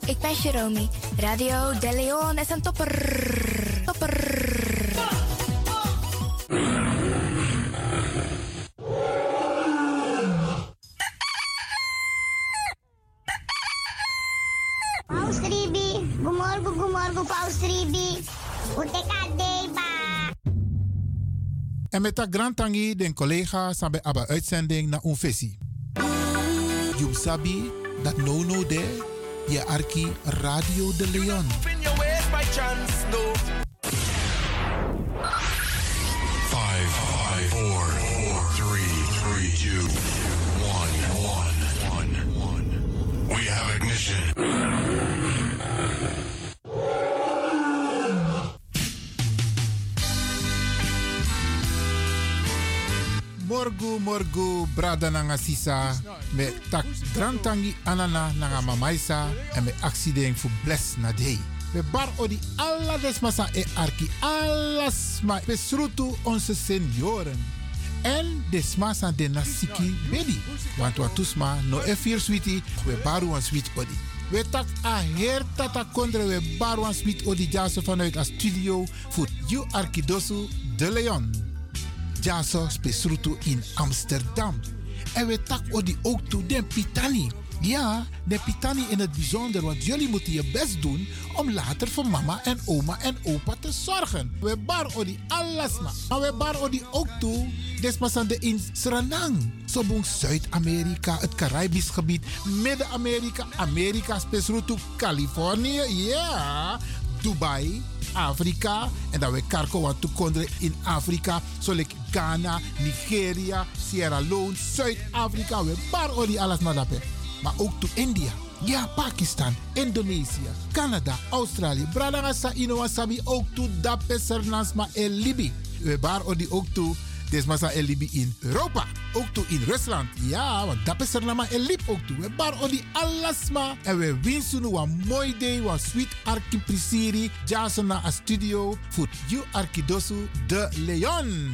ik ben Jerome. Radio De Leon is een topper. Topper. Paus Ribi, gumorgo, Paus Ribi. Utekadeba. En met dat grand tangi den collega sabe aba uitzending na unfesi. Jum sabi dat no de je arki Radio De Leon. 5, 4, 3, 2, 1. We have ignition. Morgu, brada nanga sisa. Me tak grantangi anana nanga mamaisa. En me accident fu bless na day. We bar odi alla desmasa e arki. Alles ma besrutu onze senioren. En desmasa de nasiki bedi. Want watusma no e fir sweetie. We baru een sweet odi. We tak a her tata kondre we baru een sweet odi jaso vanuit a studio. Voor you Arkidosu De Leon. Jaso spesrutu in Amsterdam. En we tak odi ook toe den pitani. Ja, de pitani in het bijzonder, want jullie moeten je best doen om later voor mama en oma en opa te zorgen. We bar odi alasma. Maar we bar odi ook toe, desmasande in Suriname. Sobong Zuid-Amerika, het Caribisch gebied, Midden-Amerika, Amerika spesrutu, Californië, ja, Dubai, Afrika. En dan we karko wat toekonderen in Afrika, zoals Ghana, Nigeria, Sierra Leone, Zuid-Afrika. We bar odi alasma dape. Maar ook to India, ja, Pakistan, Indonesië, Canada, Australië. Bradangasa Inowasabi ook to Dape Sernasma en Libi. We bar odi ook to Desmasa en Libi in Europa. Ook to in Rusland. Ja, want Dape Sernama en Lib ook to. We bar odi alasma. En we winsten een mooi day, een sweet arki prisiri. Jason na a studio voor you Arkidosu De Leon.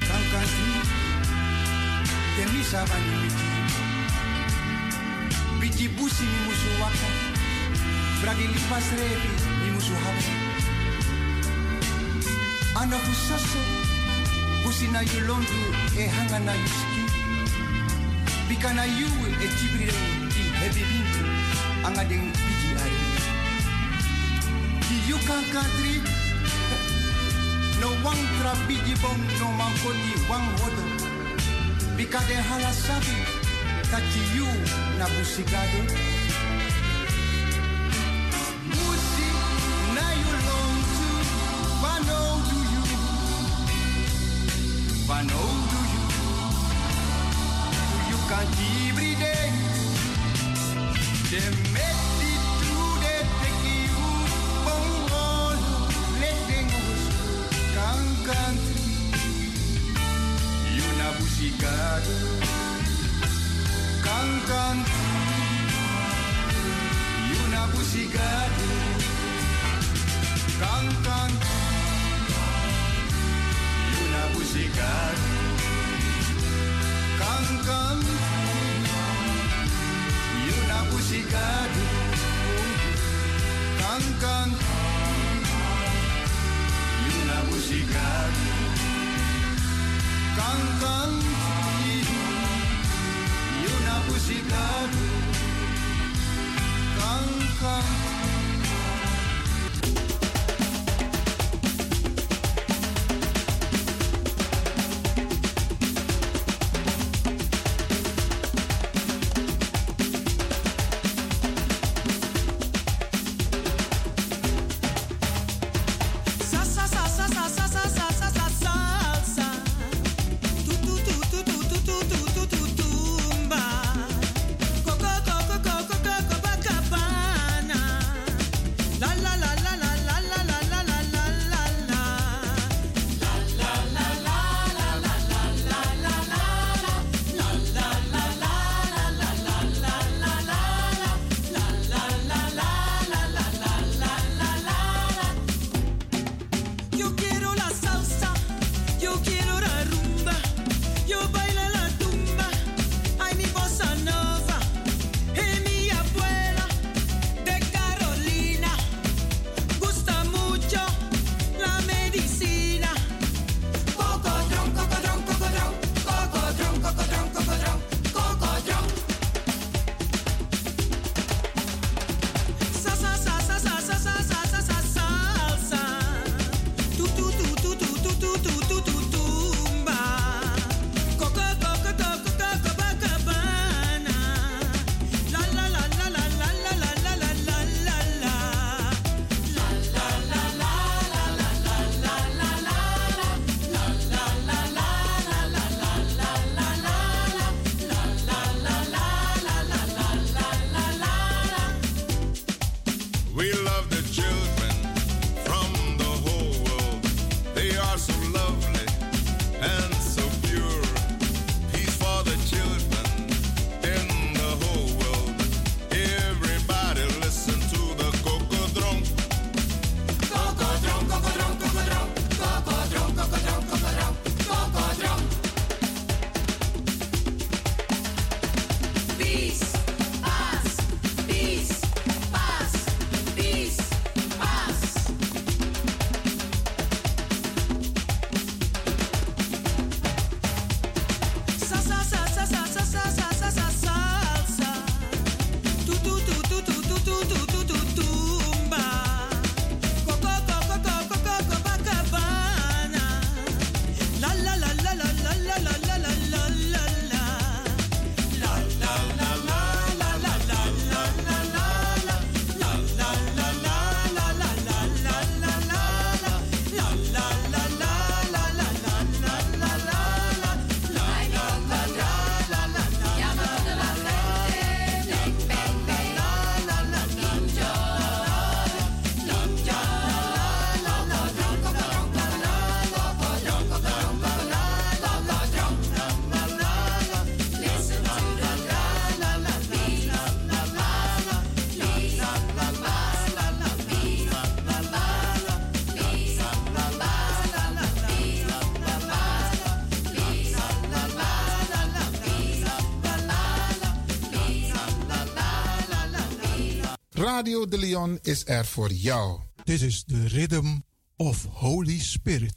Biji busi ni musu waka, bragi lipas rebi ni musu hawa. Ana busaso, busi na yulondu e hanga na yuski. Bika na yu e tibrire di hebi bintu, anga deng biji ari. Ki yu kan country, no wang tra biji bom no mankoti wang hodo. Bika de halasabi. Taki you na busigado. Busi na you long to vano do you. Vano do you. You can't every day. The meti to the teki you. Bongol letting us can country. You na busigado. Cancan, yuna busigado. Cancan, yuna busigado. Cancan, yuna busigado. Cancan, yuna busigado. Cancan. Busigado, cancan. Copacabana. Radio De Leon is er voor jou. This is the rhythm of Holy Spirit.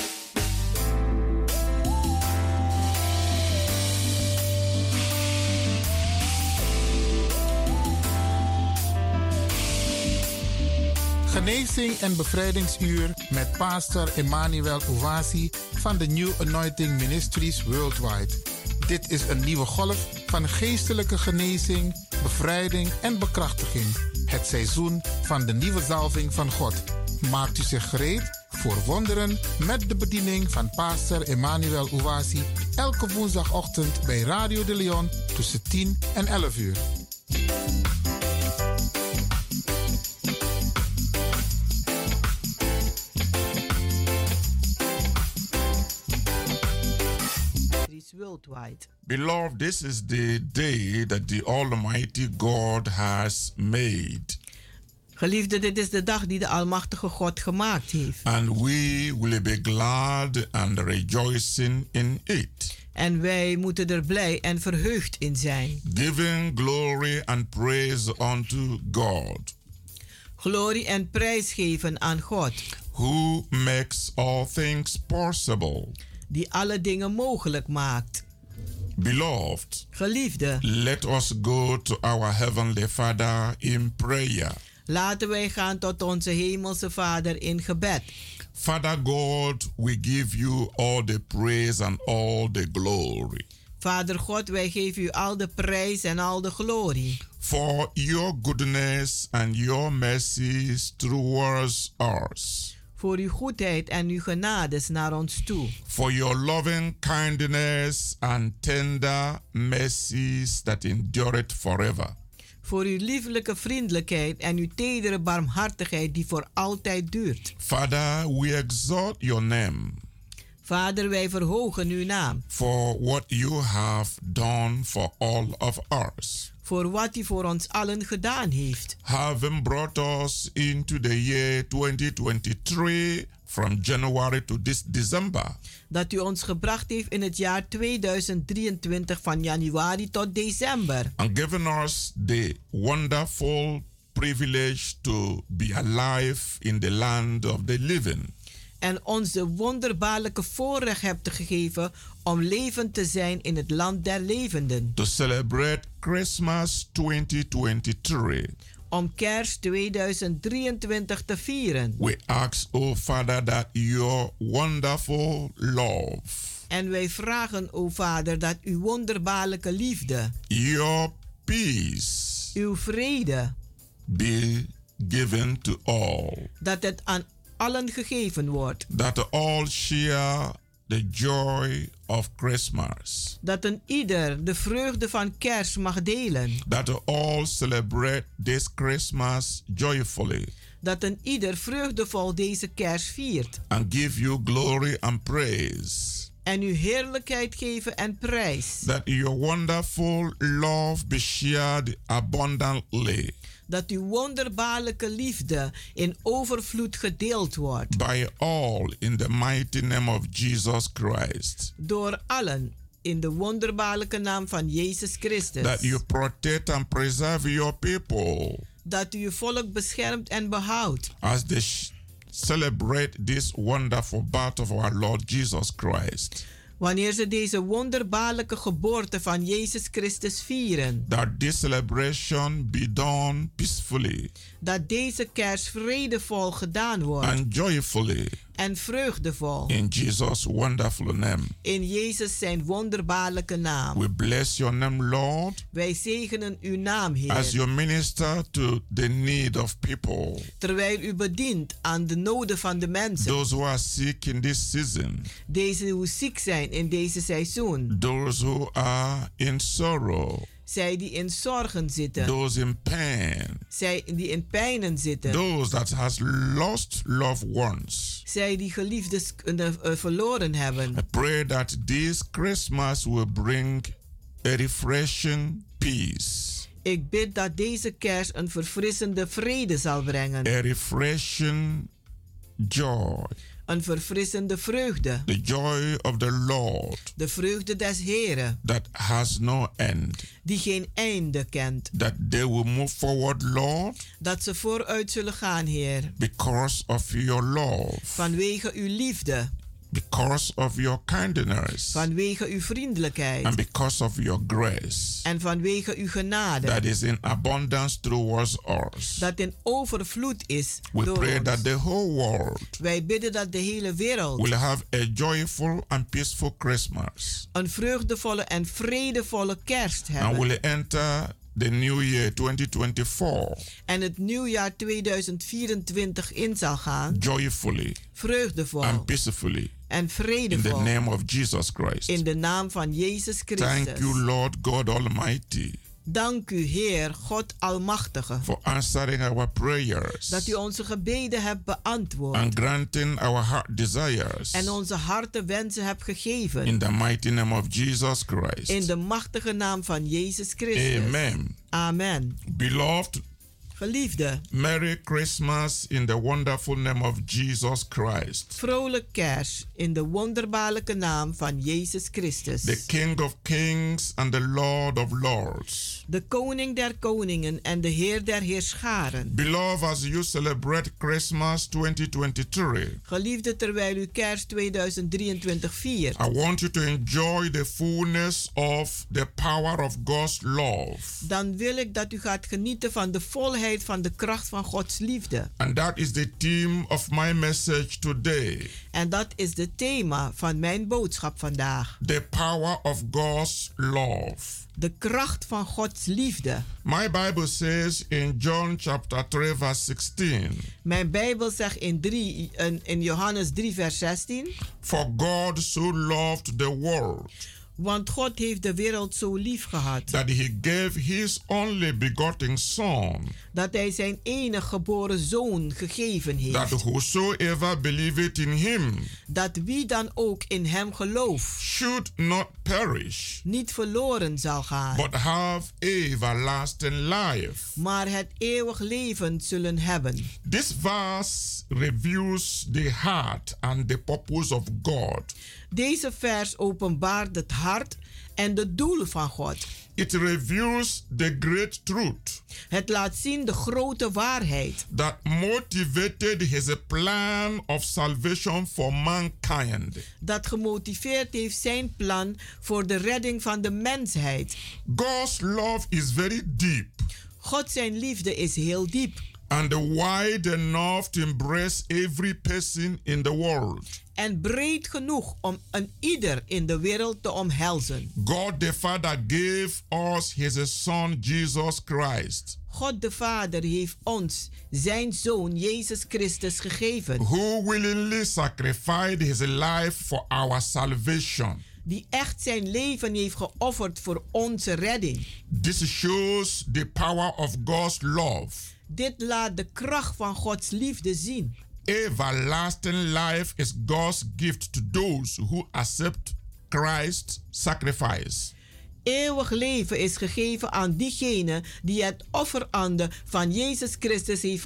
Genezing en bevrijdingsuur met pastor Emmanuel Owasi van de New Anointing Ministries Worldwide. Dit is een nieuwe golf van geestelijke genezing, bevrijding en bekrachtiging. Het seizoen van de nieuwe zalving van God. Maakt u zich gereed voor wonderen met de bediening van pastor Emmanuel Owasi elke woensdagochtend bij Radio De Leon tussen 10 en 11 uur. Worldwide. Beloved, this is the day that the Almighty God has made. Geliefde, dit is de dag die de Almachtige God gemaakt heeft. And we will be glad and rejoicing in it. En wij moeten er blij en verheugd in zijn. Giving glory and praise unto God. Glorie en prijs geven aan God. Who makes all things possible. Die alle dingen mogelijk maakt. Beloved, geliefde, let us go to our Heavenly Father in prayer. Laten wij gaan tot onze Hemelse Vader in gebed. Father God, we give you all the praise and all the glory. Vader God, wij geven u al de prijs en al de glorie. For your goodness and your mercies towards us. Voor uw goedheid en uw genades naar ons toe. For your loving kindness and tender mercies that endureth forever. Voor uw lieflijke vriendelijkheid en uw tedere barmhartigheid die voor altijd duurt. Father, we exalt your name. Vader, wij verhogen uw naam. For what you have done for all of us. Voor wat u voor ons allen gedaan heeft. Having brought us into the year 2023 from January to this December. Dat u ons gebracht heeft in het jaar 2023 van januari tot december. And given us the wonderful privilege to be alive in the land of the living. En ons de wonderbaarlijke voorrecht hebt gegeven om levend te zijn in het land der levenden. To celebrate Christmas 2023. Om kerst 2023 te vieren. We ask, O Father, that your wonderful love. En wij vragen, o Vader, dat uw wonderbaarlijke liefde. Your peace. Uw vrede. Be given to all. Dat het aan allen gegeven wordt. That all share the joy of Christmas. Dat een ieder de vreugde van kerst mag delen. That all celebrate this Christmas joyfully. Dat een ieder vreugdevol deze kerst viert. And give you glory and praise. En uw heerlijkheid geven en prijs. That your wonderful love be shared abundantly. Dat uw wonderbaarlijke liefde in overvloed gedeeld wordt. By all in the mighty name of Jesus Christ. Door allen in de wonderbaarlijke naam van Jezus Christus. That you protect and preserve your people. Dat u uw volk beschermt en behoudt. As they celebrate this wonderful birth of our Lord Jesus Christ. Wanneer ze deze wonderbaarlijke geboorte van Jezus Christus vieren. That this celebration be done peacefully. Dat deze kerst vredevol gedaan wordt. And joyfully. En vreugdevol. In Jesus' wonderful name. In Jezus zijn wonderbaarlijke naam. We bless your name, Lord. Wij zegenen uw naam, Heer. As you minister to the need of people. Terwijl u bedient aan de noden van de mensen. Those who are sick in this season. Deze die ziek zijn in deze seizoen. Those who are in sorrow. Zij die in zorgen zitten. Those in pain. Zij die in pijnen zitten. Those that has lost loved ones. Zij die geliefdes verloren hebben. I pray that this Christmas will bring a refreshing peace. Ik bid dat deze kerst een verfrissende vrede zal brengen. A refreshing joy. Een verfrissende vreugde. The joy of the Lord. De vreugde des Heren. That has no end. Die geen einde kent. That they will move forward, Lord. Dat ze vooruit zullen gaan, Heer. Because of your love. Vanwege uw liefde. Because of your kindness. Vanwege uw vriendelijkheid. And because of your grace. En vanwege uw genade. That is in abundance towards us. Dat in overvloed is. We door pray ons. that the whole world. Wij bidden dat de hele wereld. Will have a joyful and peaceful Christmas. Een vreugdevolle en vredevolle kerst hebben. And will enter the new year 2024. En het nieuwjaar 2024 in zal gaan. Joyfully. Vreugdevol. And peacefully. En vredevol. In the name of Jesus Christ. In de naam van Jezus Christus. Thank you, Lord God Almighty. Dank u, Heer, God Almachtige. For answering our prayers. Dat u onze gebeden hebt beantwoord. And granting our heart desires. En onze hartenwensen hebt gegeven. In the mighty name of Jesus Christ. In de machtige naam van Jezus Christus. Amen. Amen. Beloved. Geliefde. Merry Christmas in the wonderful name of Jesus Christ. Vrolijk kerst in de wonderbaarlijke naam van Jezus Christus. The King of Kings and the Lord of Lords. De koning der koningen en de Heer der heerscharen. Beloved, as you celebrate Christmas 2023. Geliefde, terwijl u kerst 2023 viert. I want you to enjoy the fullness of the power of God's love. Dan wil ik dat u gaat genieten van de volheid van de kracht van Gods liefde. And that is the theme of my message today. En dat is het thema van mijn boodschap vandaag. The power of God's love. De kracht van Gods liefde. My Bible says in John chapter 3 verse 16. Mijn Bijbel zegt in Johannes 3 vers 16. For God so loved the world. Want God heeft de wereld zo lief gehad. That he gave his only begotten son. Dat hij zijn enige geboren zoon gegeven heeft. That whosoever believeth in him. Dat wie dan ook in hem gelooft. Should not perish. Niet verloren zal gaan. But have everlasting life. Maar het eeuwig leven zullen hebben. This verse reveals the heart and the purpose of God. Deze vers openbaart het hart en de doel van God. It reveals the great truth. Het laat zien de grote waarheid. That motivated his plan of salvation for mankind. Dat gemotiveerd heeft zijn plan voor de redding van de mensheid. God's love is very deep. God zijn liefde is heel diep. And wide enough to embrace every person in the world. En breed genoeg om een ieder in de wereld te omhelzen. God the Father gave us his son Jesus Christ. God de Vader heeft ons zijn zoon Jezus Christus gegeven. Who willingly sacrificed his life for our salvation. Die echt zijn leven heeft geofferd voor onze redding. This shows the power of God's love. Dit laat de kracht van Gods liefde zien. Everlasting life is God's gift to those who accept Christ's sacrifice. Eeuwig leven is gegeven aan diegene die het offerande van Jezus Christus heeft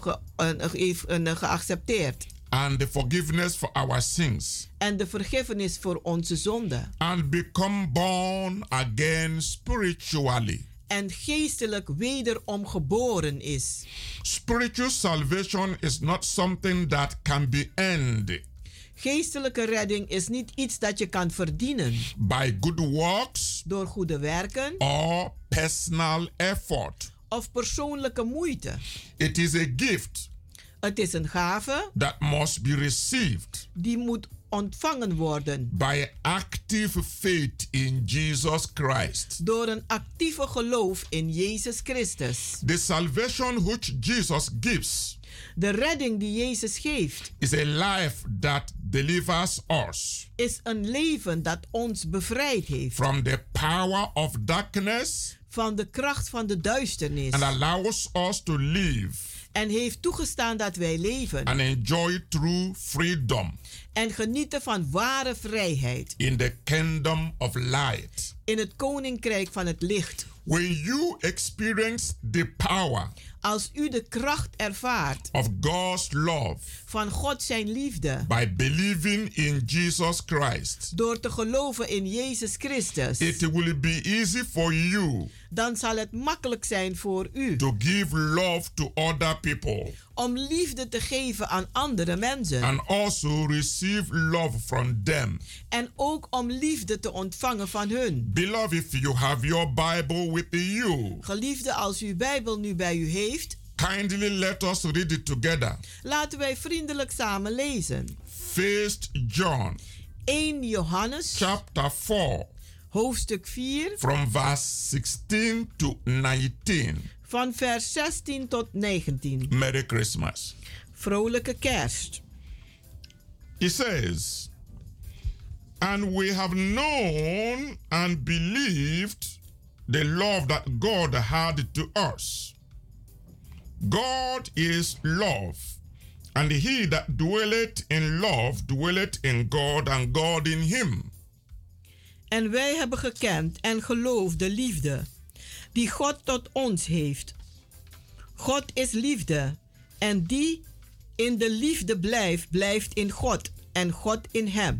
geaccepteerd. And the forgiveness for our sins. En de vergiffenis voor onze zonden. And become born again spiritually. En geestelijk wederom geboren is. Spiritual salvation is not something that can be earned. Geestelijke redding is niet iets dat je kan verdienen. By good works. Door goede werken. Or personal effort. Of persoonlijke moeite. It is a gift. Het is een gave. That must be received. Die moet ontvangen worden. By active faith in Jesus Christ. Door een actieve geloof in Jezus Christus. The salvation which Jesus gives. De redding die Jezus geeft. Is a life that delivers us. Is een leven dat ons bevrijd heeft. From the power of darkness. Van de kracht van de duisternis. And allows us to live. En heeft toegestaan dat wij leven. And enjoy true freedom. En genieten van ware vrijheid. In the kingdom of light. in het koninkrijk van het licht. When you experience the power Als u de kracht ervaart of God's love van God zijn liefde by believing in Jesus Christ, door te geloven in Jezus Christus, it will be easy for you dan zal het makkelijk zijn voor u to give love to other people om liefde te geven aan andere mensen. and also receive love from them. En ook om liefde te ontvangen van hun. Beloved, if you have your Bible with you, Geliefde, als u uw Bijbel nu bij u heeft, kindly let us read it together. laten wij vriendelijk samen lezen. 1 John 1 Johannes, chapter 4 hoofdstuk 4, from verse 16 to 19. van vers 16 tot 19. Merry Christmas. Vrolijke kerst. It says, and we have known and believed the love that God had to us. God is love, and he that dwelleth in love dwelleth in God, and God in him. En wij hebben gekend en geloofd de liefde die God tot ons heeft. God is liefde, en die in de liefde blijft, blijft in God en God in hem.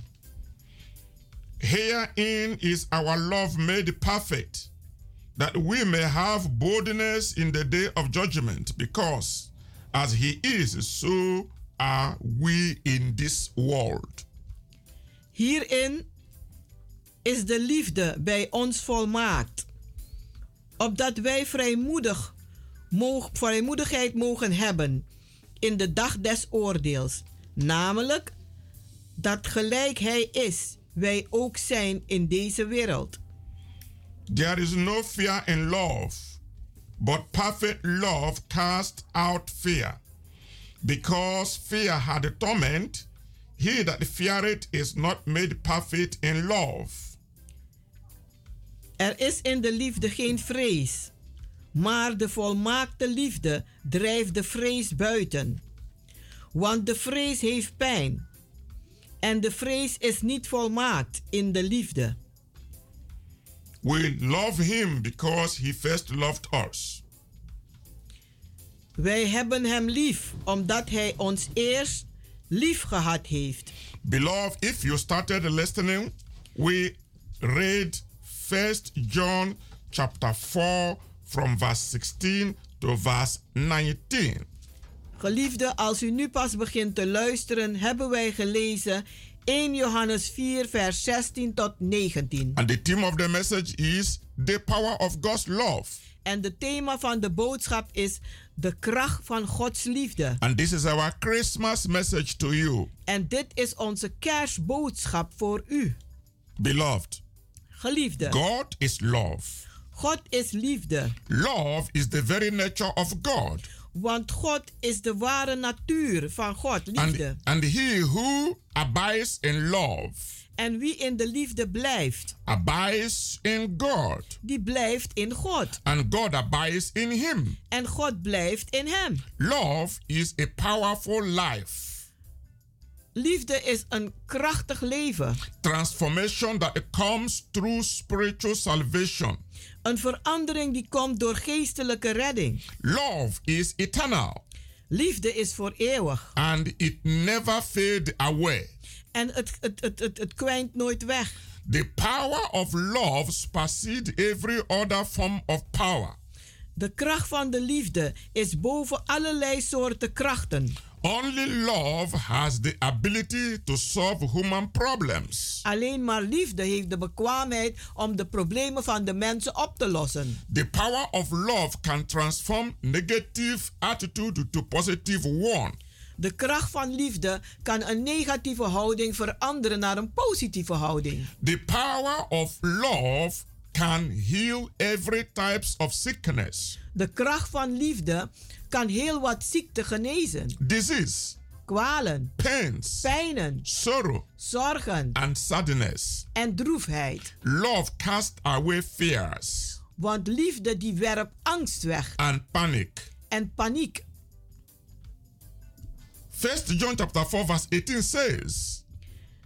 Herein is our love made perfect, that we may have boldness in the day of judgment, because as he is, so are we in this world. Hierin is de liefde bij ons volmaakt, opdat wij vrijmoedigheid mogen hebben in de dag des oordeels, namelijk dat gelijk hij is, wij ook zijn in deze wereld. There is no fear in love, but perfect love casts out fear, because fear had torment. He that feareth is not made perfect in love. Er is in de liefde geen vrees, maar de volmaakte liefde drijft de vrees buiten. Want de vrees heeft pijn, en de vrees is niet volmaakt in de liefde. We love him because he first loved us. Wij hebben hem lief, omdat hij ons eerst lief gehad heeft. Beloved, if you started listening, we read 1 John chapter 4 from verse 16 to verse 19. Geliefde, als u nu pas begint te luisteren, hebben wij gelezen 1 Johannes 4 vers 16 tot 19. And the theme of the message is the power of God's love. En de thema van de boodschap is de kracht van Gods liefde. And this is our Christmas message to you. En dit is onze kerstboodschap voor u. Beloved, Geliefde, God is love. God is liefde. Love is the very nature of God. Want God is de ware natuur van God, liefde. And he who abides in love En wie in de liefde blijft, abides in God. die blijft in God. And God abides in him. En God blijft in hem. Love is a powerful life. Liefde is een krachtig leven. Transformation that comes through spiritual salvation. Een verandering die komt door geestelijke redding. Love is eternal. Liefde is voor eeuwig. And it never fades away. En het kwijnt nooit weg. The power of love supersedes every other form of power. De kracht van de liefde is boven allerlei soorten krachten. Only love has the ability to solve human problems. Alleen maar liefde heeft de bekwaamheid om de problemen van de mensen op te lossen. The power of love can transform negative attitude to positive one. De kracht van liefde kan een negatieve houding veranderen naar een positieve houding. The power of love can heal every types of sickness. De kracht van liefde kan heel wat ziekte genezen. Disease, Kwalen, pains, pijnen, sorrow, zorgen and sadness. en droefheid. Love casts away fears Want liefde die werpt angst weg and panic. en paniek. 1 John chapter 4 verse 18 says,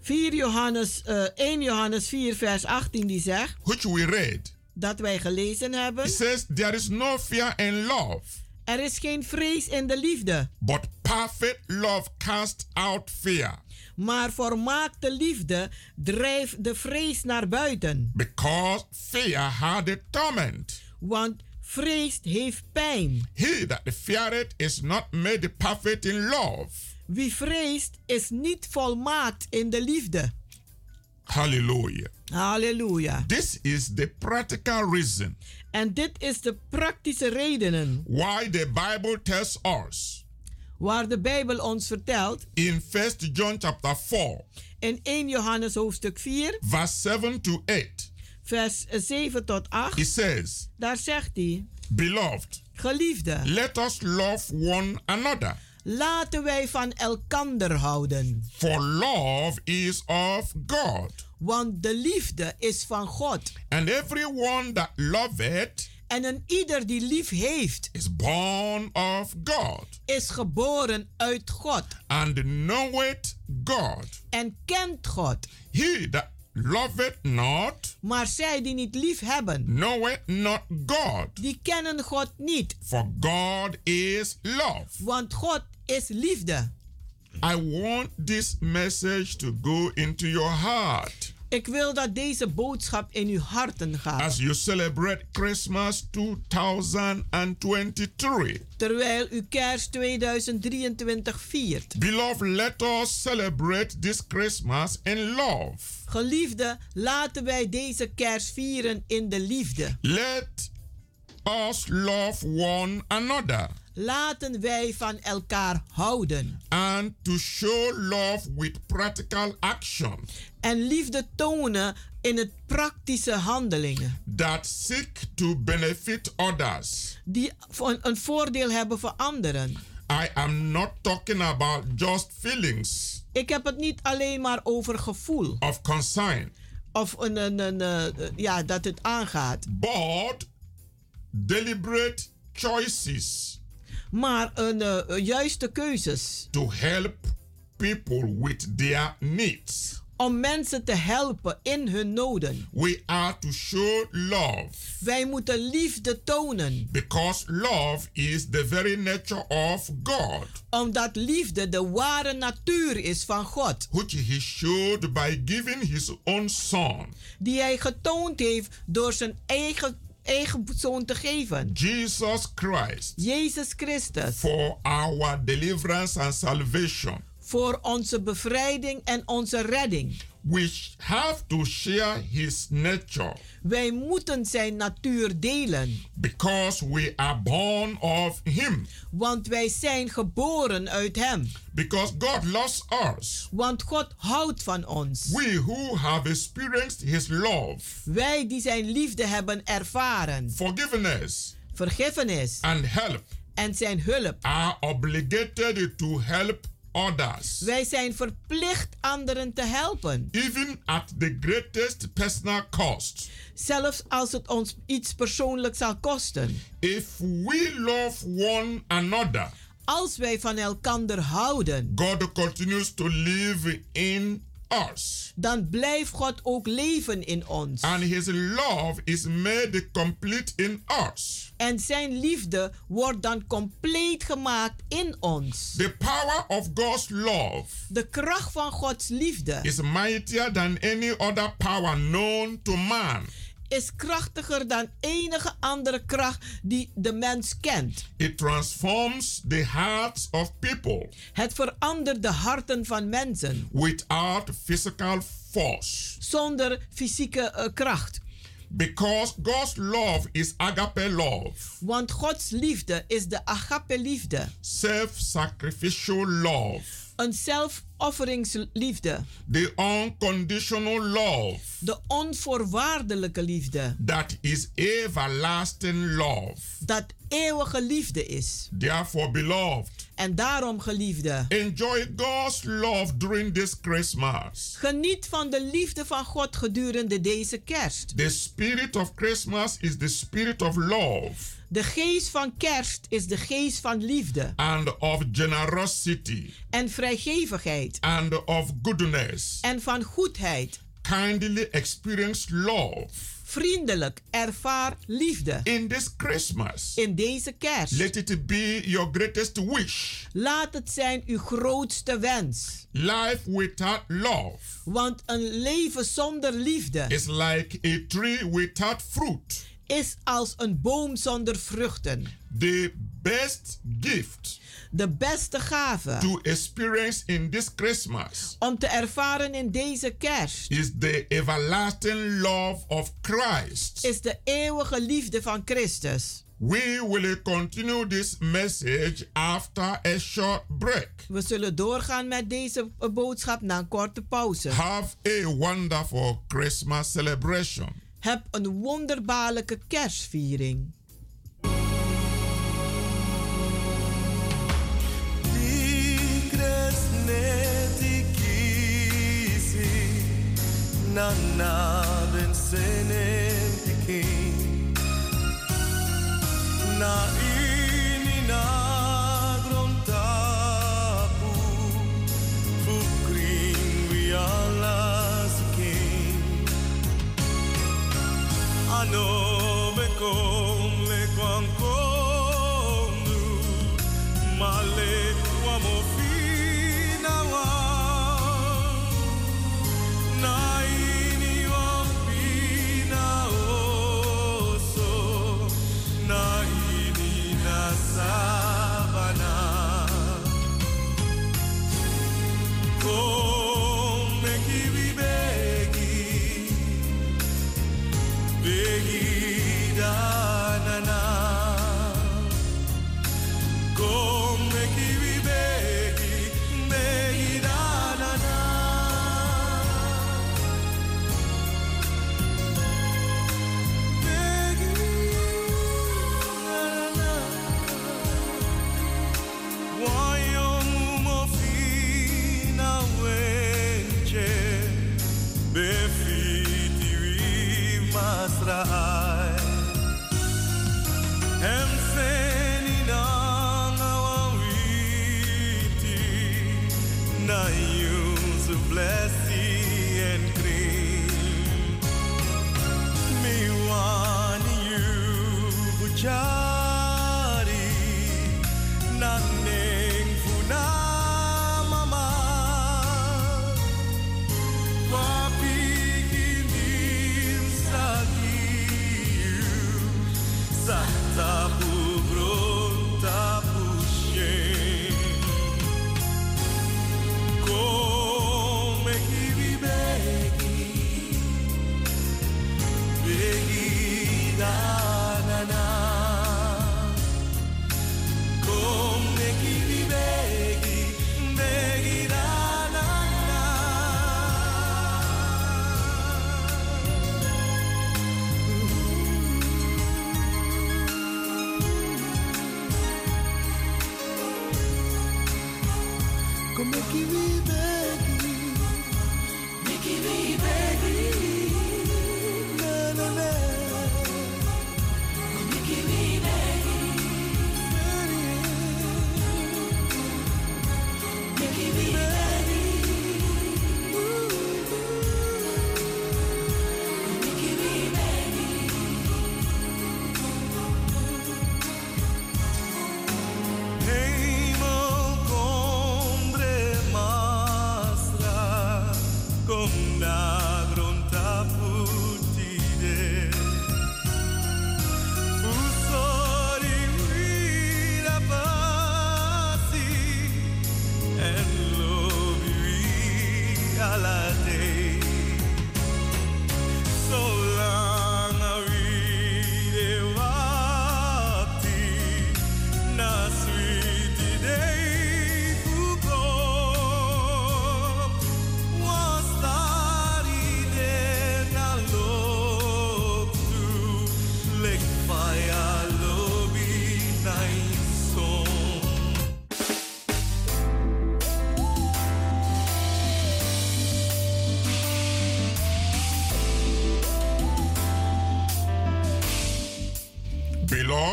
1 Johannes 4 vers 18 die zegt, which we read, dat wij gelezen hebben. it says, there is no fear in love, Er is geen vrees in de liefde, but perfect love casts out fear, maar volmaakte liefde drijft de vrees naar buiten. because fear had a torment. Want vrees heeft pijn. He that feareth is not made perfect in love. Wie vreest is niet volmaakt in de liefde. Hallelujah. Halleluja. This is the practical reason En dit is de praktische redenen why the Bible tells us waar de Bijbel ons vertelt in 1 John chapter 4, in 1 Johannes hoofdstuk 4, verse 7 to 8. vers 7 tot 8. It says, Daar zegt hij, Beloved, geliefde, let us love one another, laten wij van elkander houden. for love is of God. Want de liefde is van God. And everyone that loveth En een ieder die lief heeft, is born of God, is geboren uit God. and knoweth God. En kent God. He that loveth not Maar zij die niet lief hebben, knoweth not God, die kennen God niet. for God is love. Want God is liefde. I want this message to go into your heart Ik wil dat deze boodschap in uw harten gaat. as you celebrate Christmas 2023. Terwijl u kerst 2023 viert. Beloved, let us celebrate this Christmas in love. Geliefde, laten wij deze kerst vieren in de liefde. Let us love one another Laten wij van elkaar houden. and to show love with practical action En liefde tonen in het praktische handelingen. that seek to benefit others. Die een voordeel hebben voor anderen. I am not talking about just feelings Ik heb het niet alleen maar over gevoel. of concern, Of dat het aangaat. but deliberate choices Maar juiste keuzes. to help people with their needs. Om mensen te helpen in hun noden. We are to show love Wij moeten liefde tonen. because love is the very nature of God, Omdat liefde de ware natuur is van God. which he showed by giving his own son, Die hij getoond heeft door zijn eigen zoon te geven. Jesus Christ, Jezus Christus. for our deliverance and salvation. Voor onze bevrijding en onze redding. We have to share his nature Wij moeten zijn natuur delen. because we are born of him. Want wij zijn geboren uit hem. Because God loves us. Want God houdt van ons. We who have experienced his love, Wij die zijn liefde hebben ervaren. forgiveness, Vergiffenis and help en zijn hulp. are obligated to help others, Wij zijn verplicht anderen te helpen. even at the greatest personal cost. Zelfs als het ons iets persoonlijks zal kosten. If we love one another, Als wij van elkander houden, God continues to live in us, dan blijft God ook leven in ons. and his love is made complete in us. En zijn liefde wordt dan compleet gemaakt in ons. The power of God's love De kracht van Gods liefde is mightier than any other power known to man. is krachtiger dan enige andere kracht die de mens kent. It transforms the hearts of people Het verandert de harten van mensen without physical force. zonder fysieke kracht. Because God's love is agape love, Want Gods liefde is de agape-liefde. self-sacrificial love, Een zelfofferingsliefde. the unconditional love De onvoorwaardelijke liefde. that is everlasting love. Dat eeuwige liefde is. Therefore, beloved, En daarom, geliefde, enjoy God's love during this Christmas. Geniet van de liefde van God gedurende deze kerst. The spirit of Christmas is the spirit of love. De geest van kerst is de geest van liefde. And of generosity. En vrijgevigheid. And of goodness. En van goedheid. Kindly experience love. Vriendelijk ervaar liefde. In this Christmas. In deze kerst. Let it be your greatest wish. Laat het zijn uw grootste wens. Life without love. Want een leven zonder liefde is like a tree without fruit. Is als een boom zonder vruchten. The best gift. De beste gave. To experience in this Christmas. Om te ervaren in deze kerst. Is the everlasting love of Christ. Is de eeuwige liefde van Christus. We will continue this message after a short break. We zullen doorgaan met deze boodschap na een korte pauze. Have a wonderful Christmas celebration. Heb een wonderbaarlijke kerstviering. Nana ben senen pikin na ini na grontapu fukring wiala sikin ano me kom le kwang kondu male kwa mo fina wa na na ini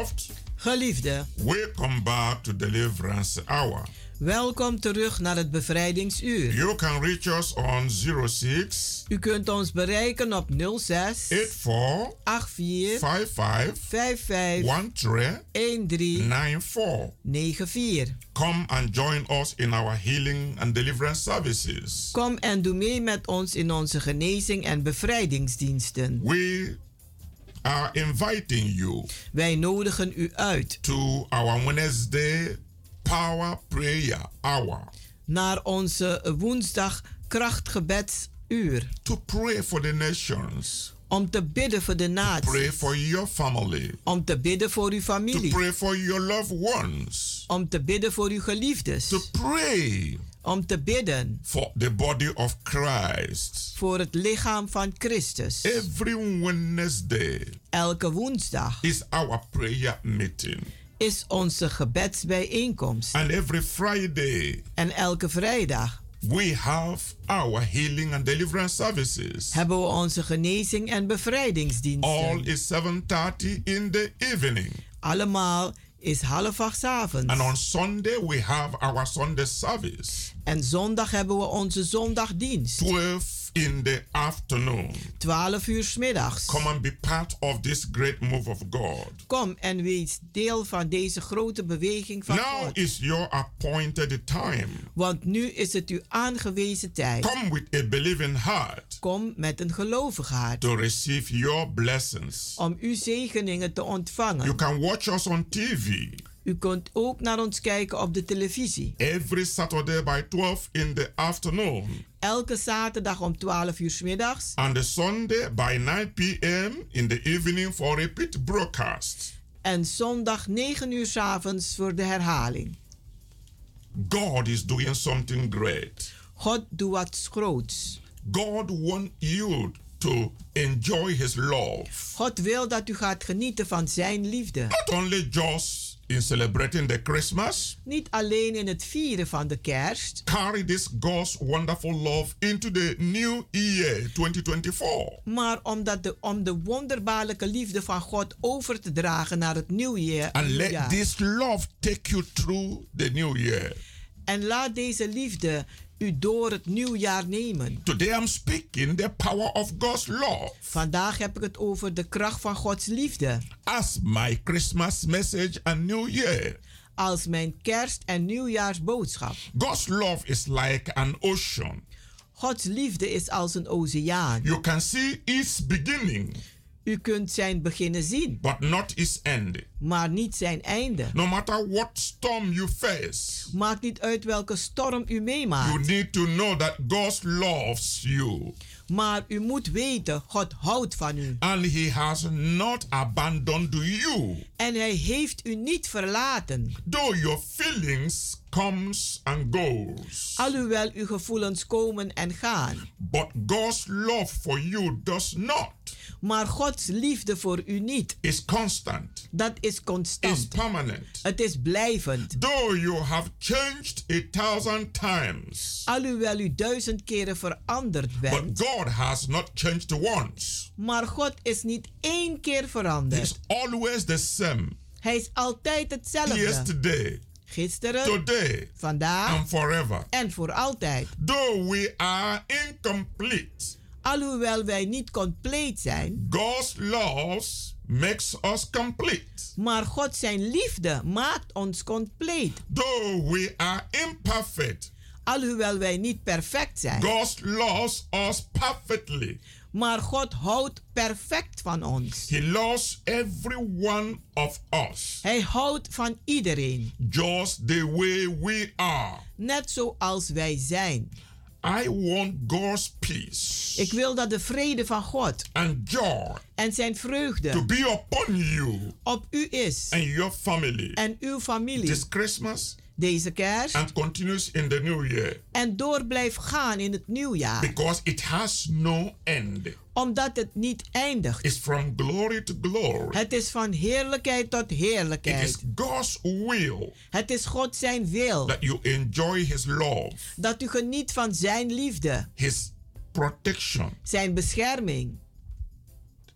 Beloved, Geliefde, welcome back to Deliverance Hour. welkom terug naar het bevrijdingsuur. You can reach us on 06 U kunt ons bereiken op 06 84 84 55 55 13 94. 94. Come and join us in our healing and deliverance services. Kom en doe mee met ons in onze genezing en bevrijdingsdiensten. We are inviting you Wij nodigen u uit to our Wednesday Power Prayer Hour naar onze woensdag krachtgebedsuur. to pray for the nations, Om te bidden voor de pray natie. for your family, Om te bidden voor uw to familie. pray for your loved ones, Om te bidden voor uw geliefdes. to pray Om te bidden for the body of Christ. voor het lichaam van Christus. Every Wednesday Elke woensdag is our prayer meeting, is onze gebedsbijeenkomst. and every Friday En elke vrijdag we have our healing and deliverance services. hebben we onze genezing en All bevrijdingsdiensten. is 7:30 in the evening. Allemaal is 7:30 'avonds. And on Sunday we have our Sunday service, En zondag hebben we onze zondagdienst. 12 in the afternoon. 12 uur 's middags. Come and be part of this great move of God. Kom en wees deel van deze grote beweging van Now God. is your appointed time. Want nu is het uw aangewezen tijd. Come with a believing heart Kom met een gelovig hart. to receive your blessings. Om uw zegeningen te ontvangen. You can watch us on TV U kunt ook naar ons kijken op de televisie. every Saturday by 12 in the afternoon, Elke zaterdag om 12 uur 's middags. and the Sunday by 9 p.m. in the evening for repeat broadcast. En zondag 9 uur 's avonds voor de herhaling. God is doing something great. God doet wat groots. God wants you to enjoy His love. God wil dat u gaat genieten van zijn liefde. Not only just in celebrating the Christmas, Niet alleen in het vieren van de kerst. carry this God's wonderful love into the new year 2024. Maar om de wonderbaarlijke liefde van God over te dragen naar het nieuwjaar. And let this love take you through the new year. En laat deze liefde u door het nieuwjaar nemen. Today I'm speaking the power of God's love. Vandaag heb ik het over de kracht van Gods liefde. As my Christmas message and New Year. Als mijn kerst- en nieuwjaarsboodschap. God's love is like an ocean. Gods liefde is als een oceaan. You can see its beginning, U kunt zijn beginnen zien, but not its end. maar niet zijn einde. No matter what storm you face, Maakt niet uit welke storm u you meemaakt. need to know that God loves you. Maar u moet weten, God houdt van u. And He has not abandoned you. En hij heeft u niet verlaten. Though your feelings comes and goes, Alhoewel uw gevoelens komen en gaan. but God's love for you does not. Maar Gods liefde voor u niet. It's constant. Dat is It's constant. permanent. Het is blijvend. Though you have changed 1,000 times, Alhoewel u 1000 keren veranderd but bent. God has not changed once. Maar God is niet één keer veranderd. He's always the same. Hij is altijd hetzelfde. Yesterday, Gisteren, today, vandaag and forever. en voor altijd. Though we are incomplete, Alhoewel wij niet compleet zijn. God's love makes us complete. Maar God zijn liefde maakt ons compleet. Though we are imperfect, Alhoewel wij niet perfect zijn. God loves us perfectly. Maar God houdt perfect van ons. He loves every one of us, Hij houdt van iedereen. just the way we are. Net zoals wij zijn. I want God's peace Ik wil dat de vrede van God and joy en zijn to vreugde be upon you op u is. and your family En uw familie. this Christmas Deze kerst. and continues in the new year, En door blijft gaan in het nieuwjaar. because it has no end. Omdat het niet eindigt. It's from glory to glory. Het is van heerlijkheid tot It is heerlijkheid. God's will Het is God zijn wil. that you enjoy His love, Dat u geniet van zijn liefde. His protection, Zijn bescherming.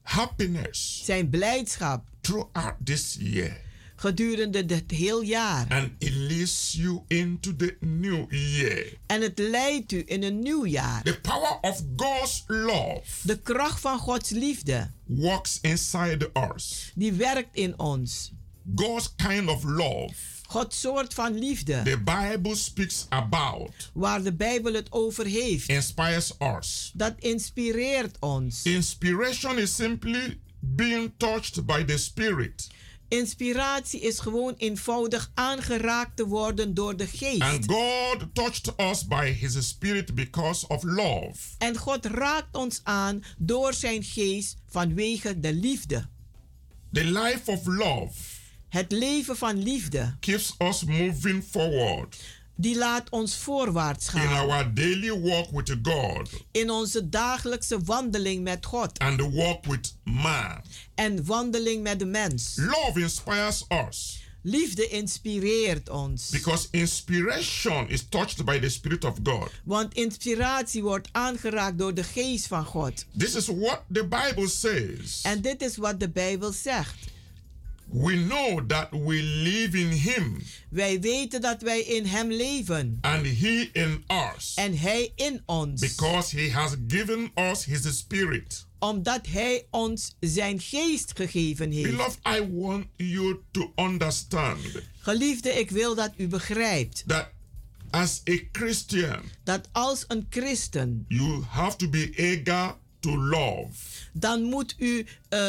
happiness zijn blijdschap throughout this year. Gedurende dit heel jaar. And it leads you into the new year. En het leidt u in een nieuw jaar. The power of God's love. De kracht van Gods liefde. Works inside us. Die werkt in ons. God's kind of love. Gods soort van liefde. The Bible speaks about. Waar de Bijbel het over heeft. Inspires us. Dat inspireert ons. Inspiration is simply being touched by the Spirit. Inspiratie is gewoon eenvoudig aangeraakt te worden door de geest. And God touched us by His Spirit because of love. En God raakt ons aan door zijn geest vanwege de liefde. The life of love. Het leven van liefde. Keeps us moving forward. Die laat ons voorwaarts gaan. In our daily walk with God. In onze dagelijkse wandeling met God. And the walk with man. En wandeling met de mens. Love inspires us. Liefde inspireert ons. Because inspiration is touched by the Spirit of God. Want inspiratie wordt aangeraakt door de geest van God. This is what the Bible says. En dit is wat de Bijbel zegt. We know that we live in Him. Wij weten dat wij in hem leven. And He in us. En hij in ons. Because He has given us His Spirit. Omdat hij ons zijn geest gegeven heeft. Beloved, I want you to understand. Geliefde, ik wil dat u begrijpt. That as a Christian. Dat als een christen. You have to be eager to love. Dan moet u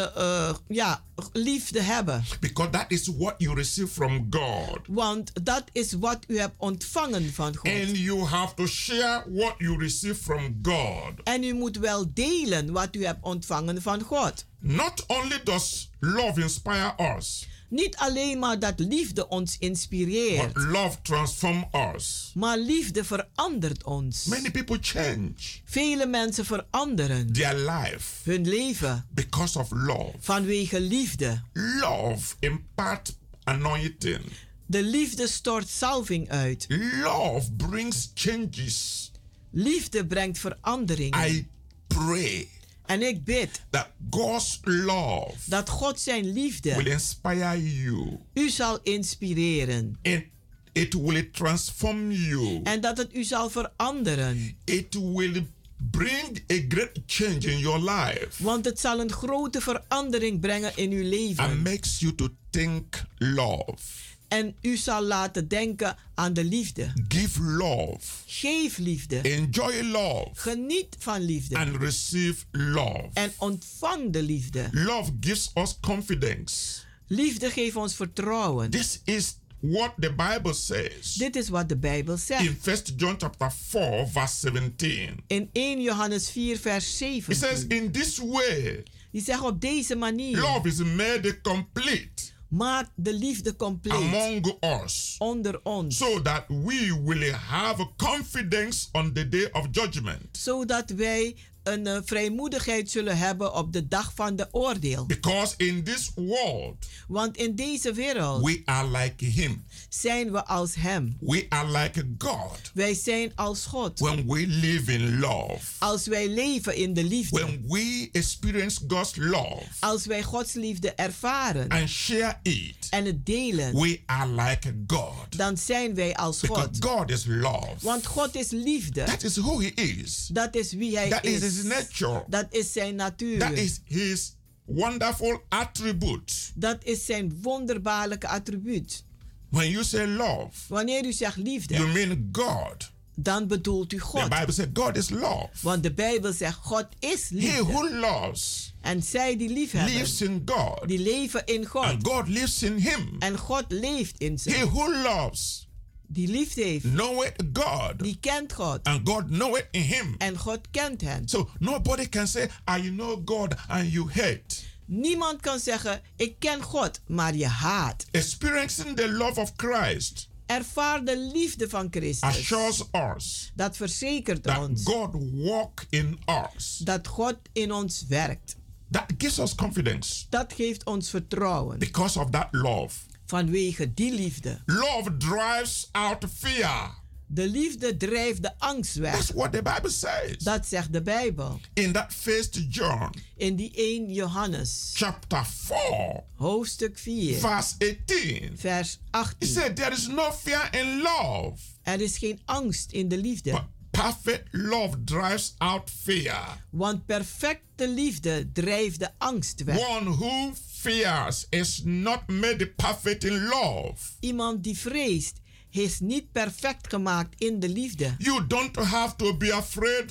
liefde hebben. Because that is what you receive from God. Want dat is wat u hebt ontvangen van God. And you have to share what you receive from God. En u moet wel delen wat u hebt ontvangen van God. Not only does love inspire us. Niet alleen maar dat liefde ons inspireert. But love transforms us. Maar liefde verandert ons. Many people change. Vele mensen veranderen. Their life. Hun leven. Because of love. Vanwege liefde. Love imparts anointing. De liefde stort salving uit. Love brings changes. Liefde brengt verandering. I pray. En ik bid that God's love dat God zijn liefde will inspire you. U zal inspireren. And it will transform you. En dat het u zal veranderen. It will bring a great change in your life. Want het zal een grote verandering brengen in uw leven. And makes you to think love. En u zal laten denken aan de liefde. Give love. Geef liefde. Enjoy love. Geniet van liefde. And receive love. En ontvang de liefde. Love gives us confidence. Liefde geeft ons vertrouwen. This is what the Bible says. Dit is wat de Bijbel zegt. In 1 John chapter 4 verse 17. In 1 Johannes 4 vers 17. It says in this way. Die zegt op deze manier. Love is made complete. Maak de liefde compleet. Among us. Onder ons. So that we will have confidence on the day of judgment. Zodat wij een vrijmoedigheid zullen hebben op de dag van de oordeel. Because in this world. Want in deze wereld. We are like Him. Zijn we als hem. We are like God. Wij zijn als God. When we live in love. Als wij leven in de liefde. When we experience God's love. Als wij Gods liefde ervaren. And share it. En het delen. We are like God. Dan zijn wij als Because God. God is love. Want God is liefde. That is who He is. Dat is wie hij That is. is His nature. Dat is zijn natuur. That is His wonderful attribute. Dat is zijn wonderbaarlijke attribuut. When you say love. Wanneer u zegt liefde. You mean God. Dan bedoelt u God. The Bible says God is love. Want de Bijbel zegt God is liefde. He who loves. En zij die lief hebben. Lives in God. Die leven in God. And God lives in him. En God leeft in ze. He who loves. Die liefde heeft. Knoweth God. Die kent God. And God knoweth in him. En God kent hen. So nobody can say, I know God and you hate. Niemand kan zeggen, ik ken God, maar je haat. Experiencing the love of Christ. Ervaar de liefde van Christus. Assures us. Dat verzekert that ons. God walk in us. Dat God in ons werkt. That gives us confidence. Dat geeft ons vertrouwen. Because of that love. Vanwege die liefde. Love drives out fear. De liefde drijft de angst weg. That's what the Bible says. Dat zegt de Bijbel. In that 1 John. In die 1 Johannes. Chapter 4. Hoofdstuk 4. Verse 18. Vers 18. He said there is no fear in love. Er is geen angst in de liefde. But perfect love drives out fear. Want perfecte liefde drijft de angst weg. One who fears is not made perfect in love. Iemand die vreest is niet perfect gemaakt in de liefde. You don't have to be afraid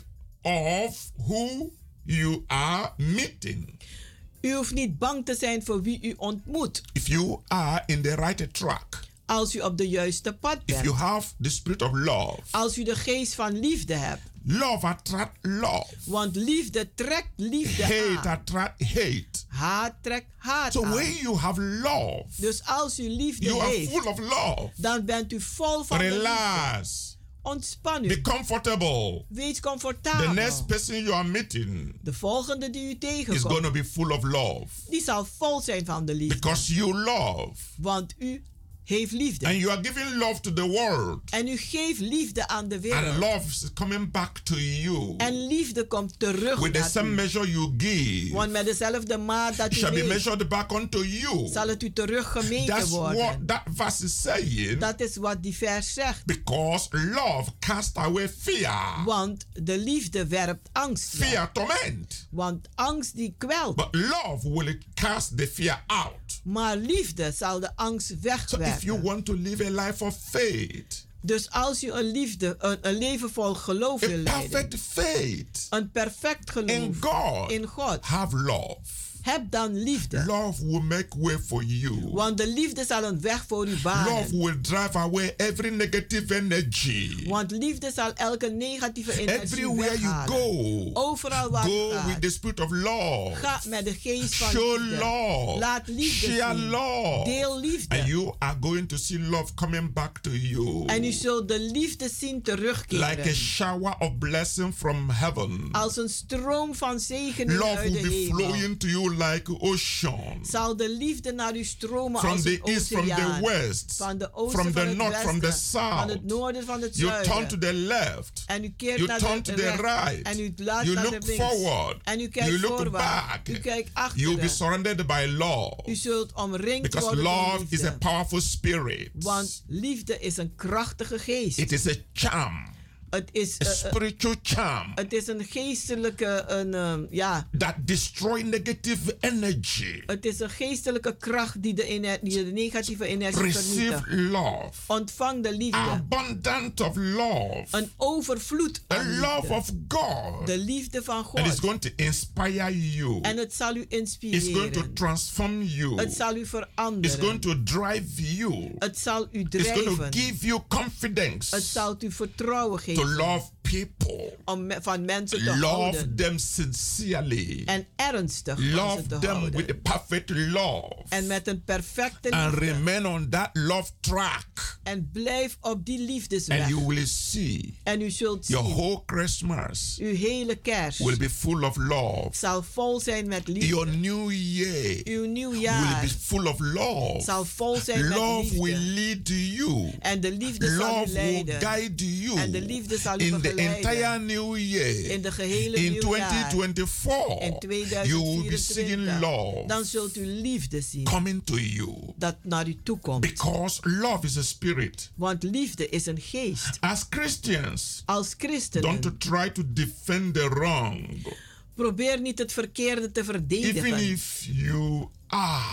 of who you are meeting. U hoeft niet bang te zijn voor wie u ontmoet. If you are in the right track. Als u op de juiste pad bent. If you have the spirit of love. Als u de geest van liefde hebt. Love attract love. Want liefde trekt liefde hate aan. Attract hate. Haat trekt haat so aan. When you have love. Dus als u liefde you heeft. are full of love. Dan bent u vol van Relax. de liefde. Ontspan u. Be comfortable. Wees comfortabel. The next person you are meeting. De volgende die u tegenkomt. Is going to be full of love. Die zal vol zijn van de liefde. Because you love. Want u heeft liefde. And you are giving love to the world. En u geeft liefde aan de wereld. And love is coming back to you. En liefde komt terug with the naar same u. measure you give. Want met dezelfde maat dat u shall be geeft, measured back unto you. zal het u terug gemeten That's worden. what that verse is saying. Dat is wat die vers zegt. Because love casts away fear. Want de liefde werpt angst weg. Fear torment. Want angst die kwelt. But love will cast the fear out. Maar liefde zal de angst wegwerken. So if you want to live a life of faith. Dus als u een leven vol geloof wil leiden. Perfect faith. Een perfect geloof in God. Have love. Heb dan liefde. Love will make way for you. Want de liefde zal een weg voor u banen. Love will drive away every negative energy. Want liefde zal elke negatieve energie everywhere weghalen. You go. Overal waar go u gaat. with the spirit of love. Ga met de geest van Show liefde. love. Laat liefde Share zien. love. Deel liefde. And you are going to see love coming back to you. En u zult de liefde zien terugkeren. Like a shower of blessing from heaven. Als een stroom van zegeningen love uit de will be hemel. flowing to you like ocean. Zal de liefde naar u stromen from als the een east, from oceaan. the west, van de oosten, from van the het north, westen, from the south. van het noorden, van het You zuiden. turn to the left. En u keert you naar turn de to the rechts. right. En u laat you naar look de links. forward. En u kijkt you look voorwaarts. back. U kijkt achteren. You'll be surrounded by love. U zult omringd Because worden door love liefde. is a powerful spirit. Want liefde is een krachtige geest. It is a charm. Het is a spiritual charm. Het is een geestelijke, that destroy negative energy. Het is een geestelijke kracht die de negatieve energie Receive vernietigt. love. Ontvang de liefde. Abundant of love. Een overvloed aan liefde. Love of God. De liefde van God. And it's going to inspire you. En het zal u inspireren. It's going to transform you. Het zal u veranderen. It's going to drive you. Het zal u drijven. It's going to give you confidence. Het zal u vertrouwen geven. To love people. Om van mensen te love houden. Them sincerely. En ernstig love te them houden. with a perfect love. En met een perfecte liefde. And remain on that love track. En blijf op die liefdesweg. And you will see. En u zult zien. Your whole Christmas. Uw hele kerst. Will be full of love. Zal vol zijn met liefde. Your new year. Uw nieuwjaar. Will be full of love. Zal vol zijn met love liefde. will lead you. En de liefde zal u leiden. Love will guide you. En de liefde zal u in begeleiden. the entire new year. In de gehele in nieuwjaar. 2024. In 2024. You will be seeing love. Dan zult u liefde zien. Coming to you. Dat naar u toe komt. Because love is a spirit. Want liefde is een geest. As Christians. Als christenen. Don't try to defend the wrong. Probeer niet het verkeerde te verdedigen. Even if you are.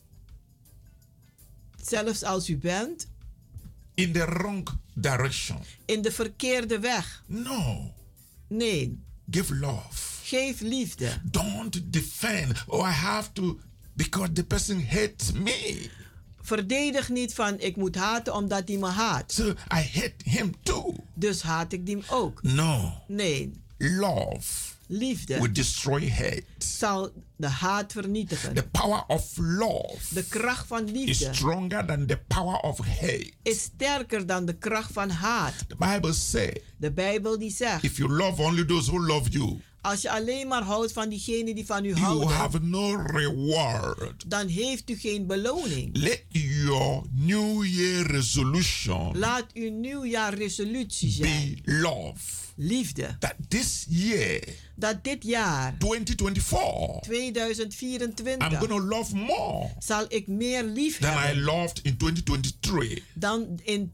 Zelfs als u bent. In the wrong direction. In de verkeerde weg. No. Nee. Give love. Geef liefde. Don't defend. Oh, I have to because the person hates me. Verdedig niet van ik moet haten omdat hij me haat. So I hate him too. Dus haat ik hem ook. No. Nee. Love. Liefde. Will destroy hate. Zal de haat vernietigen. The power of love. De kracht van liefde. Is stronger than the power of hate. Is sterker dan de kracht van haat. The Bible says. De Bijbel die zegt. If you love only those who love you. Als je alleen maar houdt van diegenen die van u you houden, have no reward. dan heeft u geen beloning. Let your New Year resolution Laat uw nieuwjaarresolutie zijn. be love. Liefde. That this year, Dat dit jaar, 2024, 2024, I'm going to love more zal ik meer lief than I hebben loved in 2023. dan in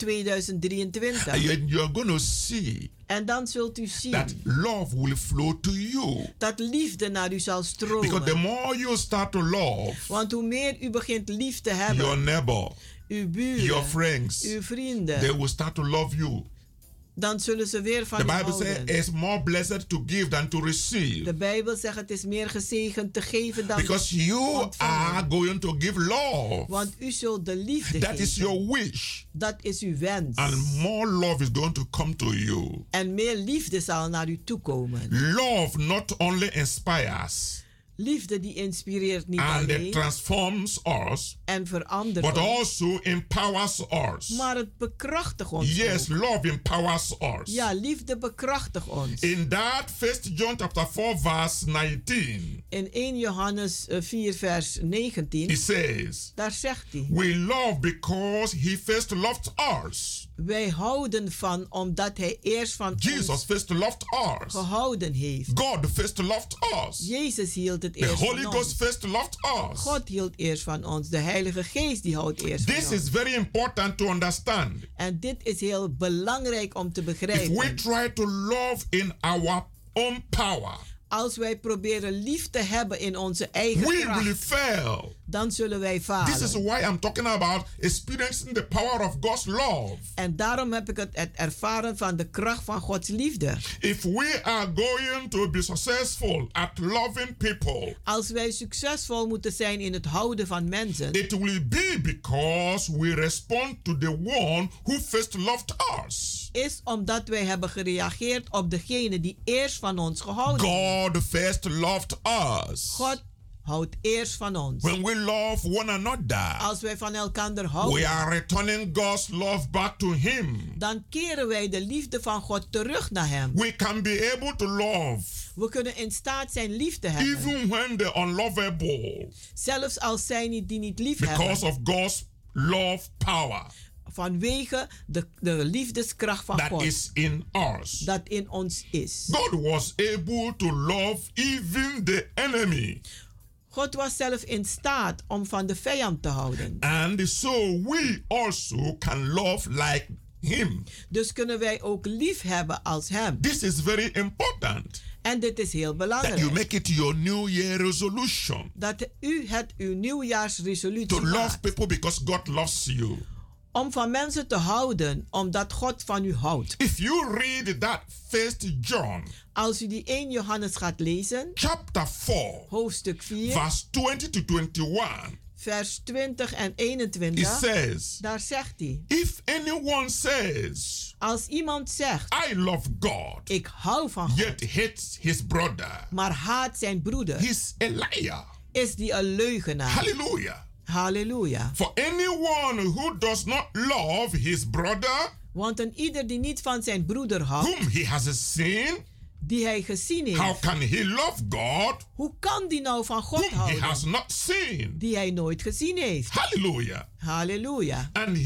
2023. And you're going to see En dan zult u zien that love will flow to you. dat liefde naar u zal Because the stromen. more you start to love Want hoe meer u begint lief te your hebben, neighbor, uw your buren, friends, uw they vrienden, will start to love you. dan zullen ze weer van The u Bible says houden. it's more blessed to give than to receive. De Bijbel zegt het is meer gezegend te geven dan Because you ontvangen. are going to give love. Want u zult de liefde That geven. is your wish. Dat is uw wens. And more love is going to come to you. En meer liefde zal naar u toekomen. Love not only inspires Liefde die inspireert niet and it alleen transforms us, en verandert but ons, also empowers us. maar het bekrachtigt ons Yes, ook. love empowers us. Ja, liefde bekrachtigt ons. In that 1 John chapter 4 verse 19, In 1 Johannes 4 vers 19, it says, daar zegt hij: we love because he first loved us. wij houden van omdat hij eerst van Jesus ons first loved us. gehouden heeft. God first loved us. Jezus hield het The eerst Holy van Ghost ons. first loved us. God hield eerst van ons. De Heilige Geest die houdt eerst This van is ons. very important to understand. En dit is heel belangrijk om te If we begrijpen. try to love in our own power, Als wij proberen lief te hebben in onze eigen we will kracht, fail. dan zullen wij This is falen. why I'm talking about experiencing the power of God's love. En daarom heb ik het ervaren van de kracht van Gods liefde. If we are going to be successful at loving people, Als wij succesvol moeten zijn in het houden van mensen, it will be because we respond to the one who first loved us. is omdat wij hebben gereageerd op degene die eerst van ons gehouden heeft. God first loved us. God houdt eerst van ons. When we love one another, Als wij van elkaar we houden, are returning God's love back to Him. dan keren wij de liefde van God terug naar Hem. We can be able to love We kunnen in staat zijn lief te hebben. even when the unlovable, Zelfs als zij die niet lief because hebben. of God's love power Vanwege de liefdeskracht van that God. is in us. Dat in ons is. God was able to love even the enemy. God was zelf in staat om van de vijand te houden. And so we also can love like Him. Dus kunnen wij ook lief hebben als Hem. This is very important. En dit is heel That you belangrijk. make it your New Year resolution Dat u het uw nieuwjaarsresolutie to love maakt. people because God loves you. Om van mensen te houden, omdat God van u houdt. If you read that 1 John Als u die 1 Johannes gaat lezen, chapter 4 hoofdstuk 4, verse 20 to 21, vers 20 en it 21, says, daar zegt hij: if anyone says, als iemand zegt, I love God, ik hou van God, yet hates his brother, maar haat zijn broeder, he's a liar. is die een leugenaar. Hallelujah. Halleluja. For anyone who does not love his brother, Want een ieder die niet van zijn broeder houdt, whom he has seen, die hij gezien how heeft, can he love God, hoe kan die nou van God whom he has houden, not seen? die hij nooit gezien heeft? Hallelujah. Halleluja. And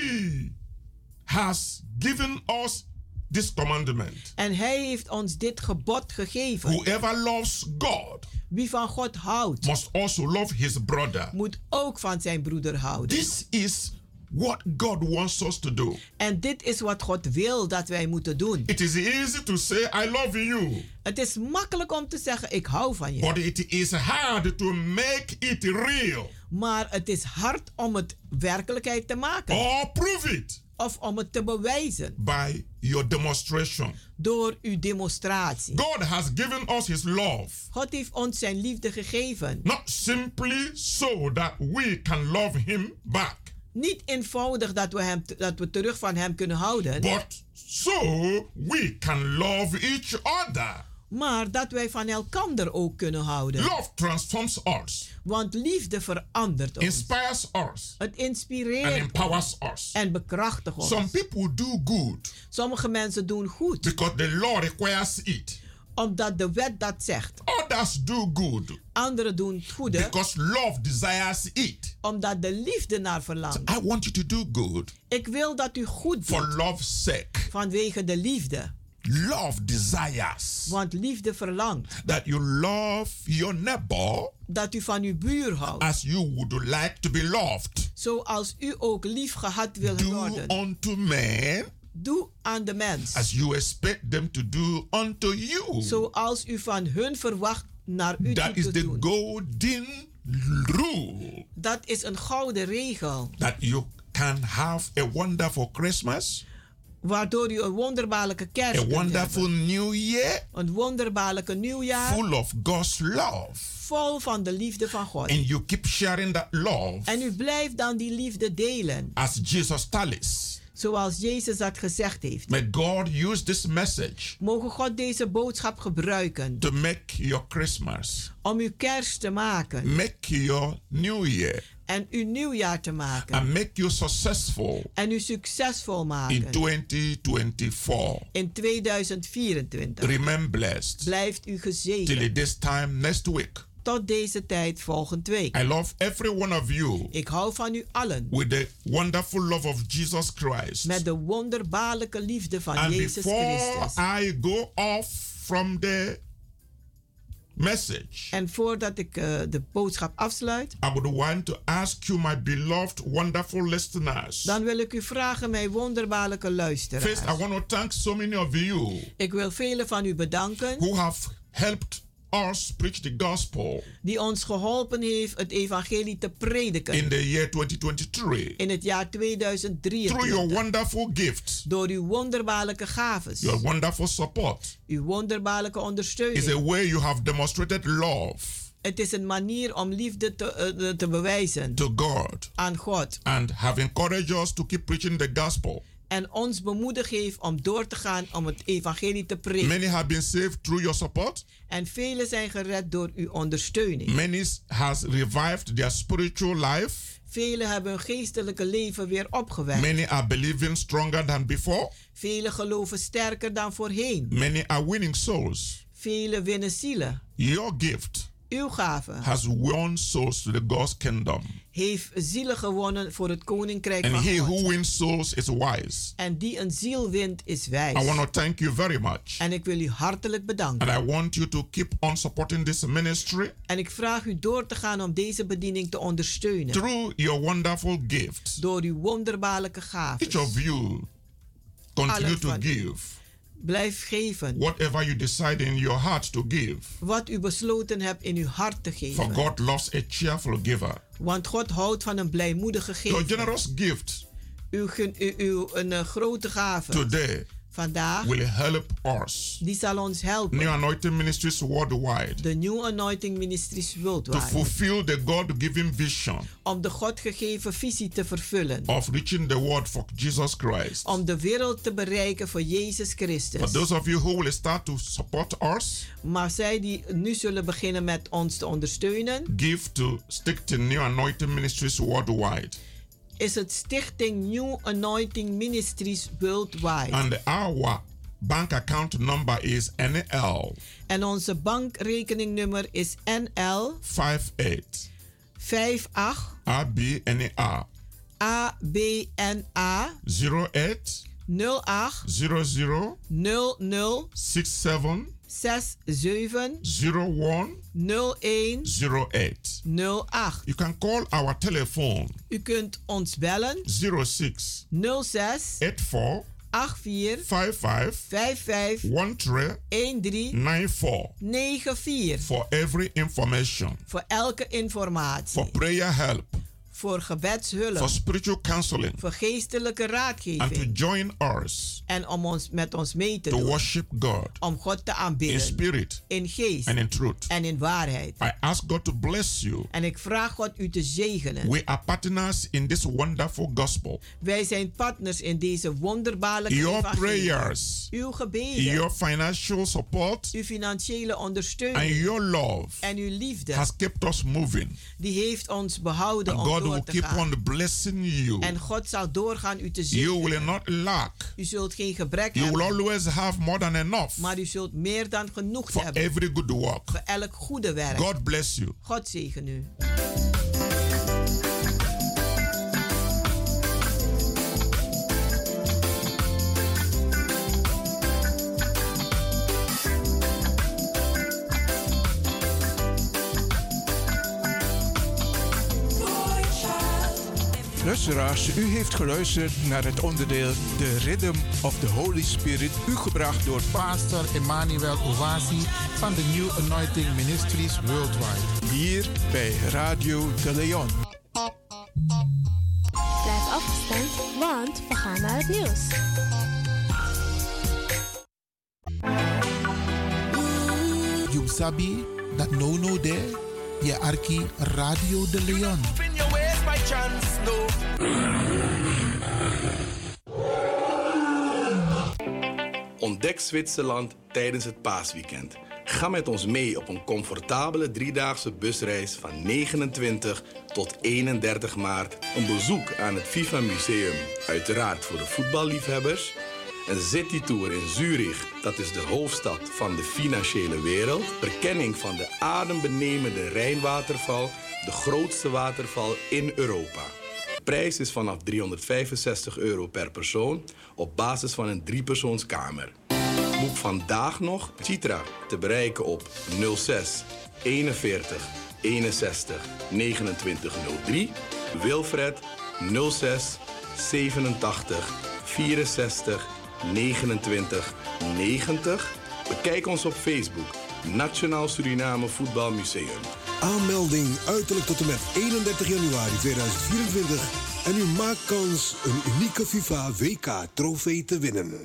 he has given us this commandment. En hij heeft ons dit gebod gegeven. Whoever loves God Wie van God houdt, must also love his brother. moet ook van zijn broeder houden. This is what God wants us to do. En dit is wat God wil dat wij moeten doen. It is easy to say, I love you. Het is makkelijk om te zeggen, ik hou van je. But it is hard to make it real Maar het is hard om het werkelijkheid te maken. or prove it Of om het te bewijzen by your demonstration. door uw demonstratie. God has given us his love, God heeft ons zijn liefde gegeven. not simply so that we can love him back, Niet eenvoudig dat we terug van hem kunnen houden. but so we can love each other. Maar dat wij van elkander ook kunnen houden. Love transforms us, Want liefde verandert ons. inspires us, Het and inspireert empowers us. en bekrachtigt ons. Some people do good Sommige mensen doen goed. because the law requires it. Omdat de wet dat zegt. Others do good. Anderen doen het goede. Because love desires it. Omdat de liefde naar verlangt. So I want you to do good. Ik wil dat u goed doet. For love's sake. Vanwege de liefde. Love desires. Want liefde verlangt. That you love your neighbor. Dat u van uw buur houdt. As you would like to be loved. Zoals u ook lief gehad wil worden. Do unto men. Doe aan de mens. As you expect them to do unto you. Zoals u van hun verwacht naar u That toe is te the doen. golden rule. Dat is een gouden regel. That you can have a wonderful Christmas. Waardoor u een wonderbaarlijke kerst A kunt wonderful hebben. New Year. Een wonderbaarlijke nieuwjaar. Full of God's love. Vol van de liefde van God. And you keep sharing that love. En u blijft dan die liefde delen. As Jesus tells us. Zoals Jezus dat gezegd heeft. May God use this message. Mogen God deze boodschap gebruiken. To make your Christmas. Om uw kerst te maken. Make your New Year. En uw nieuwjaar te maken. And make you successful. En u succesvol maken. In 2024. In 2024. Remain blessed. Blijft u gezegend. Till this time next week. Tot deze tijd volgende week. I love every one of you. Ik hou van u allen. With the wonderful love of Jesus Christ. Met de wonderbaarlijke liefde van And Jezus before Christus. I go off from the message. En voordat ik de boodschap afsluit. I would want to ask you, my beloved, wonderful listeners. Dan wil ik u vragen, mijn wonderbaarlijke luisteraars. First, I want to thank so many of you. Ik wil velen van u bedanken. Who have helped us preach the gospel. Die ons geholpen heeft het evangelie te prediken. In the year 2023. In het jaar 2023. Through your wonderful gifts. Door uw wonderbaarlijke gaves. Your wonderful support. Uw wonderbaarlijke ondersteuning. Is a way you have demonstrated love. Het is een manier om liefde te bewijzen. To God. Aan God. And have encouraged us to keep preaching the gospel. En ons bemoedigd heeft om door te gaan om het evangelie te prediken. Many have been saved through your support. En velen zijn gered door uw ondersteuning. Many has revived their spiritual life. Velen hebben hun geestelijke leven weer opgewekt. Many are believing stronger than before. Velen geloven sterker dan voorheen. Many are winning souls. Velen winnen zielen. Your gift. Uw gave has won souls to the God's kingdom. Heeft zielen gewonnen voor het koninkrijk and van he God. Who wins souls is wise. En die een ziel wint is wijs. I want to thank you very much. En ik wil u hartelijk bedanken. And I want you to keep on supporting this ministry. En ik vraag u door te gaan om deze bediening te ondersteunen. Through your wonderful gifts. Door uw wonderbaarlijke gaven. Each of you continue to give. Blijf geven. Whatever you decide in your heart to give. Wat u besloten hebt in uw hart te geven. For God loves a cheerful giver. Want God houdt van een blijmoedige gever. Your generous gift. Uw een grote gave. Today. Vandaag. Will help us. Die zal ons helpen. New Anointing Ministries worldwide. De New Anointing Ministries worldwide. To fulfill the God-given vision. Om de God gegeven visie te vervullen. Of reaching the world for Jesus Christ. Om de wereld te bereiken voor Jezus Christus. For those of you who will start to support us. Maar zij die nu zullen beginnen met ons te ondersteunen. Give to stick to New Anointing Ministries worldwide. Is het Stichting New Anointing Ministries Worldwide. And our bank account number is NL. En onze bankrekeningnummer is NL 58 ABNA 08 00 67 01 08. You can call our telephone. U kunt ons bellen. 06 84 55 94. For every information. Voor elke informatie. For prayer help. Voor gebedshulp. For spiritual counseling. Voor geestelijke raadgeving. And to join us. En om met ons mee te doen. To worship God. Om God te aanbidden. In spirit. In geest. And in truth. En in waarheid. I ask God to bless you. En ik vraag God u te zegenen. We are partners in this wonderful gospel. Wij zijn partners in deze wonderbaarlijke your evangelie. Prayers. Uw gebeden. Your financial support. Uw financiële ondersteuning. And your love. En uw liefde. Has kept us moving. Die heeft ons behouden and om God will keep on blessing you. En God zal doorgaan u te You will zegenen. not lack. U zult geen gebrek You will hebben. always have more than enough Maar u zult meer dan genoeg for hebben. every good work. Voor elk goede werk. God bless you. God zegen u. Luisteraars, u heeft geluisterd naar het onderdeel The Rhythm of the Holy Spirit, u gebracht door Pastor Emmanuel Owasi van de New Anointing Ministries Worldwide. hier bij Radio de Leon. Blijf afgestemd, want we gaan naar het nieuws. You sabi dat no there, je arki Radio de Leon. Ontdek Zwitserland tijdens het paasweekend. Ga met ons mee op een comfortabele 3-daagse busreis van 29 tot 31 maart. Een bezoek aan het FIFA Museum, uiteraard voor de voetballiefhebbers. Een citytour in Zurich, dat is de hoofdstad van de financiële wereld. Verkenning van de adembenemende Rijnwaterval, de grootste waterval in Europa. Prijs is vanaf €365 per persoon op basis van een 3-persoonskamer. Boek vandaag nog Citra te bereiken op 06 41 61 29 03. Wilfred 06 87 64 29 90. Bekijk ons op Facebook, Nationaal Suriname Voetbalmuseum. Aanmelding uiterlijk tot en met 31 januari 2024 en u maakt kans een unieke FIFA WK-trofee te winnen.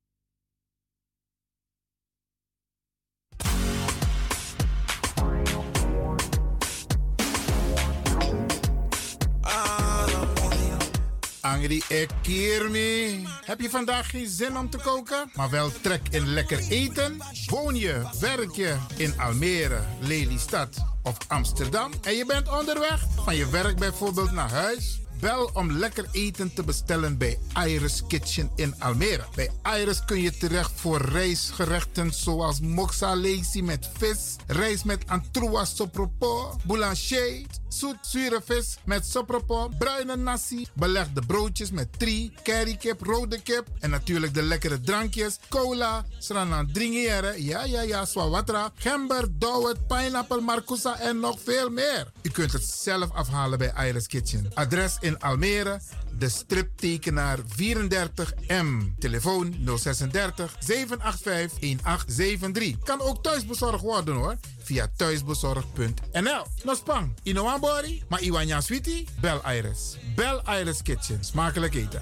Angry Ekirmi. Heb je vandaag geen zin om te koken, maar wel trek in lekker eten? Woon je, werk je in Almere, Lelystad of Amsterdam en je bent onderweg van je werk bijvoorbeeld naar huis? Bel om lekker eten te bestellen bij Iris Kitchen in Almere. Bij Iris kun je terecht voor rijstgerechten zoals moksa lazy met vis, rijst met antroas sopropo, boulanger, zoet-zure vis met sopropo, bruine nasi, belegde broodjes met tri, currykip, rode kip en natuurlijk de lekkere drankjes, cola, sranan dringiere, ja, swawatra, gember, dowet, pineapple, marcousa en nog veel meer. U kunt het zelf afhalen bij Iris Kitchen. Adres in Almere, de striptekenaar 34M. Telefoon 036 785 1873. Kan ook thuisbezorgd worden hoor. Via thuisbezorg.nl. Nospang, Inoambori, maar Iwanya Sweetie? Bel Iris. Bel Iris Kitchen. Smakelijk eten.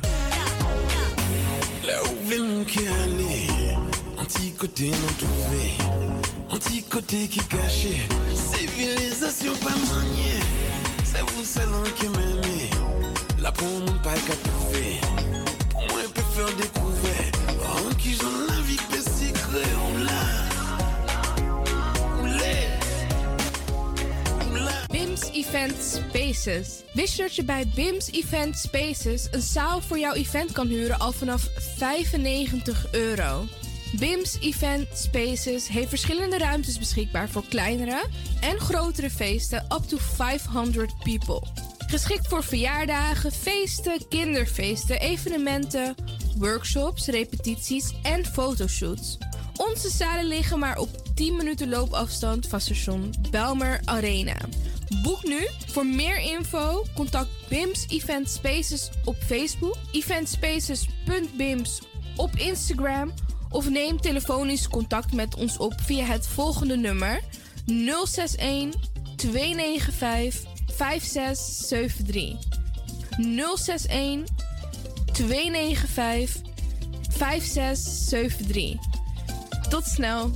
Là où veut mon cœur aller, un petit côté non trouvé, un petit côté qui caché, civilisation pas maniée, c'est vous seul qui m'aimez, là pour mon pas qu'à trouver, pour moi peut faire découvrir, en qui j'en la vie peut secret, on l'a. BIMS Event Spaces. Wist je dat je bij BIMS Event Spaces een zaal voor jouw event kan huren al vanaf €95? BIMS Event Spaces heeft verschillende ruimtes beschikbaar voor kleinere en grotere feesten up to 500 people. Geschikt voor verjaardagen, feesten, kinderfeesten, evenementen, workshops, repetities en fotoshoots. Onze zalen liggen maar op 10 minuten loopafstand van station Belmer Arena. Boek nu. Voor meer info contact BIMS Event Spaces op Facebook, eventspaces.bims op Instagram of neem telefonisch contact met ons op via het volgende nummer 061 295 5673. 061 295 5673. Tot snel.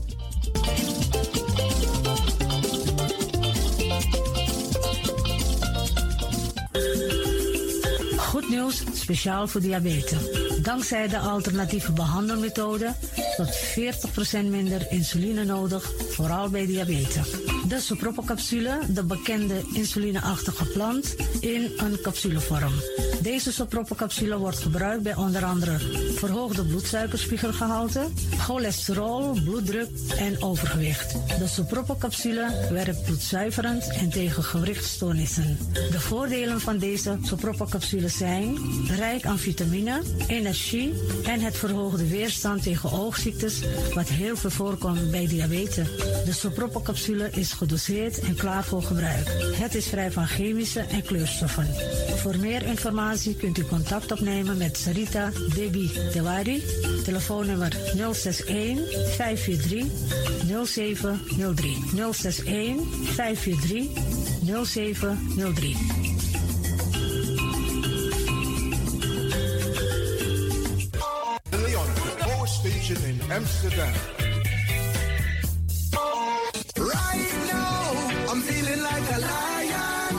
Goed nieuws, speciaal voor diabetes. Dankzij de alternatieve behandelmethode tot 40% minder insuline nodig, vooral bij diabetes. De sopropocapsule, de bekende insulineachtige plant, in een capsulevorm. Deze sopropocapsule wordt gebruikt bij onder andere verhoogde bloedsuikerspiegelgehalte, cholesterol, bloeddruk en overgewicht. De sopropocapsule werkt bloedzuiverend en tegen gewrichtstoornissen. De voordelen van deze sopropocapsule zijn rijk aan vitamine, energie en het verhoogde weerstand tegen oogziektes, wat heel veel voorkomt bij diabetes. De sopropocapsule is gedoseerd en klaar voor gebruik. Het is vrij van chemische en kleurstoffen. Voor meer informatie kunt u contact opnemen met Sarita Debi Dewari. Telefoonnummer 061 543 0703. 061 543 0703. De Leon, Power Station in Amsterdam. Right now, I'm feeling like a lion.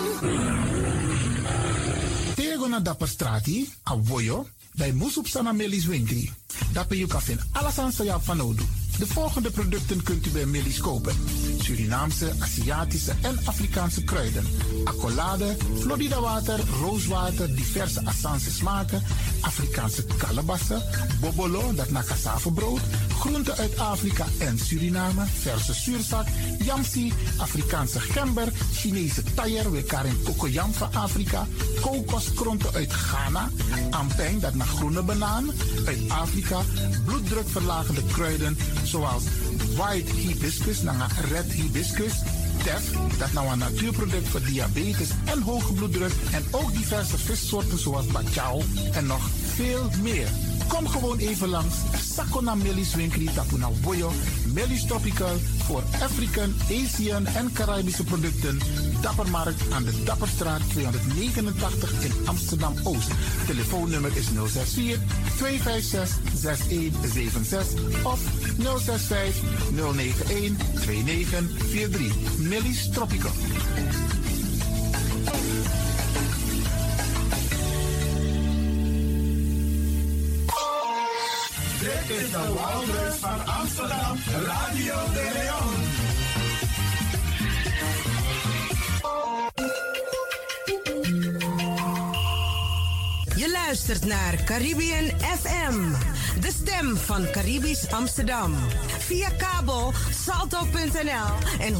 Tego na dapper strati, a voyo, bij Moesop Sana Melis Winkri. Dapper you kan vinden alles aan sa van nodig. De volgende producten kunt u bij Melis kopen: Surinaamse, Aziatische en Afrikaanse kruiden, accolade, Florida water, rooswater, diverse Assange smaken, Afrikaanse kalebassen, bobolo, dat na cassavebrood, groenten uit Afrika en Suriname, verse zuurzak, yamsi, Afrikaanse gember, Chinese taier, we karen kokoyam van Afrika, kokoskronten uit Ghana, ampeng, dat na groene banaan, uit Afrika, bloeddrukverlagende kruiden zoals white hibiscus, naar red hibiscus, tef, dat nou een natuurproduct voor diabetes en hoge bloeddruk, en ook diverse vissoorten zoals bachao en nog veel meer. Kom gewoon even langs Sakona Melis Winkri Tapuna Boyo, Melis Tropical voor African, Asian en Caribische producten. Dappermarkt aan de Dapperstraat 289 in Amsterdam-Oost. Telefoonnummer is 064 256 6176 of 065 091 2943. Melis Tropical. Dit is de Wouders van Amsterdam, Radio de Leon. Je luistert naar Caribbean FM, de stem van Caribisch Amsterdam. Via kabel salto.nl en 107.9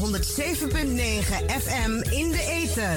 FM in de ether.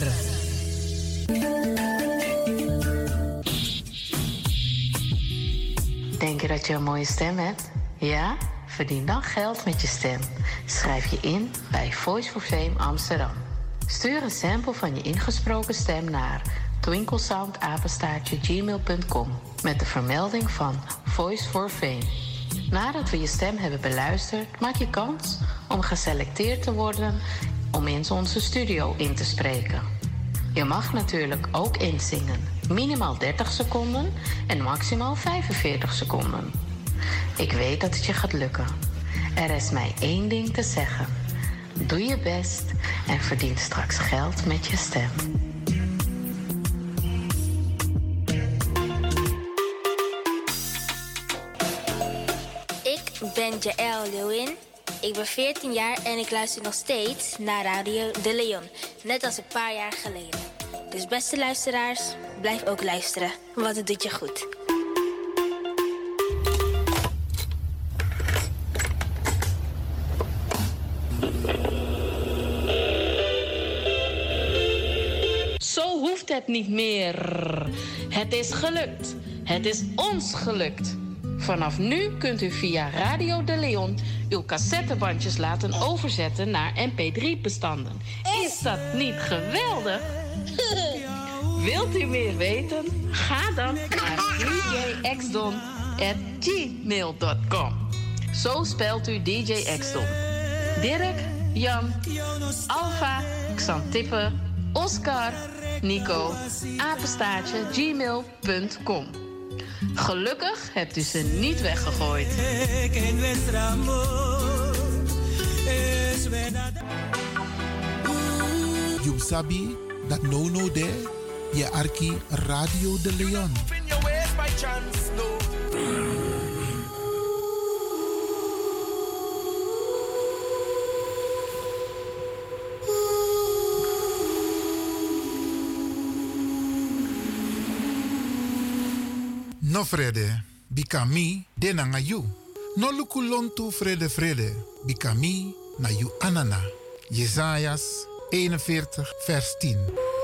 Denk je dat je een mooie stem hebt? Ja? Verdien dan geld met je stem. Schrijf je in bij Voice for Fame Amsterdam. Stuur een sample van je ingesproken stem naar twinklesoundapenstaartje@gmail.com met de vermelding van Voice for Fame. Nadat we je stem hebben beluisterd, maak je kans om geselecteerd te worden om in onze studio in te spreken. Je mag natuurlijk ook inzingen. Minimaal 30 seconden en maximaal 45 seconden. Ik weet dat het je gaat lukken. Er is mij één ding te zeggen. Doe je best en verdien straks geld met je stem. Ik ben Jaël Leeuwin. Ik ben 14 jaar en ik luister nog steeds naar Radio de Leon. Net als een paar jaar geleden. Dus beste luisteraars, blijf ook luisteren, want het doet je goed. Zo hoeft het niet meer. Het is gelukt. Het is ons gelukt. Vanaf nu kunt u via Radio de Leon uw cassettebandjes laten overzetten naar mp3-bestanden. Is dat niet geweldig? Wilt u meer weten? Ga dan naar djxdon@gmail.com. Zo spelt u DJ Xdon. Dirk, Jan, Alpha, Xantippe, Oscar, Nico, apenstaartje, gmail.com. Gelukkig hebt u ze niet weggegooid. You sabi dat no de je arki Radio de Leon. No vrede, bikami de nanga you. No lukulontu vrede, bikami na you anana. Jesajas 41 vers 10.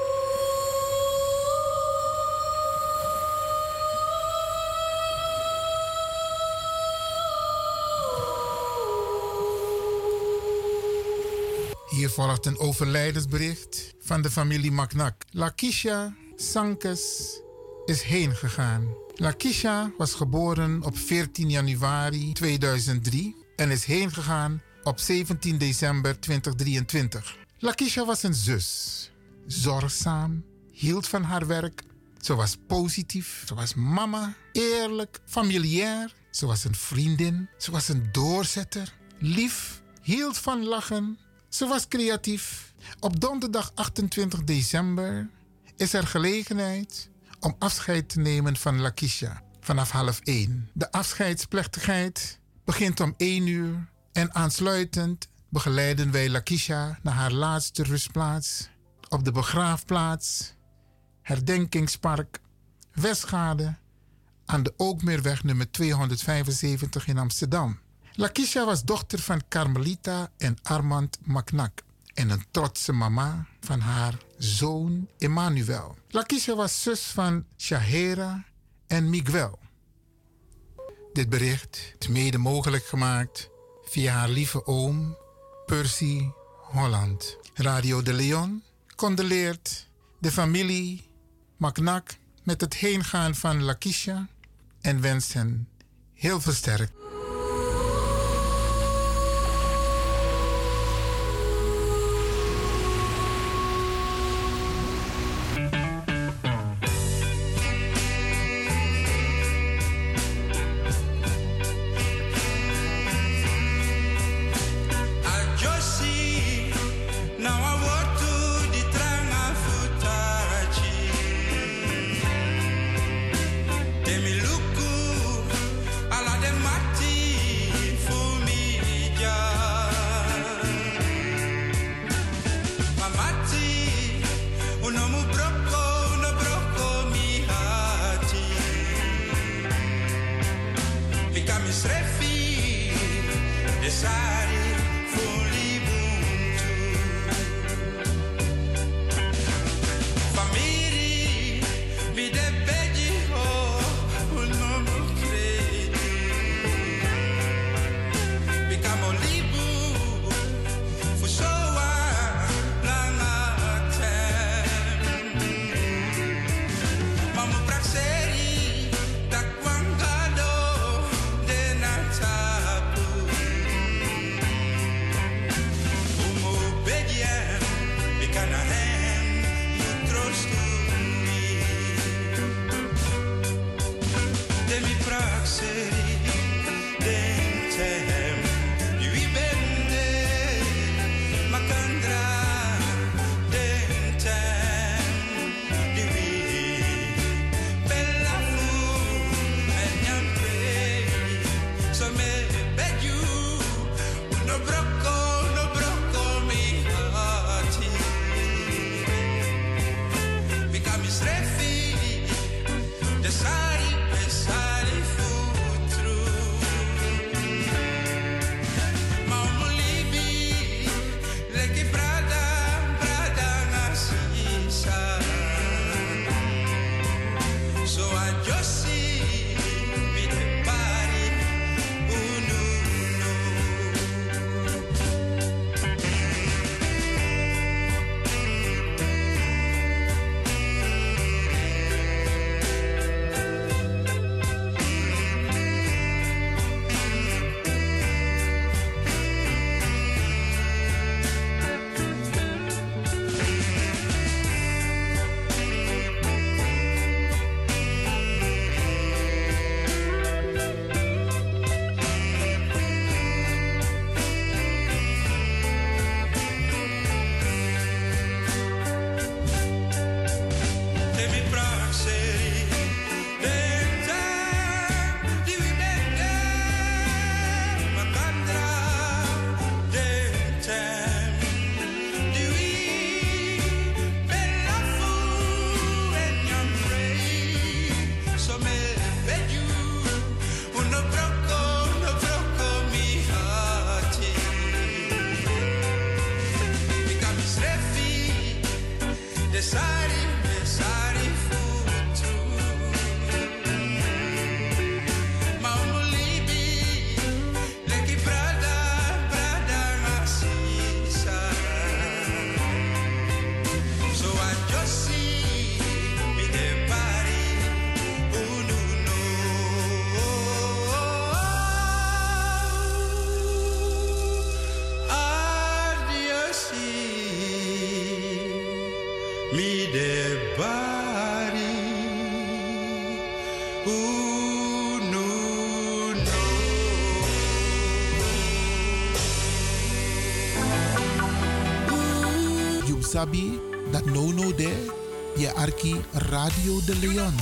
Hier volgt een overlijdensbericht van de familie Maknak. Lakisha Sankes is heen gegaan. Lakisha was geboren op 14 januari 2003 en is heen gegaan op 17 december 2023. Lakisha was een zus. Zorgzaam, hield van haar werk. Ze was positief, ze was mama, eerlijk, familiair. Ze was een vriendin, ze was een doorzetter. Lief, hield van lachen. Ze was creatief. Op donderdag 28 december is er gelegenheid om afscheid te nemen van Lakisha vanaf 12:30. De afscheidsplechtigheid begint om 1 uur en aansluitend begeleiden wij Lakisha naar haar laatste rustplaats op de begraafplaats Herdenkingspark Westgade aan de Ookmeerweg nummer 275 in Amsterdam. Lakisha was dochter van Carmelita en Armand Maknak en een trotse mama van haar zoon Emmanuel. Lakisha was zus van Shahera en Miguel. Dit bericht is mede mogelijk gemaakt via haar lieve oom Percy Holland. Radio de Leon condoleert de familie Maknak met het heengaan van Lakisha en wenst hen heel veel sterkte. Demi praxeri dentem, sabi dat no de je arki Radio de Leon.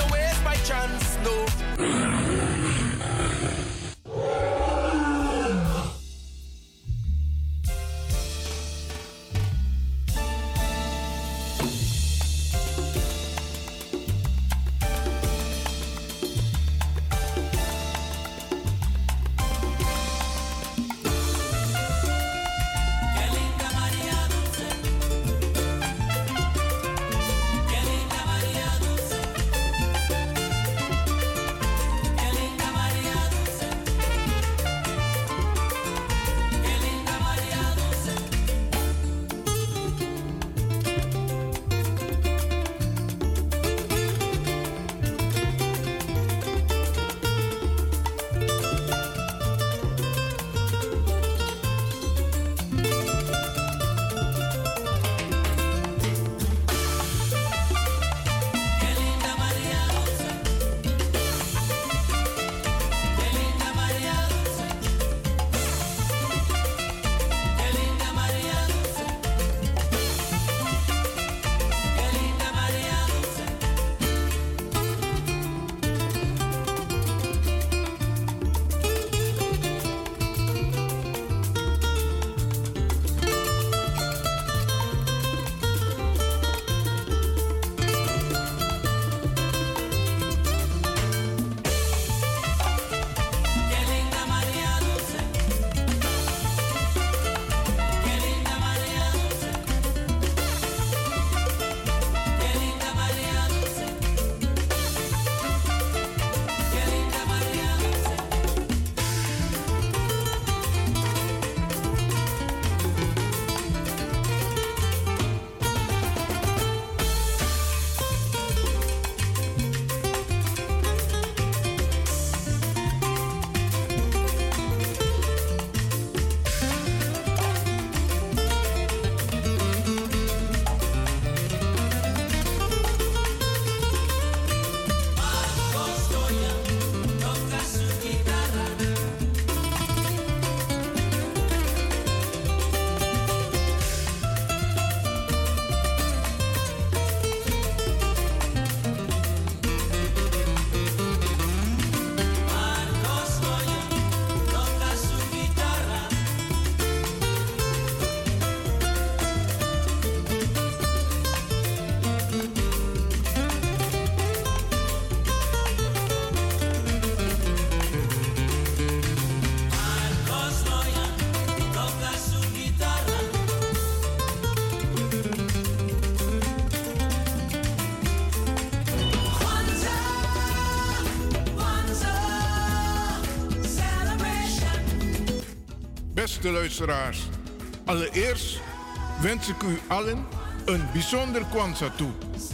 Beste luisteraars, allereerst wens ik u allen een bijzonder Kwanzaa toe.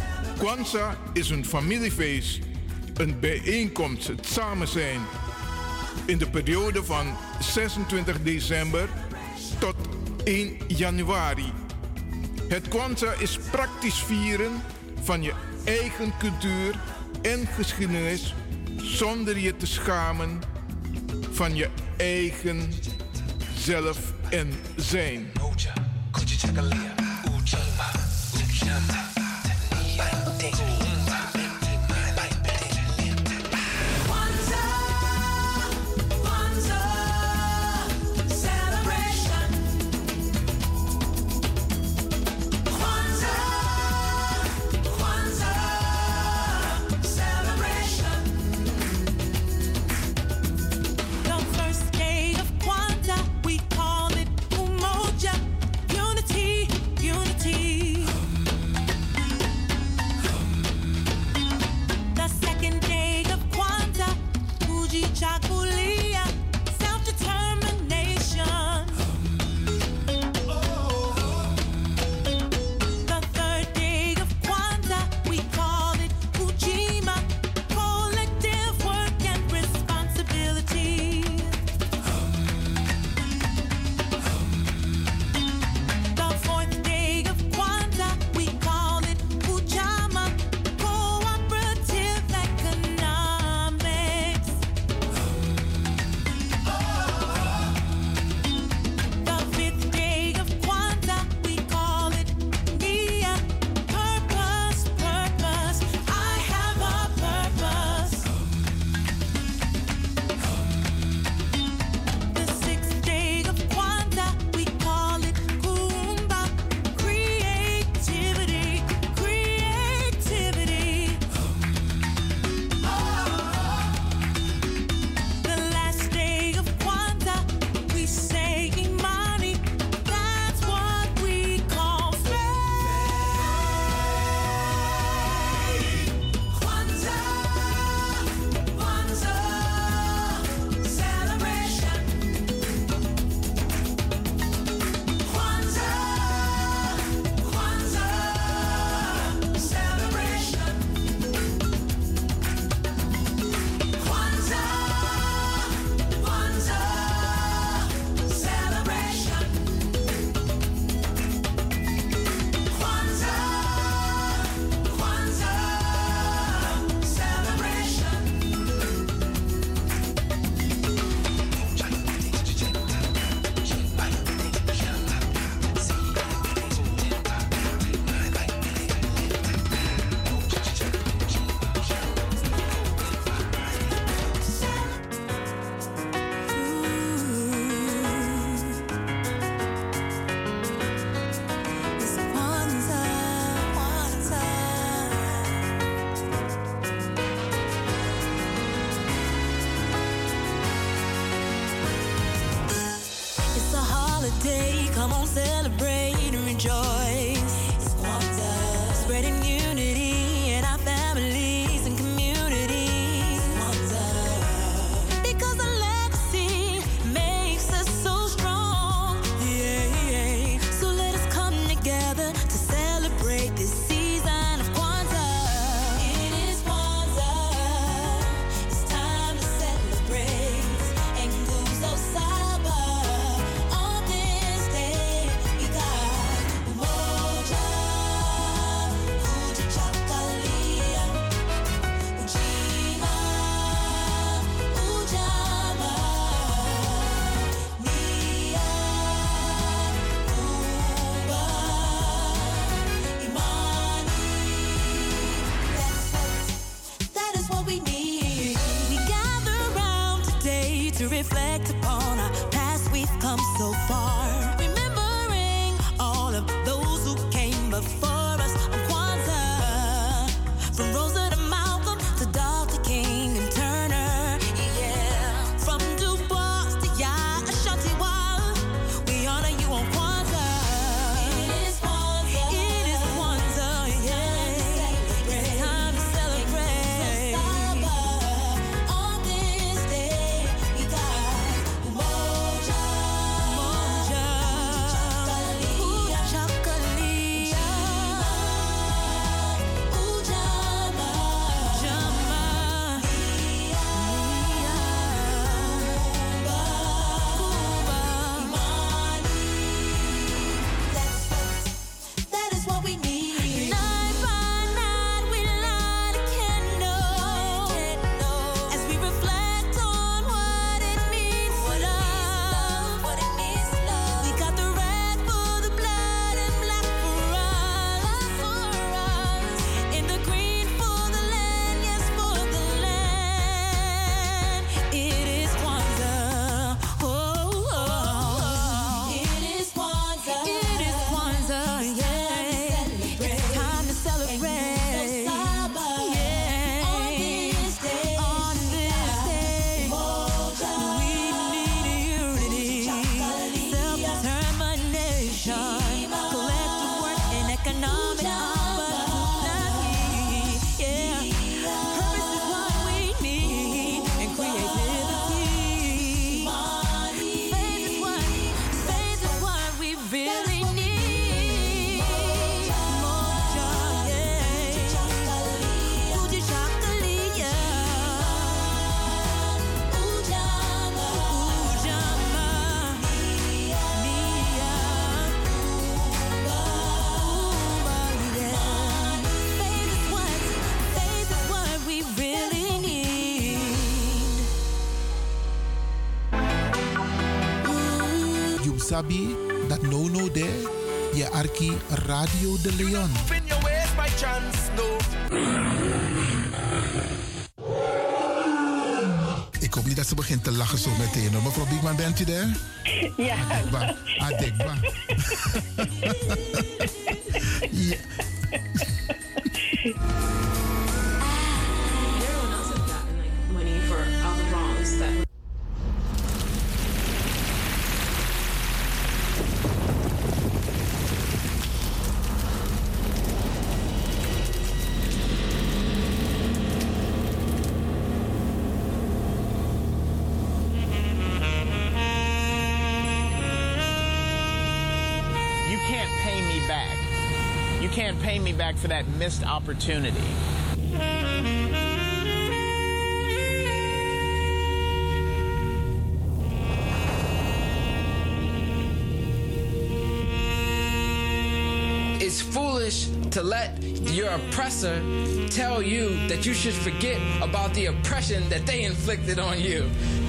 Kwanzaa is een familiefeest, een bijeenkomst, het samen zijn. In de periode van 26 december tot 1 januari. Het Kwanzaa is praktisch vieren van je eigen cultuur en geschiedenis zonder je te schamen van je eigen zelf en zijn. holiday. Come on, celebrate and rejoice. It's Kwanzaa. Spreading unity in our families and communities. It's Kwanzaa. Because our legacy makes us so strong. Yeah, yeah. So let us come together to celebrate this season of Kwanzaa. It is Kwanzaa. It's time to celebrate and Nguzo Saba. On this day, we got Umoja, Uji Chakalia, Ujima, Ujama, Nia, Umba, Imani. That is what we need. We gather around today to reflect upon our past. We've come so far, remembering all of those who came before us on Kwanzaa. From Rosa to Malcolm to Dr. King and Turner, yeah. From Du Bois to Ashanti Wall, we honor you on Kwanzaa. It is Kwanzaa. It is Kwanzaa, yeah. It's time to celebrate. On this day, we got Umoja, Chakalia, Ujama, that is what we need. Night by night, we light a candle as we reflect on what it means to love. We got the red for the blood and black for us. And the green for the land, yes, for the land. It is Kwanzaa. Oh, oh. It is Kwanzaa. It is Kwanzaa, yeah. It's time to celebrate. Yeah. On this day, we need unity, self-determination, collective work and economic opportunity. Yeah. Purpose is what we need, and creativity. Faith is what we really need. Moja, yeah. Uji Chakalia. Ujama, Mia, yeah. Faith is what we really need. You sabi that no there, je arki Radio de Leon. In your ways by chance, no. Ik hoop niet dat ze begint te lachen zo meteen. hoor. Mevrouw Biekman, bent u daar? Ja. Adekba. Ja. Everyone else has gotten like money for all the wrongs that. You can't pay me back. You can't pay me back for that missed opportunity. It's foolish to let your oppressor tell you that you should forget about the oppression that they inflicted on you.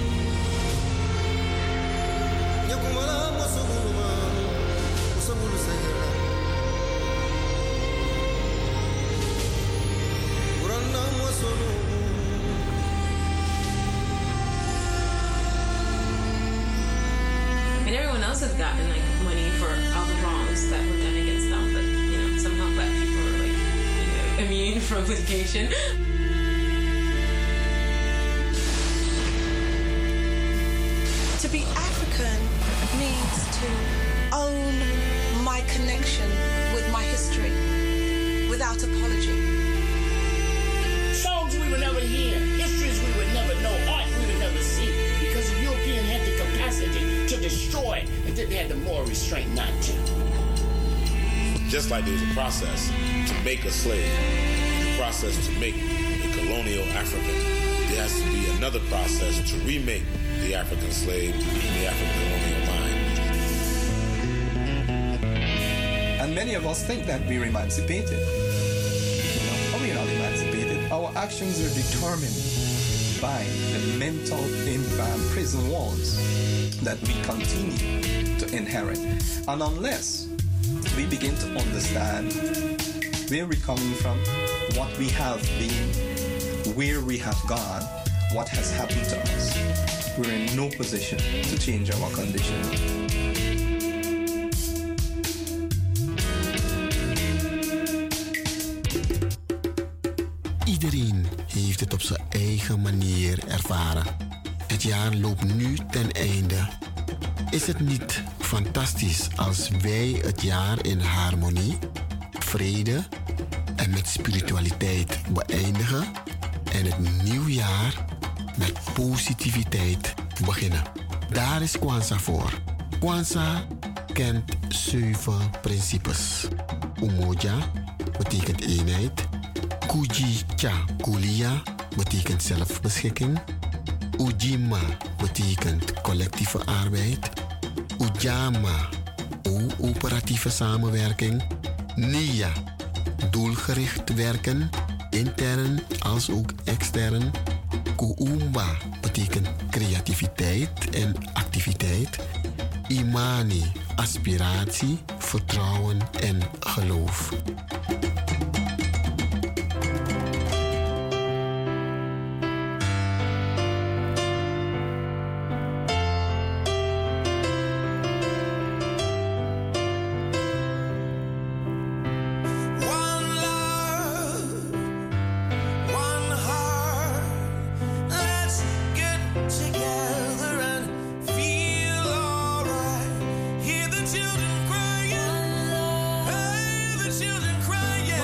And everyone else has gotten like money for all the wrongs that were done against them, but you know somehow black people are like immune from litigation. To be African means to own my connection with my history without apology. Songs we would never hear, histories we would never know, art we would never see, because the European had the capacity to destroy and then they had the moral restraint not to. Just like there was a process to make a slave, the process to make a colonial African, there has to be another process to remake the African slave in the African colonial mind. And many of us think that we're emancipated. But we're not emancipated. Our actions are determined by the mental prison walls that we continue to inherit. And unless we begin to understand where we're coming from, what we have been, where we have gone, what has happened to us, we're in no position to change our condition. Iedereen heeft het op zijn eigen manier ervaren. Het jaar loopt nu ten einde. Is het niet fantastisch als wij het jaar in harmonie, vrede en met spiritualiteit beëindigen en het nieuwjaar met positiviteit beginnen? Daar is Kwanzaa voor. Kwanzaa kent 7 principes. Umoja betekent eenheid. Kuji-cha kulia betekent zelfbeschikking. Ujima betekent collectieve arbeid. Ujama, operatieve samenwerking. Nia, doelgericht werken, intern als ook extern. Kuumba betekent creativiteit en activiteit. Imani, aspiratie, vertrouwen en geloof. Children crying, hey, the children crying.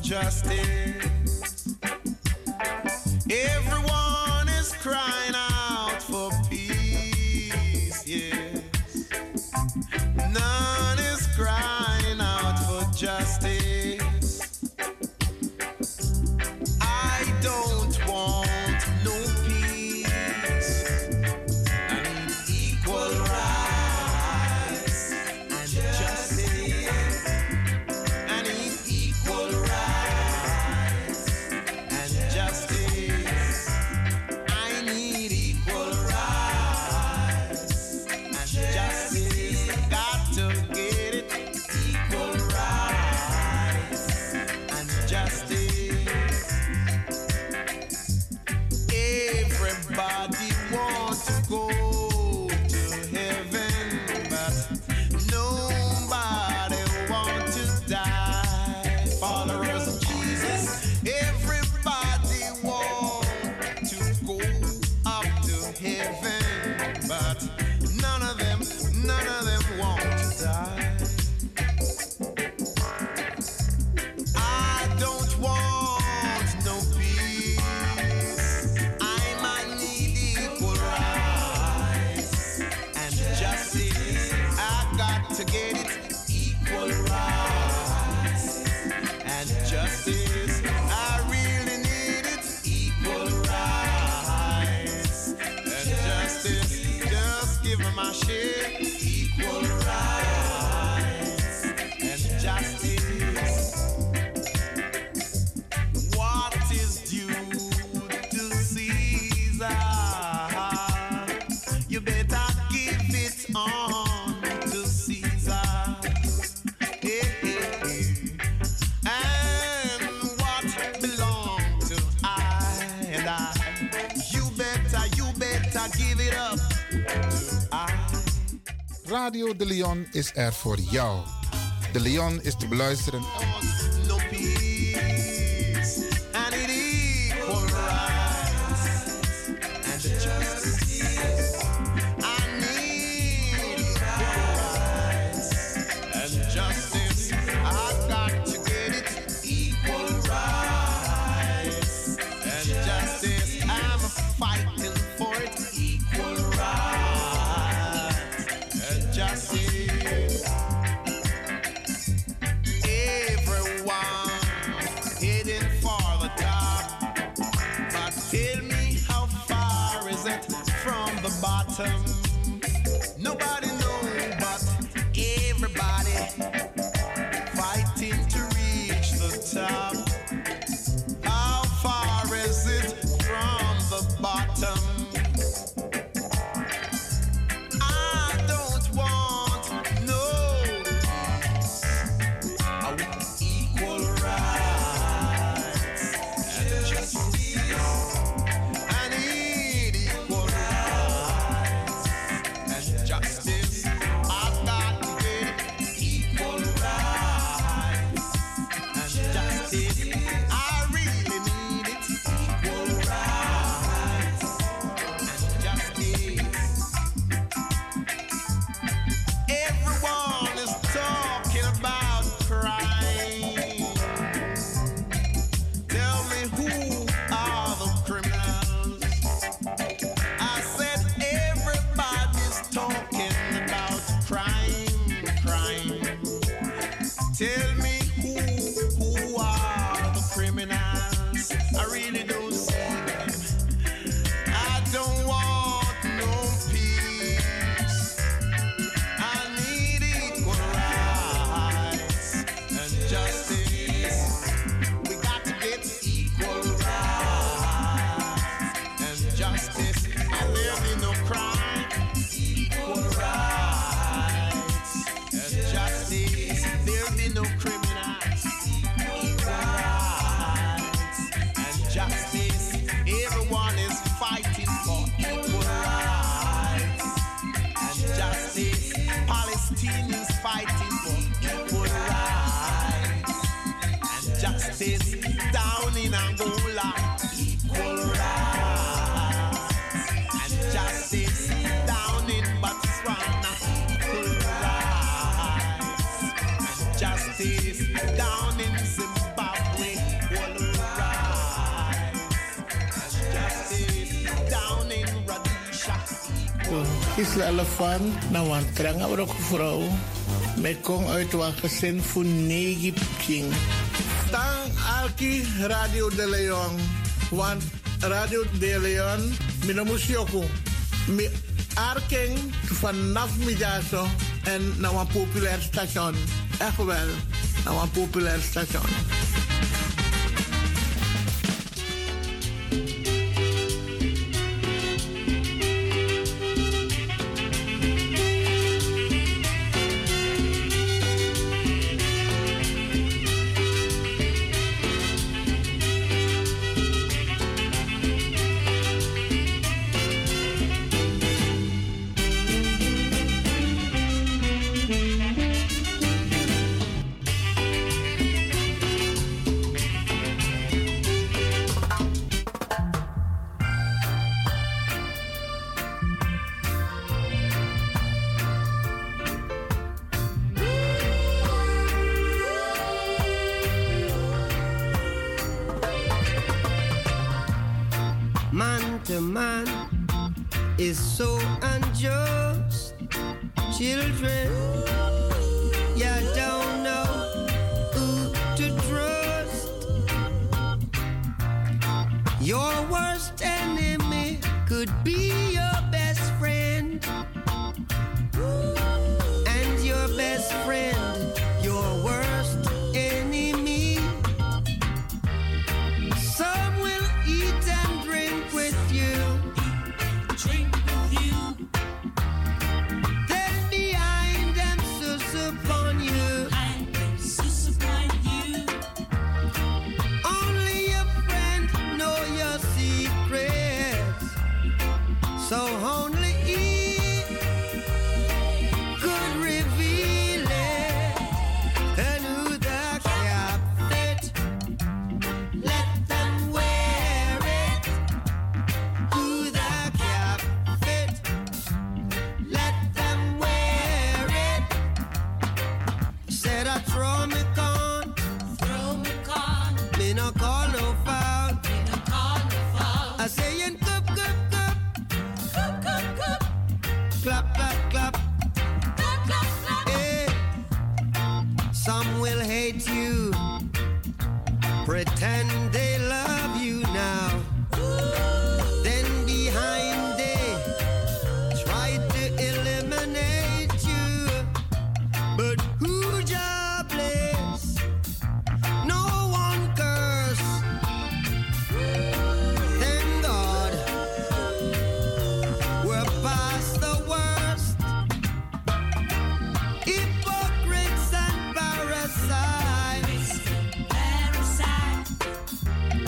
justice. Everyone is crying out for peace, yes. None is crying out for justice. I don't want no peace. I need equal rights and justice. I need equal rights and justice. I need equal rights and justice. Got to get it. Equal rights and justice. Everybody wants to go to heaven, but nobody wants to die. Followers of Jesus, everybody wants to go up to heaven, but none of them want to die. I don't want no peace. I might need equal rights and justice. I got to get it. Equal rights and justice. I really need it. Equal rights and justice. Just give me my share. Equal rights and justice. What is due to Caesar? You better give it on to Caesar. Hey, hey, hey. And what belongs to I and I? You better give it up to I. Radio De Leon is er voor jou. De Leon is te beluisteren No peace. I need equal rights and justice. I need equal rights and justice. I got to get it. Equal rights and justice. I'm fighting for it. Equal rights and justice. Everyone heading for the top, but tell me how far is it from the bottom? Nobody knows, but everybody fighting to reach the top. How far is it from the bottom? I don't want no peace. I want equal rights and justice. I need equal rights and justice. I've got to get it. Equal rights and justice. I really need it. Equal rights and justice. Everyone is talking about crime. Tell me who are the criminals? I said everybody's talking about crime. Tell me who are the criminals? I really don't see them. I don't want no peace. I need equal rights and justice. We got to get equal rights and justice. And there'll be no crime. Equal rights and justice. There'll be no criminals. Equal rights and justice. Everyone is fighting for equal rights and justice. Palestinians fighting for equal rights and justice. Down in Angola, equal rights and justice. Down in Botswana, equal rights and justice. Down in Zimbabwe, Isla elefant na wan tranga brok vrouw. Me kom uit wat gezin voor negi king. Tang alki Radio de Leon. Want Radio de Leon, mina musyoku. Mi arking vanaf middazo en na een populair station. Echt wel, na een populair station. Man to man is so unjust. Children, you don't know who to trust. Your worst enemy could be your best friend. And your best friend, your worst enemy. Some will eat and drink with you. Drink with you. Then behind them sus upon you. Sus upon you. Only your friend know your secrets. So only he could reveal it. And who the cap fit, let them wear it. Who the cap fit, let them wear it. Said I throw me con, me no call no foul. I say in cup, clap, clap, clap. Hey. Some will hate you, pretend they love you now. Then behind they try to eliminate you. But who jobless? No one curse. Thank God we're past the worst. Hypocrites and parasites.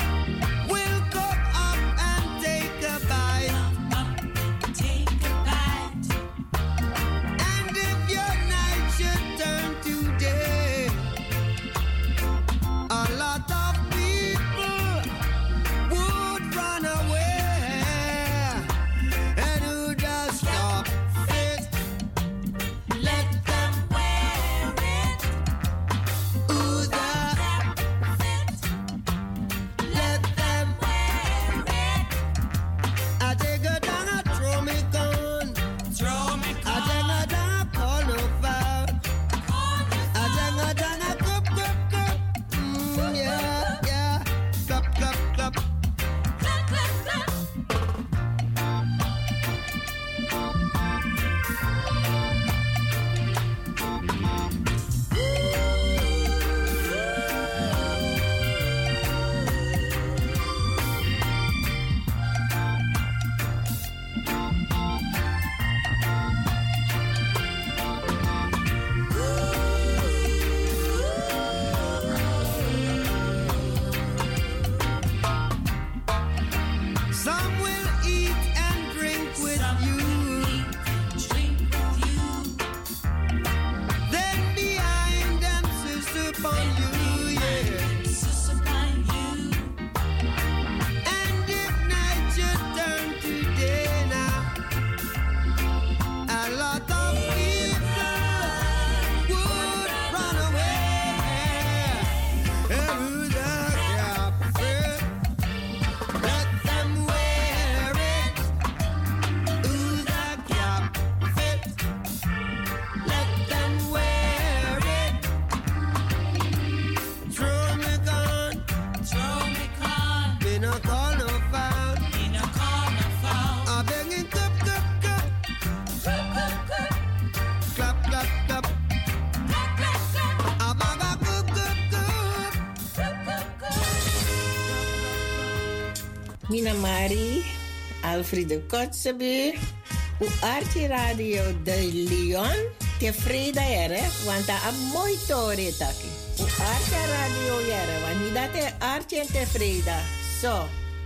Mina Mari, Alfredo Kotzebue, u Archie Radio de Leon, tevreden jere, want dat is mooi tori taki. U Archie Radio jere, want niet dat is Archie tevreden. Zo.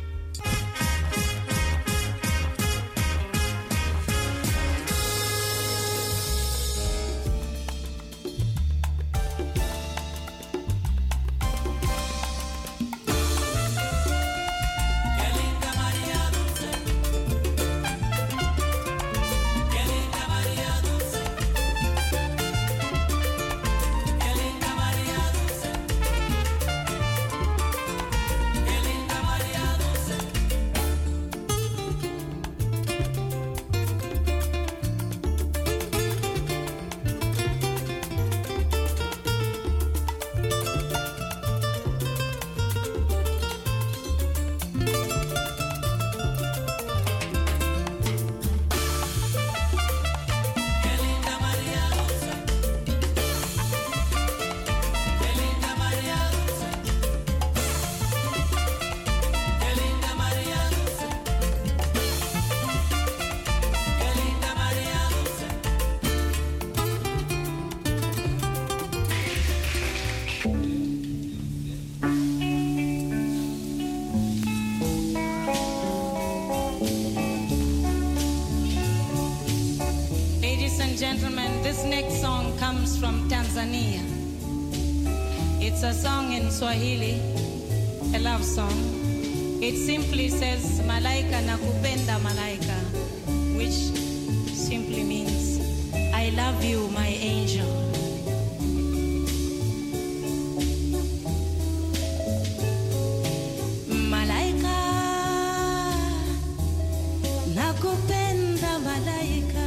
It's a song in Swahili, a love song. It simply says Malaika nakupenda malaika, which simply means I love you, my angel. Malaika nakupenda malaika.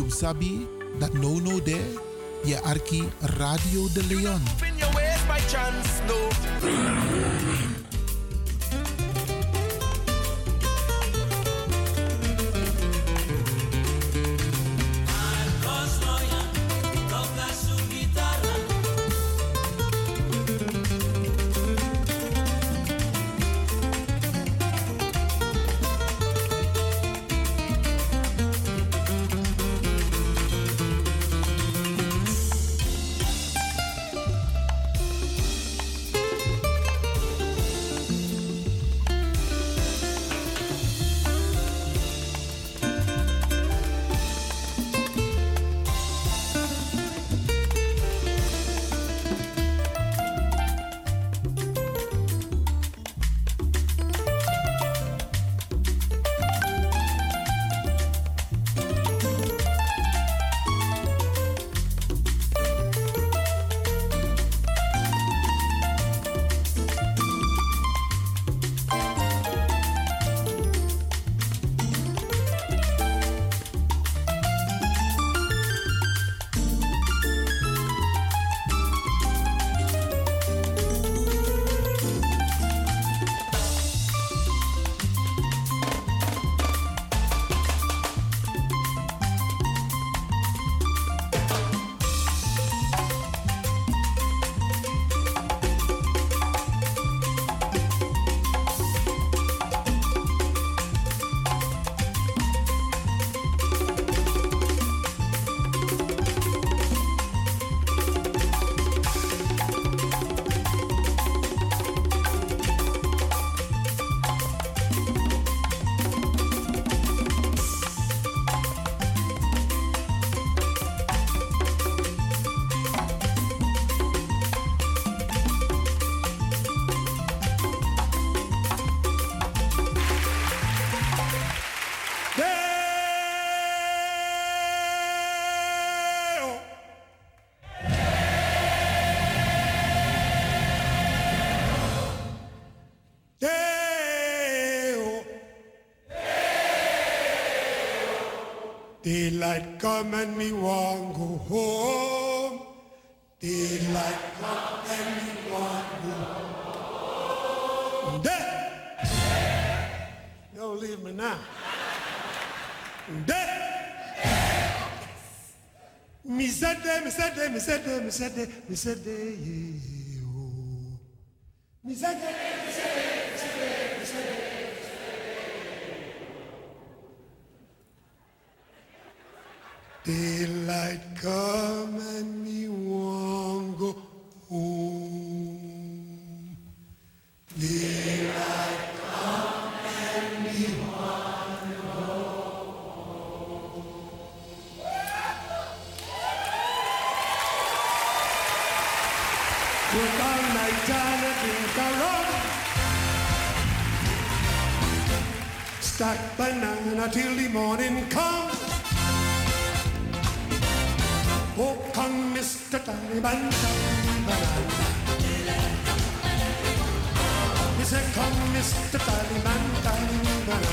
you sabi dat no there. Je arki Radio de Leon. In your ways by chance, no. Daylight come and me want go home. Daylight come and me want go home. Don't leave me now. Me said, yeah. Me said, Daylight come and me want go home. Daylight come and me want go home. Work all night and I drink a rum. Stack banana till the morning come. Oh, come, Mr. Taliban, Taliban. He said, come, Mr. Taliban, Taliban.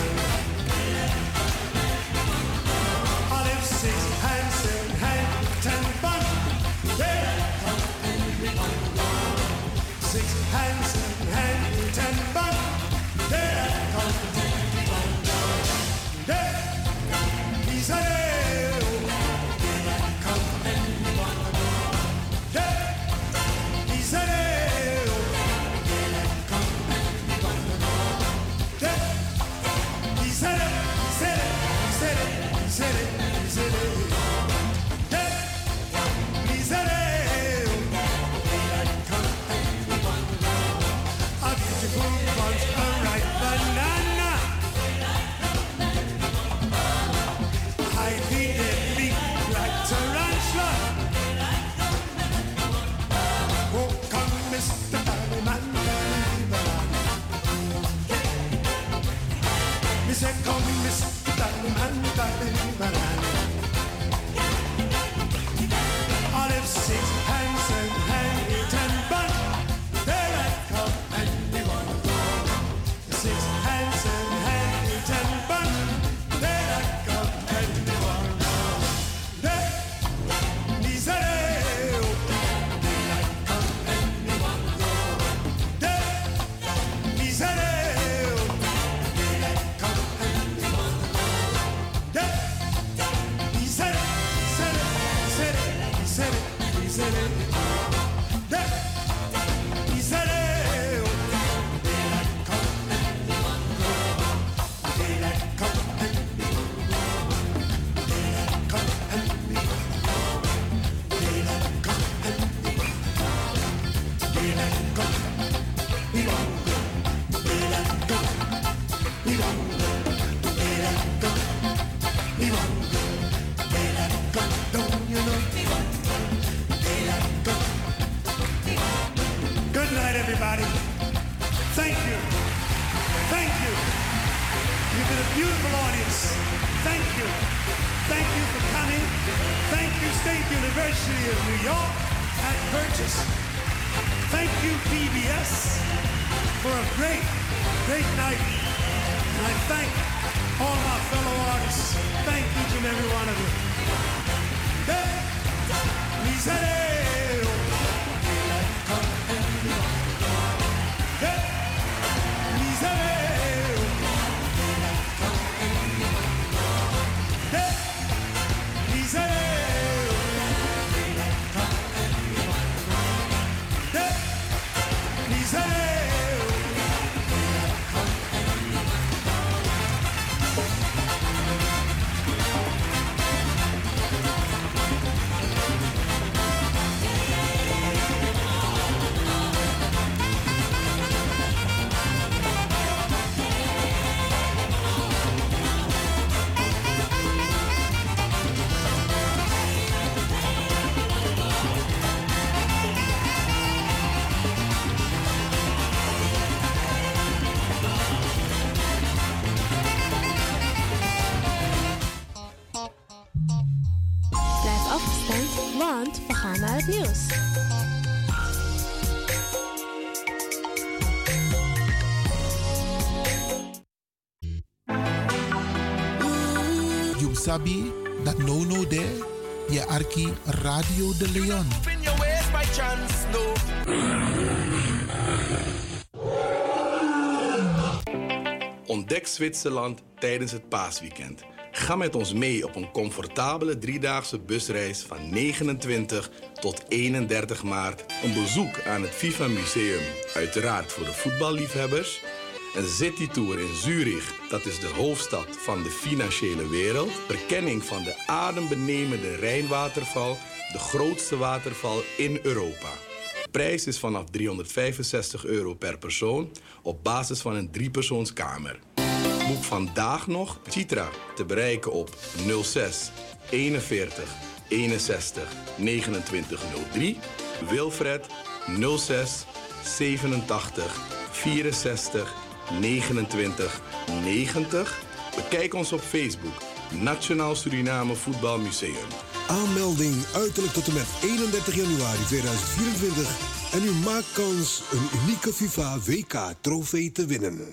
Olive 6 hands, 7 hands, 10 bun. There come everyone. 6 hands, 7 hands, 10 bun. There come everyone. There, he said, Olive 6 hands and hand 10 bun. There I come and we wanna go. 6 hands and hand 10 bun. There I come and we wanna go. you. Thank you for coming. Thank you, State University of New York at Purchase. Thank you, PBS, for a great, great night. And I thank all my fellow artists. Thank each and every one of you. Want we gaan naar het nieuws. You sabi dat no there. Je arki Radio de Leon. Ontdek Zwitserland tijdens het paasweekend. Ga met ons mee op een comfortabele 3-daagse busreis van 29 tot 31 maart. Een bezoek aan het FIFA Museum, uiteraard voor de voetballiefhebbers. Een citytour in Zurich, dat is de hoofdstad van de financiële wereld. Verkenning van de adembenemende Rijnwaterval, de grootste waterval in Europa. Prijs is vanaf €365 per persoon op basis van een 3-persoonskamer. Boek vandaag nog Citra te bereiken op 06 41 61 29 03. Wilfred 06 87 64 29 90. Bekijk ons op Facebook. Nationaal Suriname Voetbalmuseum. Aanmelding uiterlijk tot en met 31 januari 2024. En u maakt kans een unieke FIFA WK-trofee te winnen.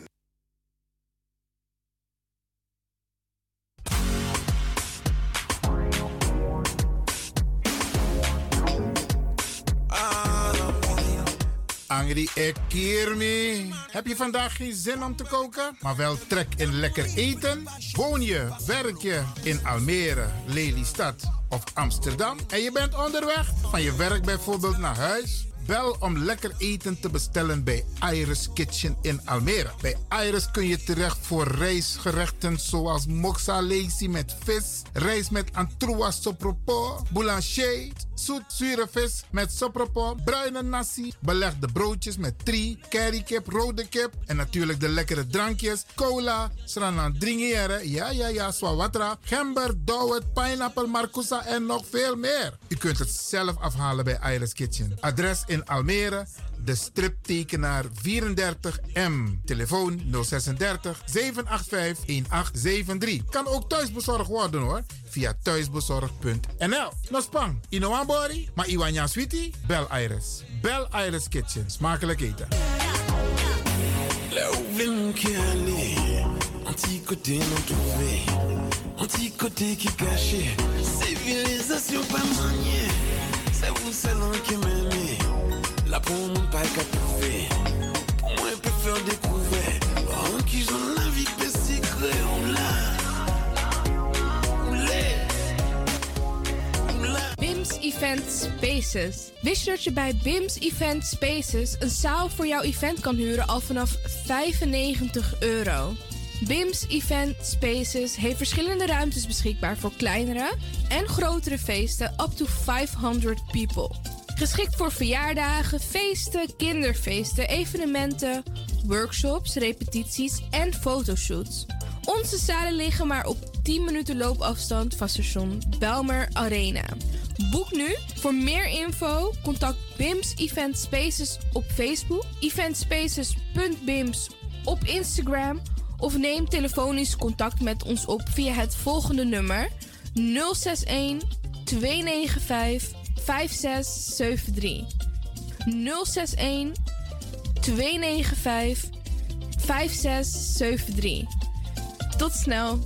Angry Ekirmi. Heb je vandaag geen zin om te koken, maar wel trek in lekker eten? Woon je, werk je in Almere, Lelystad of Amsterdam en je bent onderweg van je werk bijvoorbeeld naar huis? Bel om lekker eten te bestellen bij Iris Kitchen in Almere. Bij Iris kun je terecht voor rijstgerechten zoals moksa lazy met vis, rijst met antroas sopropo, boulanger, zoet-zure vis met sopropo, bruine nasi, belegde broodjes met tri, currykip, rode kip en natuurlijk de lekkere drankjes, cola, sranan dringiere, ja, swawatra, gember, dowet, pineapple, marcousa en nog veel meer. U kunt het zelf afhalen bij Iris Kitchen. Adres in Almere, de striptekenaar 34M. Telefoon 036 785 1873. Kan ook thuisbezorgd worden hoor. Via thuisbezorg.nl. Nospang, Inoambori, maar Iwanya Sweetie? Bel Iris. Bel Iris Kitchen. Smakelijk eten. Là où veut qui aller, un petit côté non trouvé, un petit côté qui caché, civilisation pas maniée, c'est vous seul qui m'aimez, là pour mon pas qu'à trouver, pour moi peut faire découvrir, en qui j'en la vie que secret on l'a. BIMS Event Spaces. Wist je dat je bij BIMS Event Spaces een zaal voor jouw event kan huren al vanaf €95? BIMS Event Spaces heeft verschillende ruimtes beschikbaar voor kleinere en grotere feesten up to 500 people. Geschikt voor verjaardagen, feesten, kinderfeesten, evenementen, workshops, repetities en fotoshoots. Onze zalen liggen maar op 10 minuten loopafstand van station Belmer Arena. Boek nu. Voor meer info contact BIMS Event Spaces op Facebook, eventspaces.bims op Instagram of neem telefonisch contact met ons op via het volgende nummer 061 295 5673. 061 295 5673. Tot snel.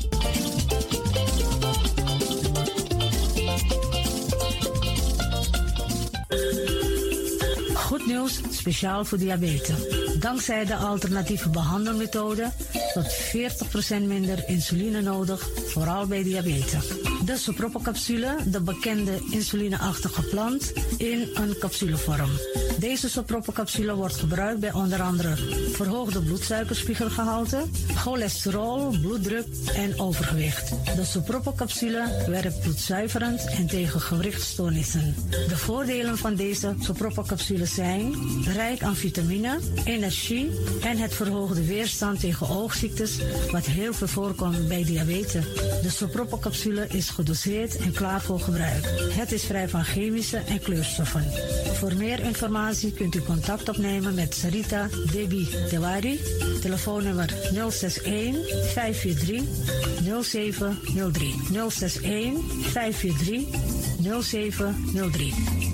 Goed nieuws, speciaal voor diabetes. Dankzij de alternatieve behandelmethode tot 40% minder insuline nodig, vooral bij diabetes. De Sopropo-capsule, de bekende insulineachtige plant, in een capsulevorm. Deze Sopropo-capsule wordt gebruikt bij onder andere verhoogde bloedsuikerspiegelgehalte, cholesterol, bloeddruk en overgewicht. De Sopropo-capsule werkt bloedzuiverend en tegen gewrichtstoornissen. De voordelen van deze Sopropo-capsule zijn rijk aan vitamine, energie en het verhoogde weerstand tegen oogziektes, wat heel veel voorkomt bij diabetes. De Sopropo-capsule is gedoseerd en klaar voor gebruik. Het is vrij van chemische en kleurstoffen. Voor meer informatie kunt u contact opnemen met Sarita Debi Dewari, telefoonnummer 061 543 0703. 061 543 0703.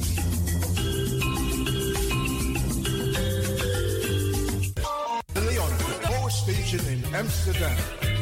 Leon, Power Station in Amsterdam.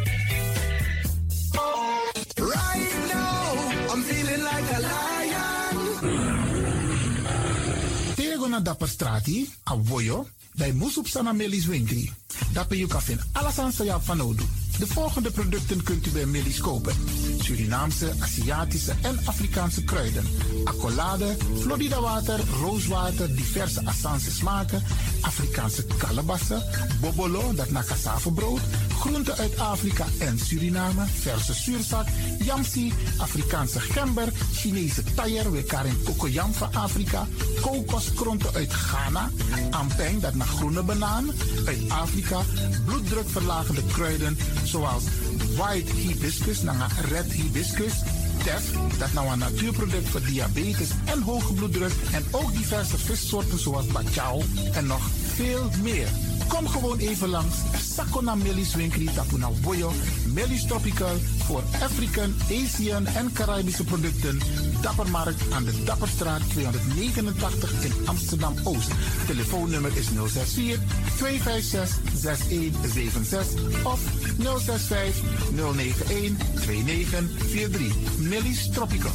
Right now, I'm feeling like a lion. Tego na dapper strati, a voyo, dai musup sana melis winkri. Dapper you kafin alasan sa ya fanodu. De volgende producten kunt u bij Millie's kopen: Surinaamse, Aziatische en Afrikaanse kruiden, accolade, Florida water, rooswater, diverse Assange smaken, Afrikaanse kalebassen, bobolo, dat na cassavebrood, groenten uit Afrika en Suriname, verse zuurzak, yamsi, Afrikaanse gember, Chinese taier, we karen kokoyam van Afrika, kokoskronten uit Ghana, ampeng, dat na groene banaan, uit Afrika, bloeddrukverlagende kruiden zoals white hibiscus, red hibiscus, tef, dat nou een natuurproduct voor diabetes en hoge bloeddruk, en ook diverse vissoorten zoals bachao en nog veel meer. Kom gewoon even langs Sakona Millie's Winkri Tapuna Boyo, Millie's Tropical voor African, Asian en Caribische producten. Dappermarkt aan de Dapperstraat 289 in Amsterdam-Oost. Telefoonnummer is 064 256 6176 of 065 091 2943. Millie's Tropical.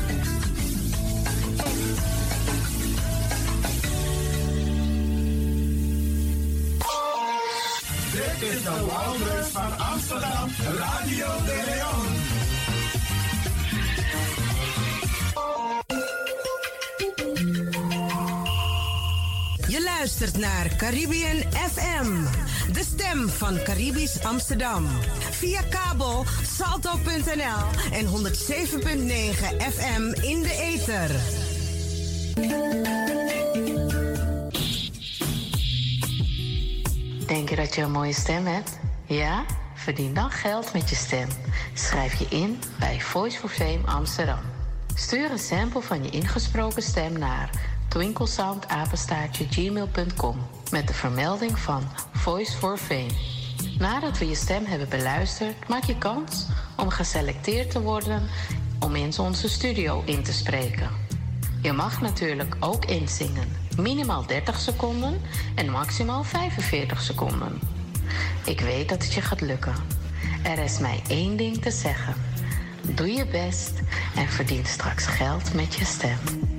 Dit is de Wouders van Amsterdam, Radio de Leon. Je luistert naar Caribbean FM, de stem van Caribisch Amsterdam. Via kabel salto.nl en 107.9 FM in de ether. Denk je dat je een mooie stem hebt? Ja? Verdien dan geld met je stem. Schrijf je in bij Voice for Fame Amsterdam. Stuur een sample van je ingesproken stem naar twinklesoundapenstaartje@gmail.com met de vermelding van Voice for Fame. Nadat we je stem hebben beluisterd, maak je kans om geselecteerd te worden om in onze studio in te spreken. Je mag natuurlijk ook inzingen. Minimaal 30 seconden en maximaal 45 seconden. Ik weet dat het je gaat lukken. Er is mij één ding te zeggen. Doe je best en verdien straks geld met je stem.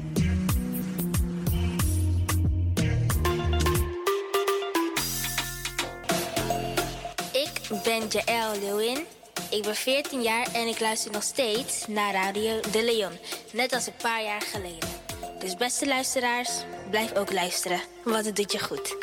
Ik ben Jaël Leeuwin. Ik ben 14 jaar en ik luister nog steeds naar Radio de Leon. Net als een paar jaar geleden. Dus beste luisteraars, blijf ook luisteren, want het doet je goed.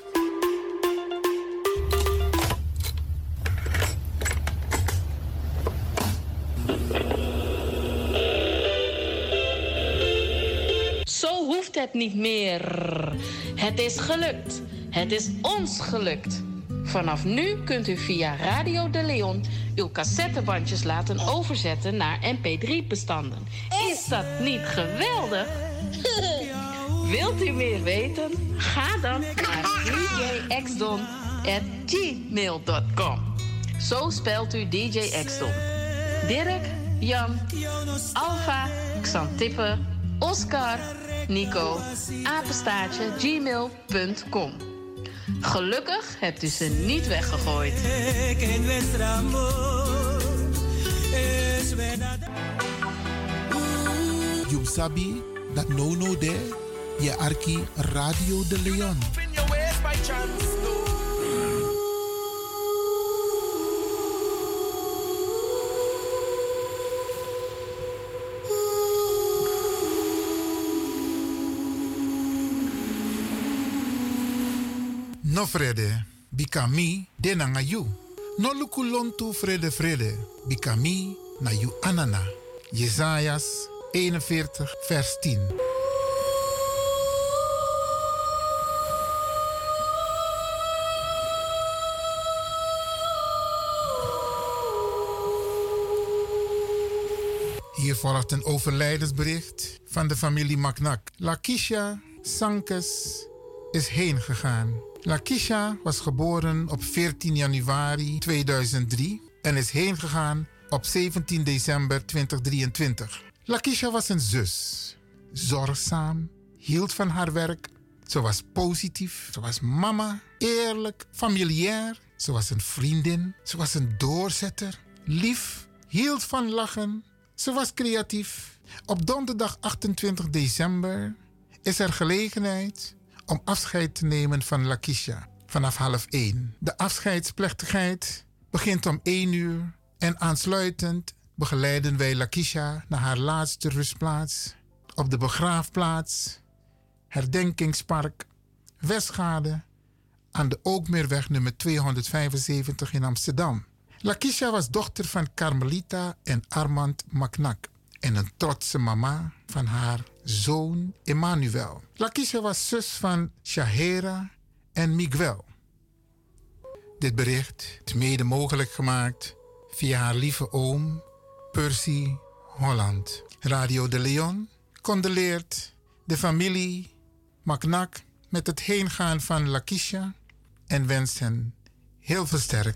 Zo hoeft het niet meer. Het is gelukt. Het is ons gelukt. Vanaf nu kunt u via Radio de Leon uw cassettebandjes laten overzetten naar mp3-bestanden. Is dat niet geweldig? Wilt u meer weten? Ga dan naar djxdon@gmail.com Zo spelt u DJ Exton. Dirk, Jan, Alfa, Xantippe, Oscar, Nico, apenstaartje, gmail.com. Gelukkig hebt u ze niet weggegooid. You sabi dat no de je arki Radio de Leon. No frede, bikami de na you. No lukulontu frede, bikami na you anana. Jesajas 41 vers 10. Hier volgt een overlijdensbericht van de familie Maknak. Lakisha Sankes is heen gegaan. Lakisha was geboren op 14 januari 2003 en is heen gegaan op 17 december 2023. Lakisha was een zus. Zorgzaam, hield van haar werk. Ze was positief, ze was mama, eerlijk, familiair. Ze was een vriendin, ze was een doorzetter. Lief, hield van lachen. Ze was creatief. Op donderdag 28 december is er gelegenheid om afscheid te nemen van Lakisha vanaf 12:30. De afscheidsplechtigheid begint om 1 uur en aansluitend begeleiden wij Lakisha naar haar laatste rustplaats op de begraafplaats Herdenkingspark Westgade aan de Ookmeerweg nummer 275 in Amsterdam. Lakisha was dochter van Carmelita en Armand Maknak en een trotse mama van haar zoon Emmanuel. Lakisha was zus van Shahera en Miguel. Dit bericht is mede mogelijk gemaakt via haar lieve oom Percy Holland. Radio de Leon condoleert de familie Maknak met het heengaan van Lakisha en wenst hen heel veel sterkte.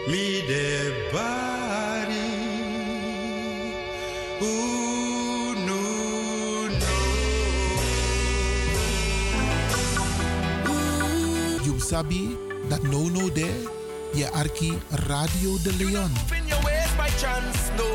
mi de bari You sabi dat no there, je arki Radio de Leon. In your ways by chance, no.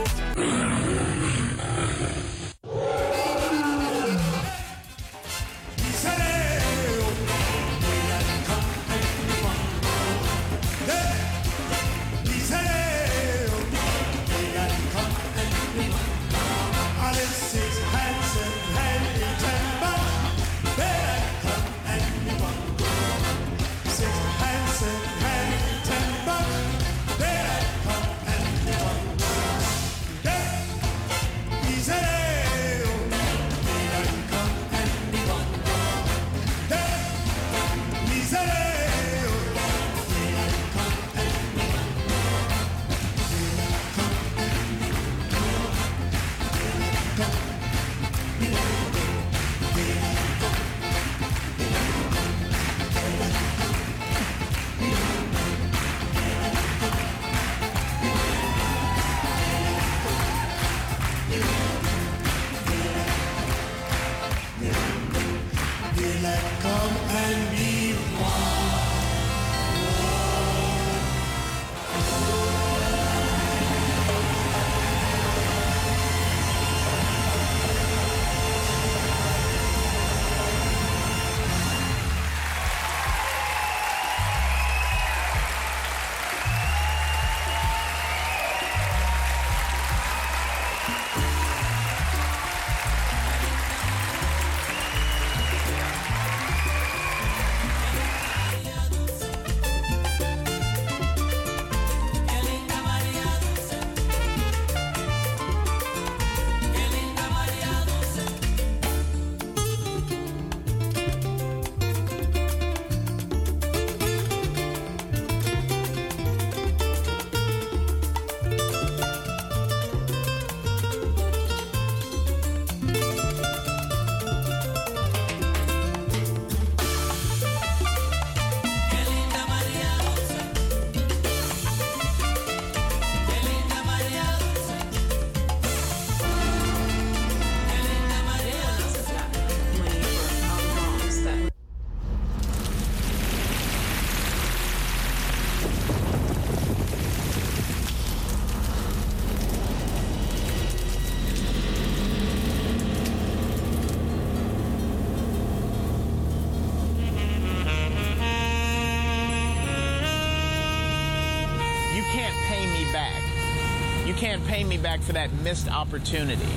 Can't pay me back for that missed opportunity.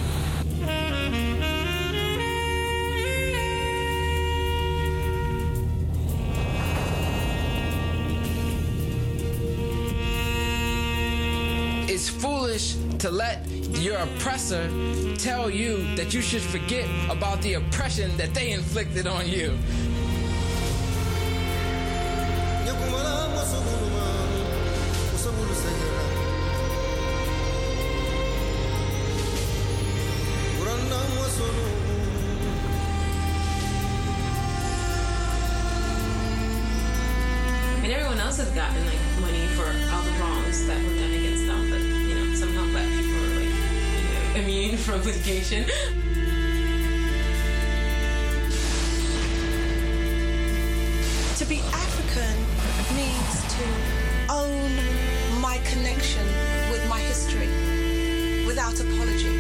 It's foolish to let your oppressor tell you that you should forget about the oppression that they inflicted on you. And everyone else has gotten like money for all the wrongs that were done against them, but you know somehow black people are like immune from litigation. To be African means to own my connection with my history without apology.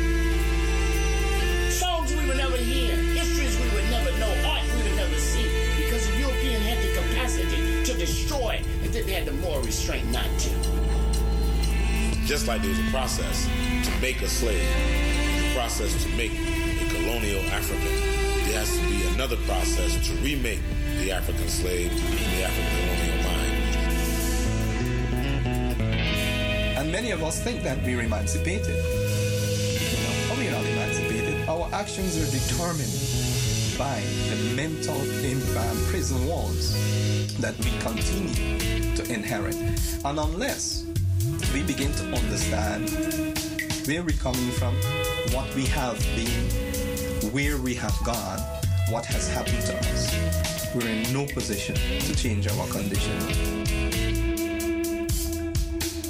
Songs we would never hear, histories we would never know, art we would never see, because the European had the capacity to destroy, and then they had the moral restraint not to. Just like there was a process to make a slave, the process to make a colonial African, there has to be another process to remake the African slave in the African colonial mind. And many of us think that we're emancipated. You know, but we're not emancipated. Our actions are determined by the mental prison walls that we continue to inherit. And unless we begin to understand where we're coming from, what we have been, where we have gone, what has happened to us, we're in no position to change our condition.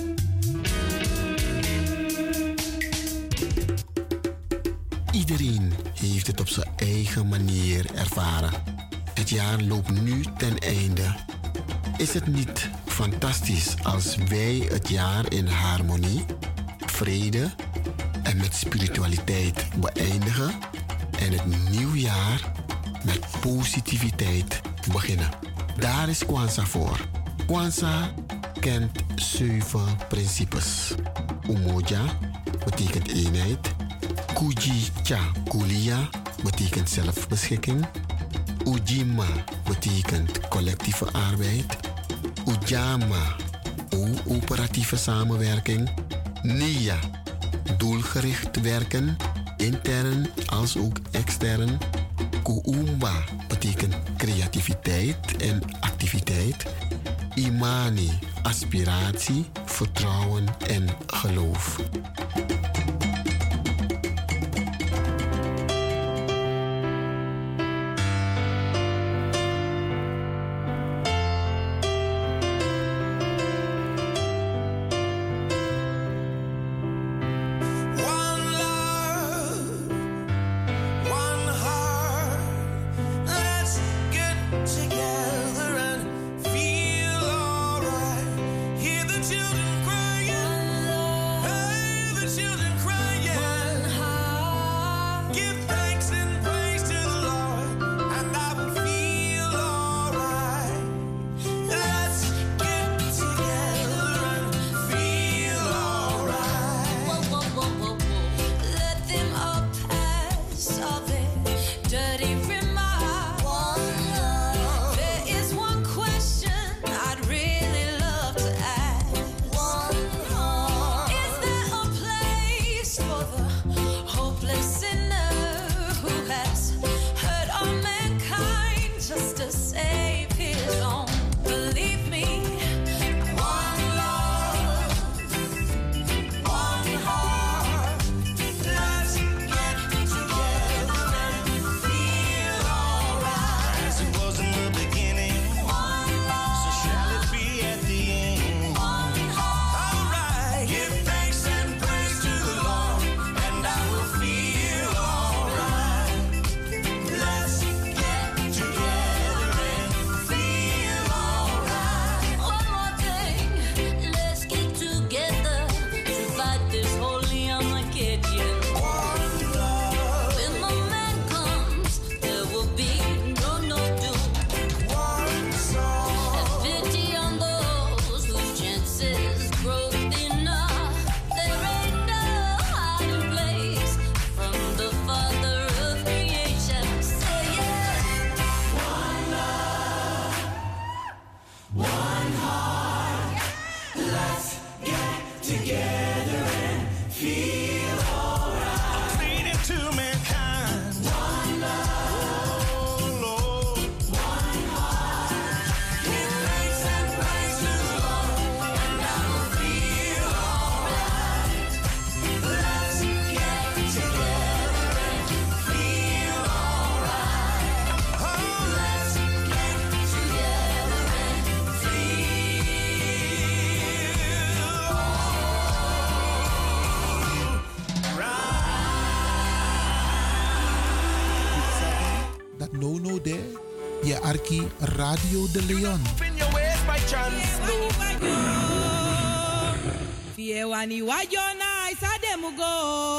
heeft het op zijn eigen manier ervaren. Het jaar loopt nu ten einde. Is het niet fantastisch als wij het jaar in harmonie, vrede en met spiritualiteit beëindigen en het nieuwjaar met positiviteit beginnen? Daar is Kwanzaa voor. Kwanzaa kent 7 principes. Umoja betekent eenheid. Kuji-cha kulia betekent zelfbeschikking. Ujima betekent collectieve arbeid. Ujama, operatieve samenwerking. Nia, doelgericht werken, intern als ook extern. Kuumba betekent creativiteit en activiteit. Imani, aspiratie, vertrouwen en geloof. Arki Radio de Leon. Fiewani wajona isa demugo.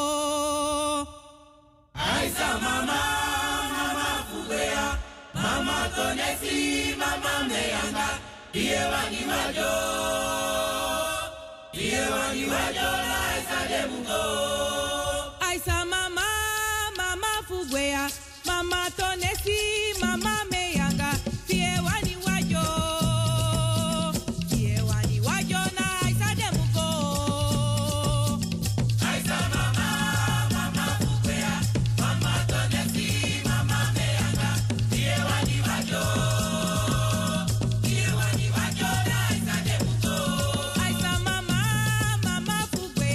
Aisa mama, mama fubea, mama tonesi, mama meyanga. Fiewani wajona isa demugo. Aisa mama, mama fubea, mama tonesi, mama meyanga. Fiewani wajo. Fiewani wajo na isa demugo. Aisa mama, mama fubea, mama tonesi, mama meyanga. Fiewani wajo. Fiewani wajo na isa demugo. Aisa mama, mama fubea.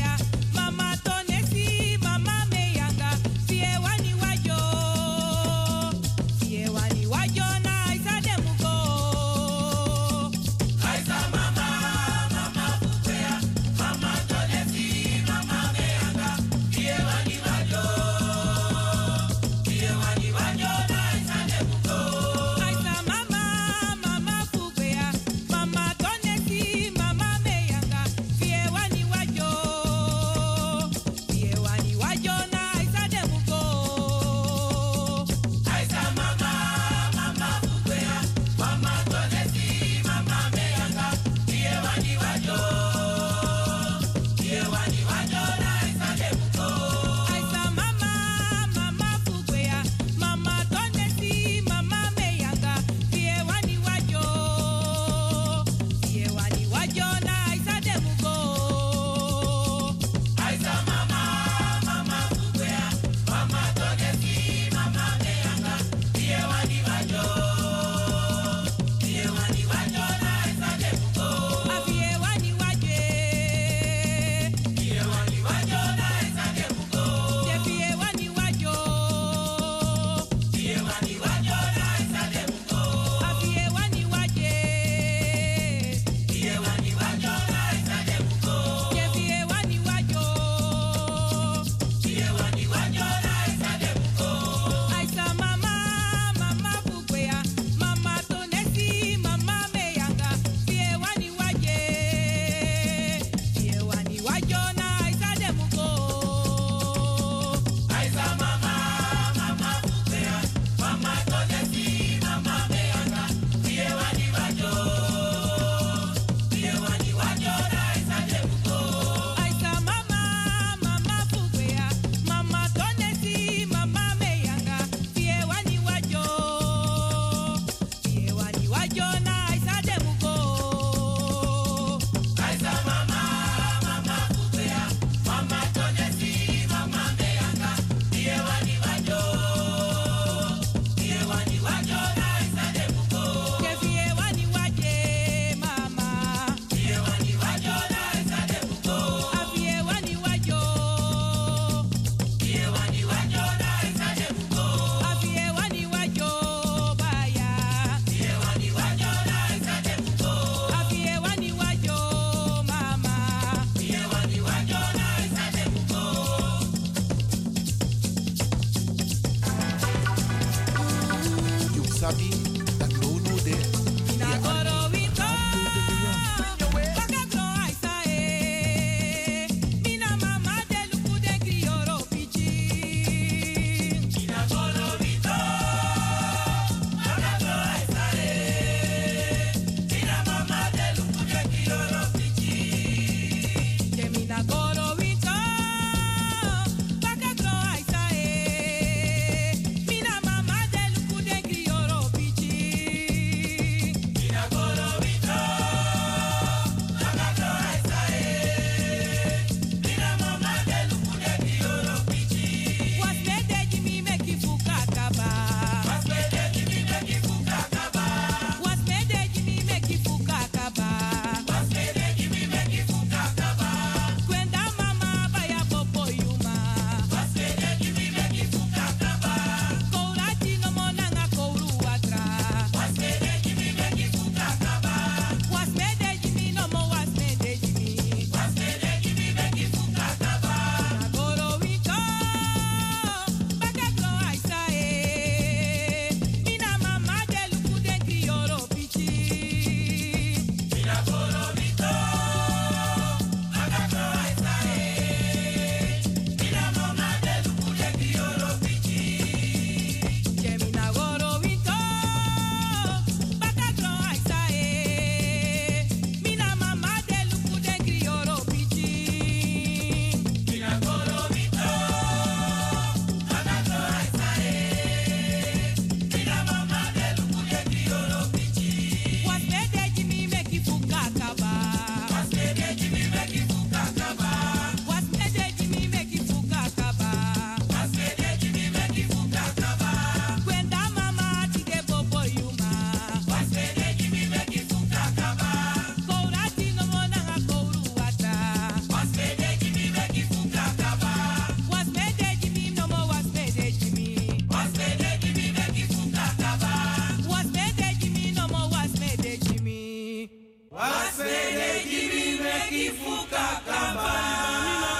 Eki fuka kamba.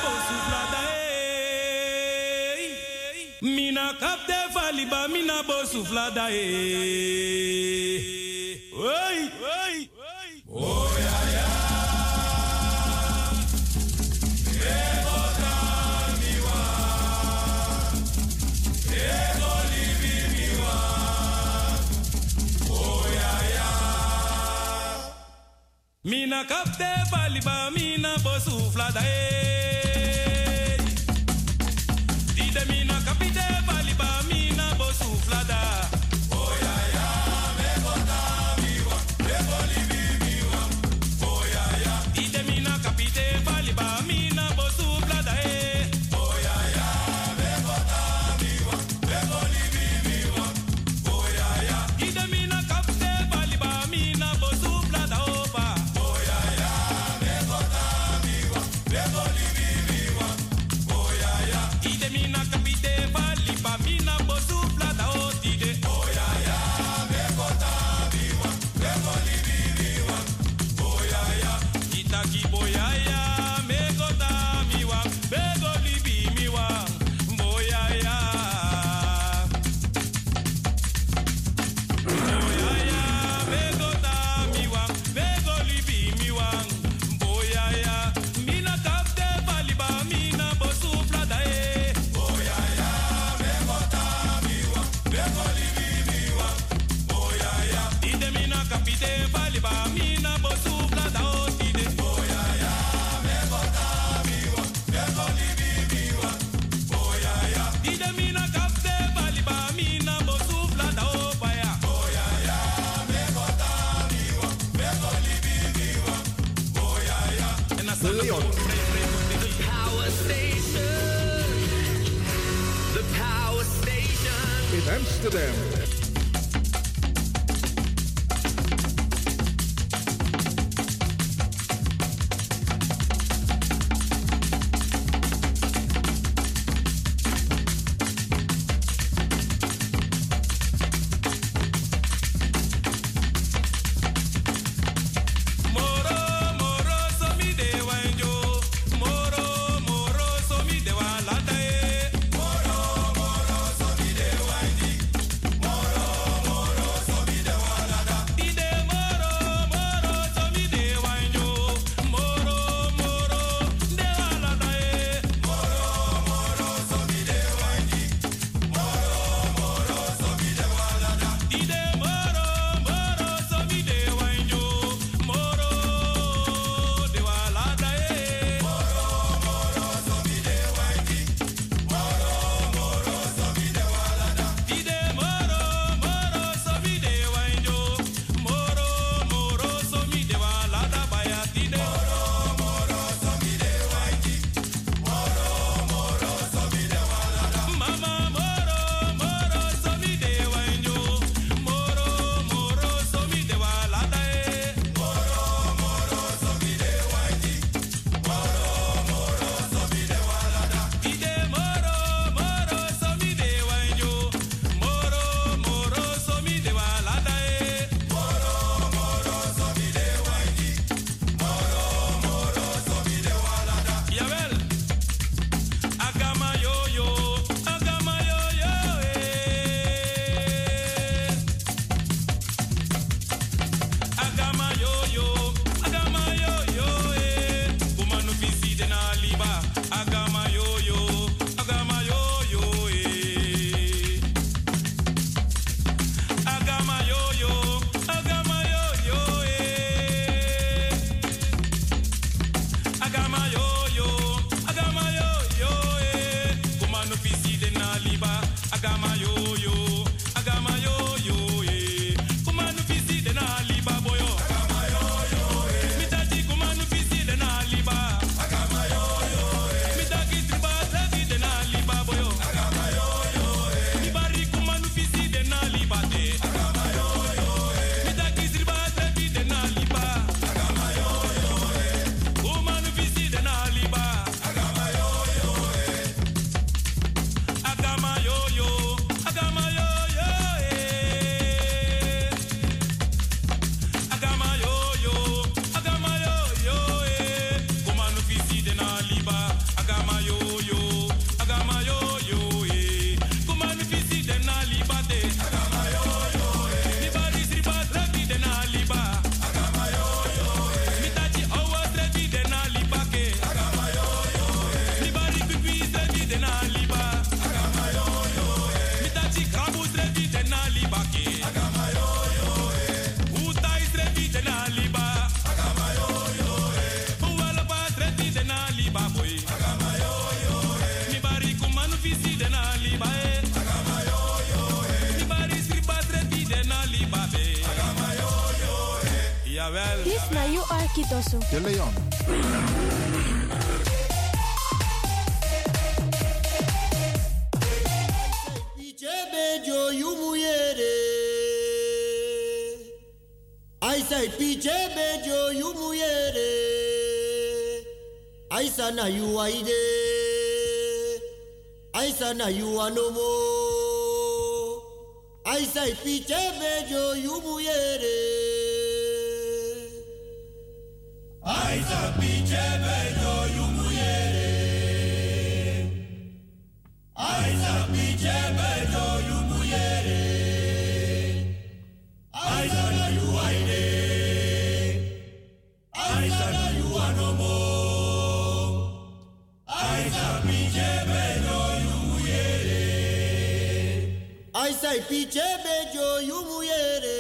Mina kapte valiba mina bosuflada Oi, oi, oh ya ya. Ego miwa, ego libi miwa. Oh ya ya. Mina kapte valiba mina bosuflada Dide mina kapite valiba mina bosuflada. Oh ya ya, me gota miwa, me bolibi miwa. Oh ya ya, dide mina kapite valiba mina bosuflada Oh ya ya, me gota miwa, me bolibi miwa. Oh ya ya, dide mina kapite valiba mina bosuflada opa. Oh ya ya, me gota miwa, me bolibi miwa. Oh ya ya, dide mina kapite valiba mina bosuflada o dide. Oh ya ya, me gota miwa, me bolibi miwa. Oh ya ya, itaki boya ya, me gota miwa, me bolibi miwa. Oh ya ya. Oh ya ya, me gota miwa, me bolibi miwa. Oh ya ya, mina kapte valiba mina bosuflada Oh ya ya, me gota miwa, me bolibi miwa. Oh ya ya, ide mina kapite valiba mina bosuflada oh dide. Oh ya ya, me gota miwa, me bolibi miwa. Oh ya ya, ide mina kapte valiba mina bosuflada oh baya. Oh ya ya, me gota miwa, me bolibi miwa. Oh ya ya, en as Leon. the power station, the power station. In Amsterdam. Moro moro so mi de wanjo, moro moro so mi de walada Moro moro so mi de wanji, moro moro so mi de walada. Ide moro moro so mi de wanjo, moro moro de walada Moro moro so mi de wanji, moro moro so mi de walada. Ide moro moro so mi de wanjo, moro de walada Moro moro so mi de wanji, moro moro so mi de walada. Ide moro moro so mi de wanjo, moro moro so mi de walada baya tide. Moro moro so mi de wanji, moro moro so mi de walada. Mama moro moro so mi de wanjo, moro moro so mi de walada Moro moro so mi de wanji, moro moro so mi de walada. Ide moro moro so mi de wanjo, moro moro so mi de walada Moro moro so mi de wanji, moro moro so mi de walada. Jawel. Agama yo yo, agama yo yo Agama yo yo, agama yo yo Kumanu visi de na liba, agama yo yo, agama yo yo Agama yo yo, agama yo yo Agama yo yo, agama yo yo Kumanu visi de na liba, agama yo yo, agama yo yo Kumanu visi de na liba boyo. Agama yo yo Mitaji kumanu visi de na liba. Agama yo yo Mitaki triba tradi de na liba boyo. Agama yo yo Mibari kumanu visi de na liba de. Agama yo yo Mitaki triba tradi de na liba. Agama yo yo Kumanu visi de na liba. Agama yo yo Agama yo yo This na you Arkitosu. De Leon. I say piche bejo you muyere. I say na you aide. I say na you anomo. I say piche bejo you muyere. I say piche bejo you muyere. I say piche bejo you muyere. I say na you aide. I say na you anomo. I say piche bejo you muyere. I say piche bejo you muyere.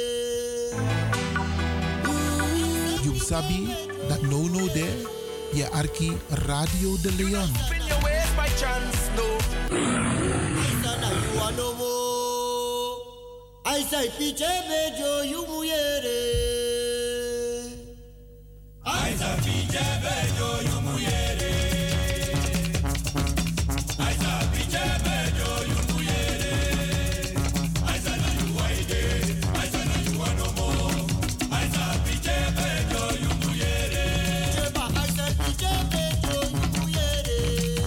You sabi that no there. Je arki Radio de Leon. In your ways by chance, no. I say na you anomo. I say piche bejo you muyere. I say piche bejo you muyere. I say piche bejo you muyere. I say na you aide. I say na you anomo. I say piche bejo you muyere. Cheba I say piche bejo you muyere.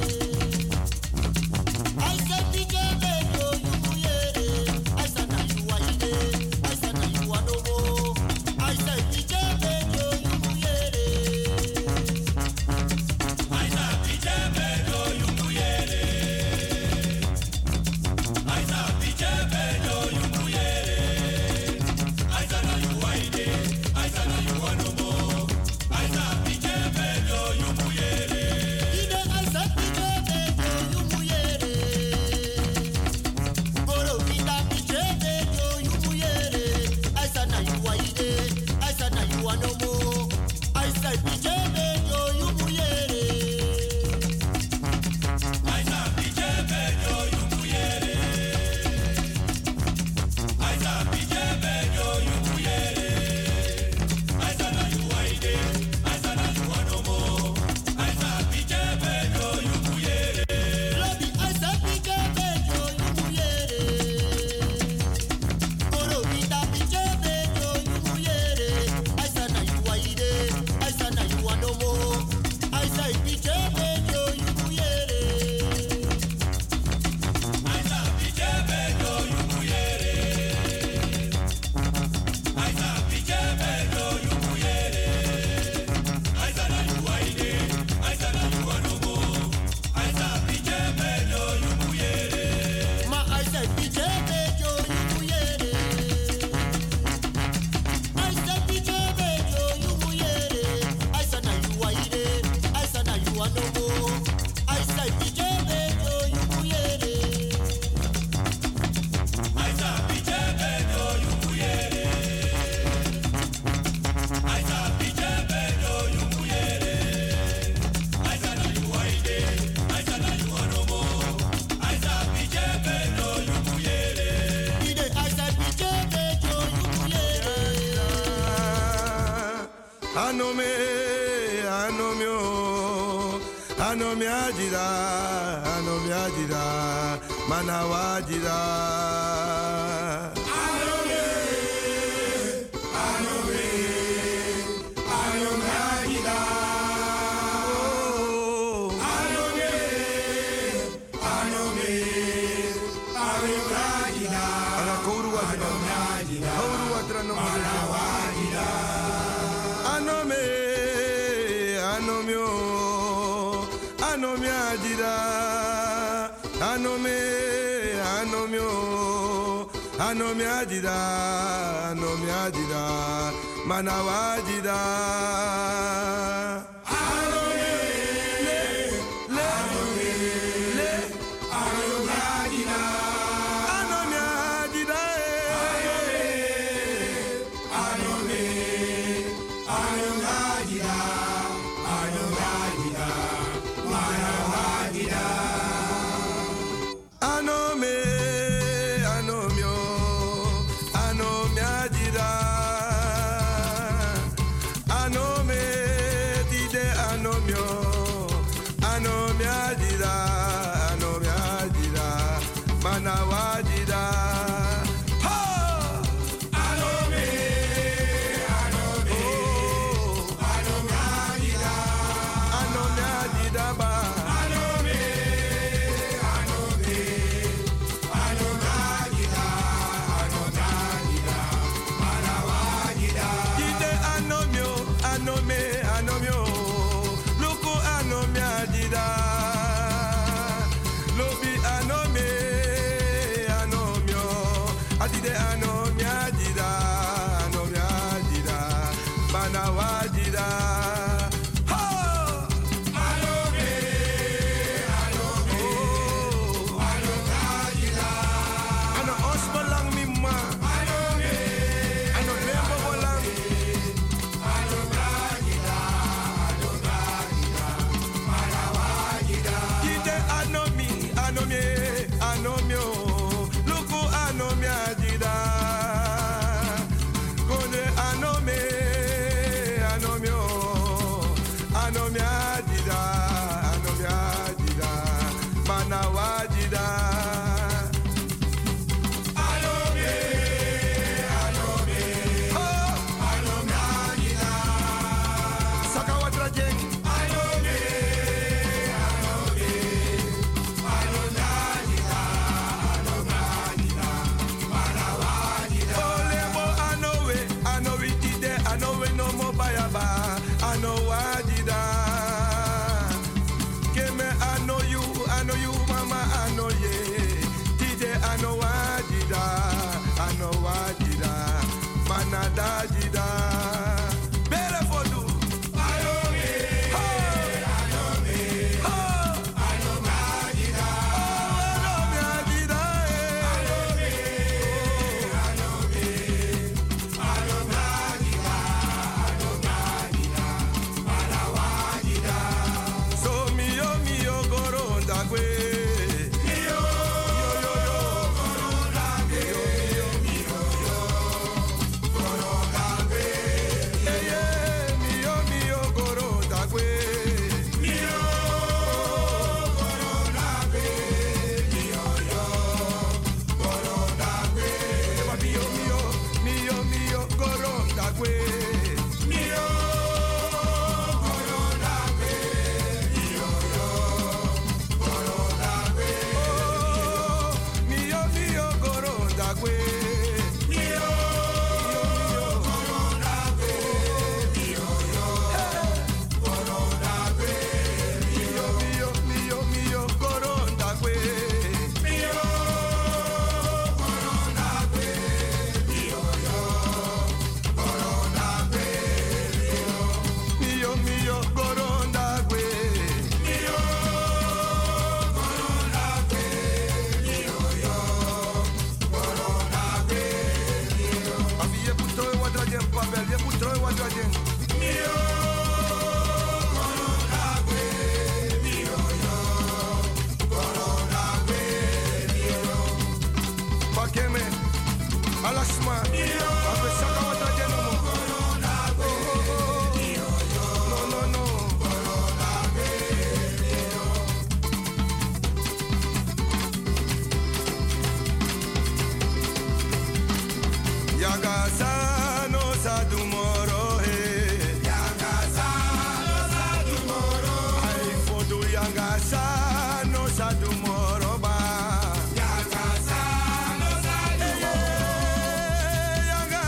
I say piche bejo you muyere. I say na you aide. I say na you anomo. I say piche bejo you muyere. I say piche bejo you muyere. I say piche bejo you muyere. I say na you aide. I say na you anomo. I say piche bejo you muyere. Ide I say piche bejo you muyere. Goro vida piche bejo you muyere. I say na you aide. I say na you anomo. I say piche bejo you muyere. I say piche bejo you muyere. I say piche bejo you muyere. I say na you aide. I say na you anomo. I say piche bejo you muyere. Lobby I say piche bejo you muyere. Goro vida piche bejo you muyere. I say na you aide. I say na you anomo. I say piche bejo you muyere. I say piche bejo you muyere. I say piche bejo you muyere. I say na you aide. I say na you anomo. I say piche bejo you muyere. Ma I say piche bejo you muyere. I say piche bejo you muyere. I say na you aide. I say na you anomo. I say piche bejo you muyere. I say piche bejo you muyere. I say piche bejo you muyere. I say na you aide. I say na you anomo. I say piche bejo you muyere. Ide I say piche bejo you muyere. Anome, anomio, anomi ajira, manawajira. Anome, anomi ajira. Anome, anomi ajira. Anakouru ajira. Kouru ajira no manawajira. Anome, anomio, anomi ajira. Anome, anomio, anomi ajira, manawajira. Anome, anomi ajira. Anomi ajira. Anome, anomi ajira. Manawajira. Anome, anomio, anomi ajira. wajida. Yanga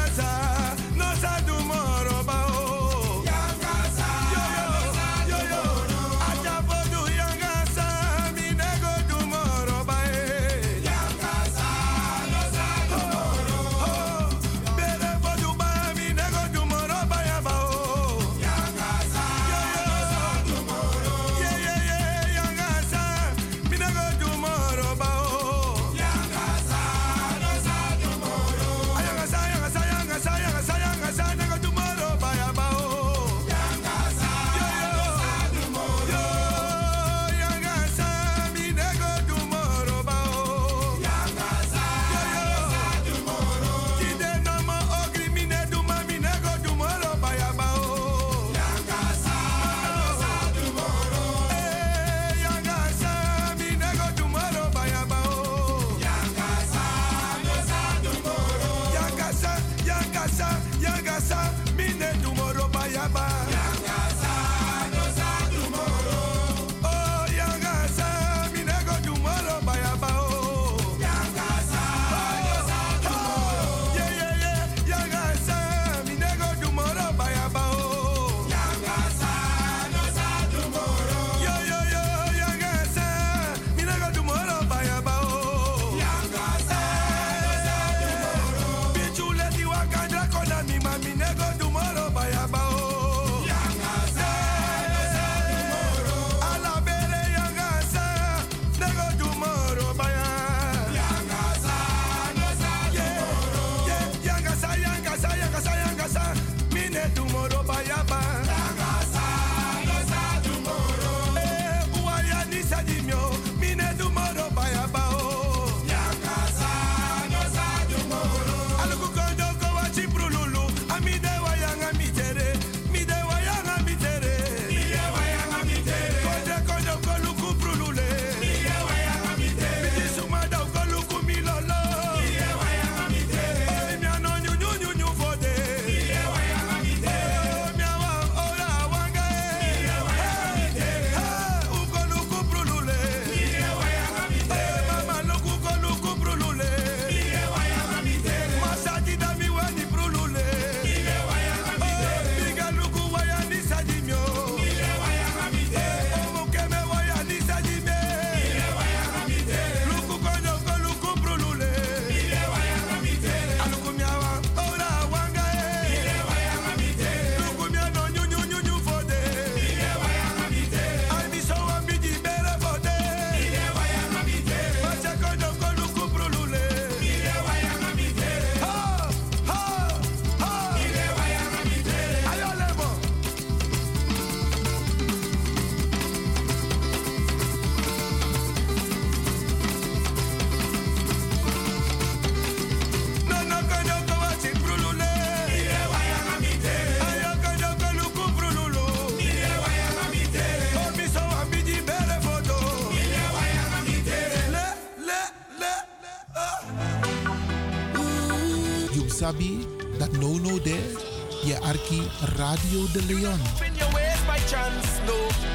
sabi dat no there. Je arki Radio de Leon. In your ways by chance, no.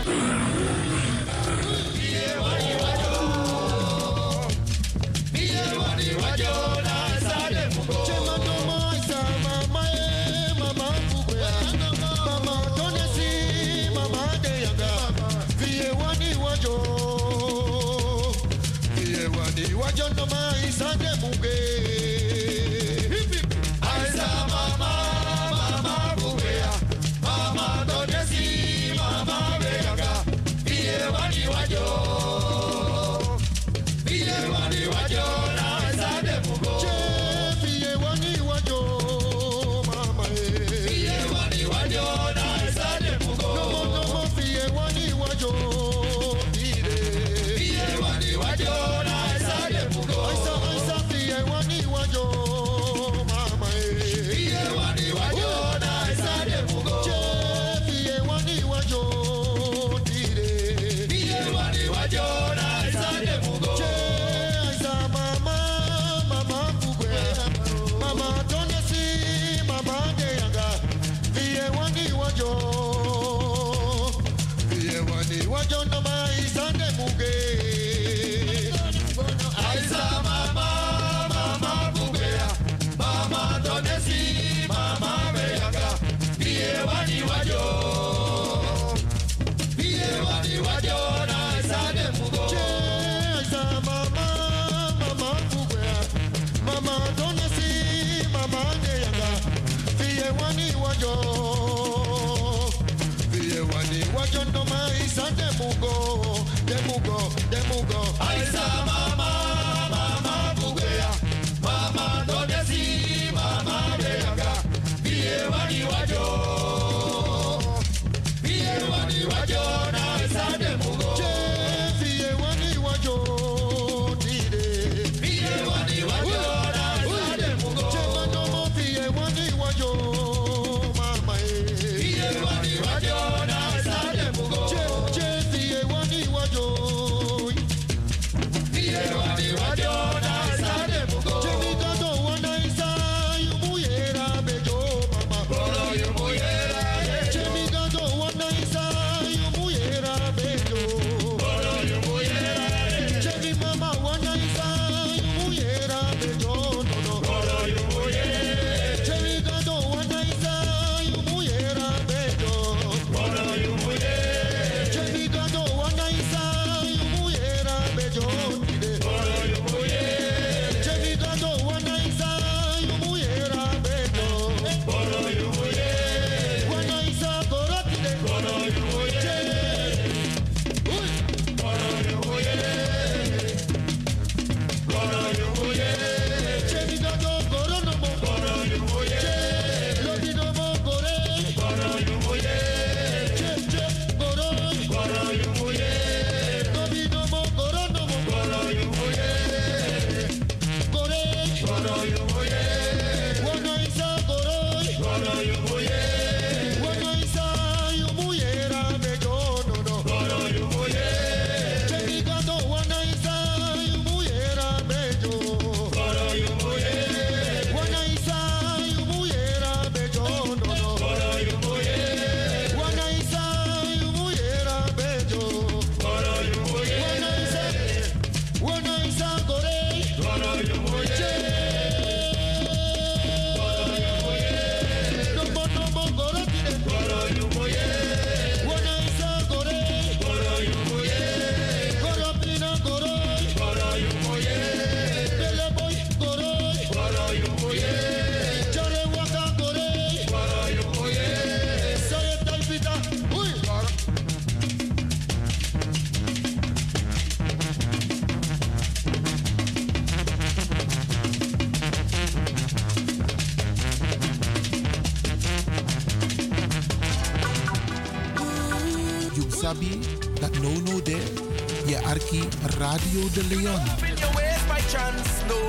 sabi dat no there. Je arki Radio de Leon. In your ways by chance, no.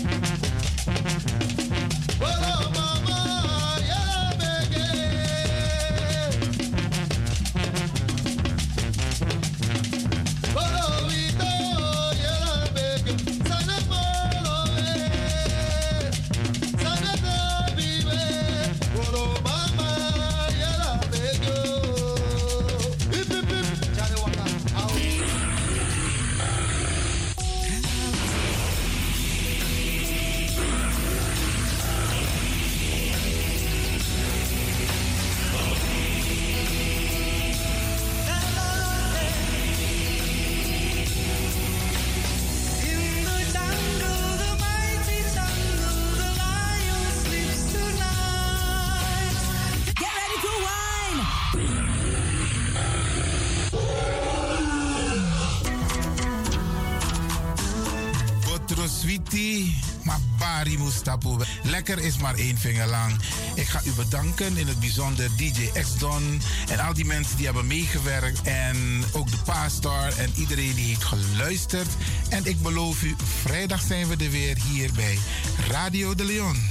Mama, yeah, Sweetie, maar Bari Mustapu. Lekker is maar 1 vinger lang. Ik ga u bedanken, in het bijzonder DJ X-Don en al die mensen die hebben meegewerkt. En ook de Pastor en iedereen die heeft geluisterd. En ik beloof u, vrijdag zijn we er weer hier bij Radio de Leon.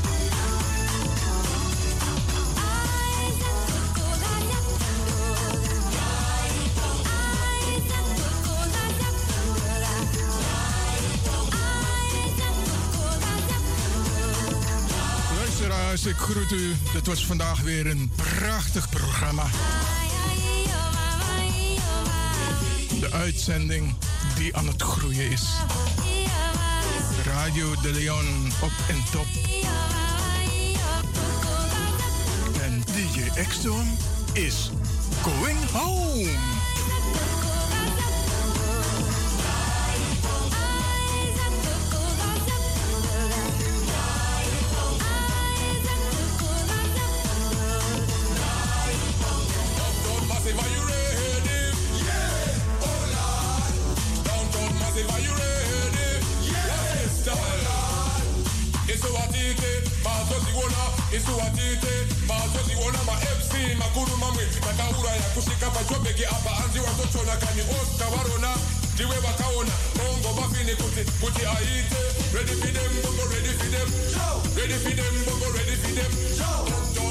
Ik groet u. Dit was vandaag weer een prachtig programma. De uitzending die aan het groeien is. Radio de Leon op en top. En DJ X-Don is going home. Isuatite, mazozi wona ma FC, makuru mamwe, nakaura ya kushika pachobeki apa anzi watochona kani Oscar warona, diwe wakaona, bongo bafini kuti aite, ready for them, bongo ready for them, ready for them, bongo ready for them.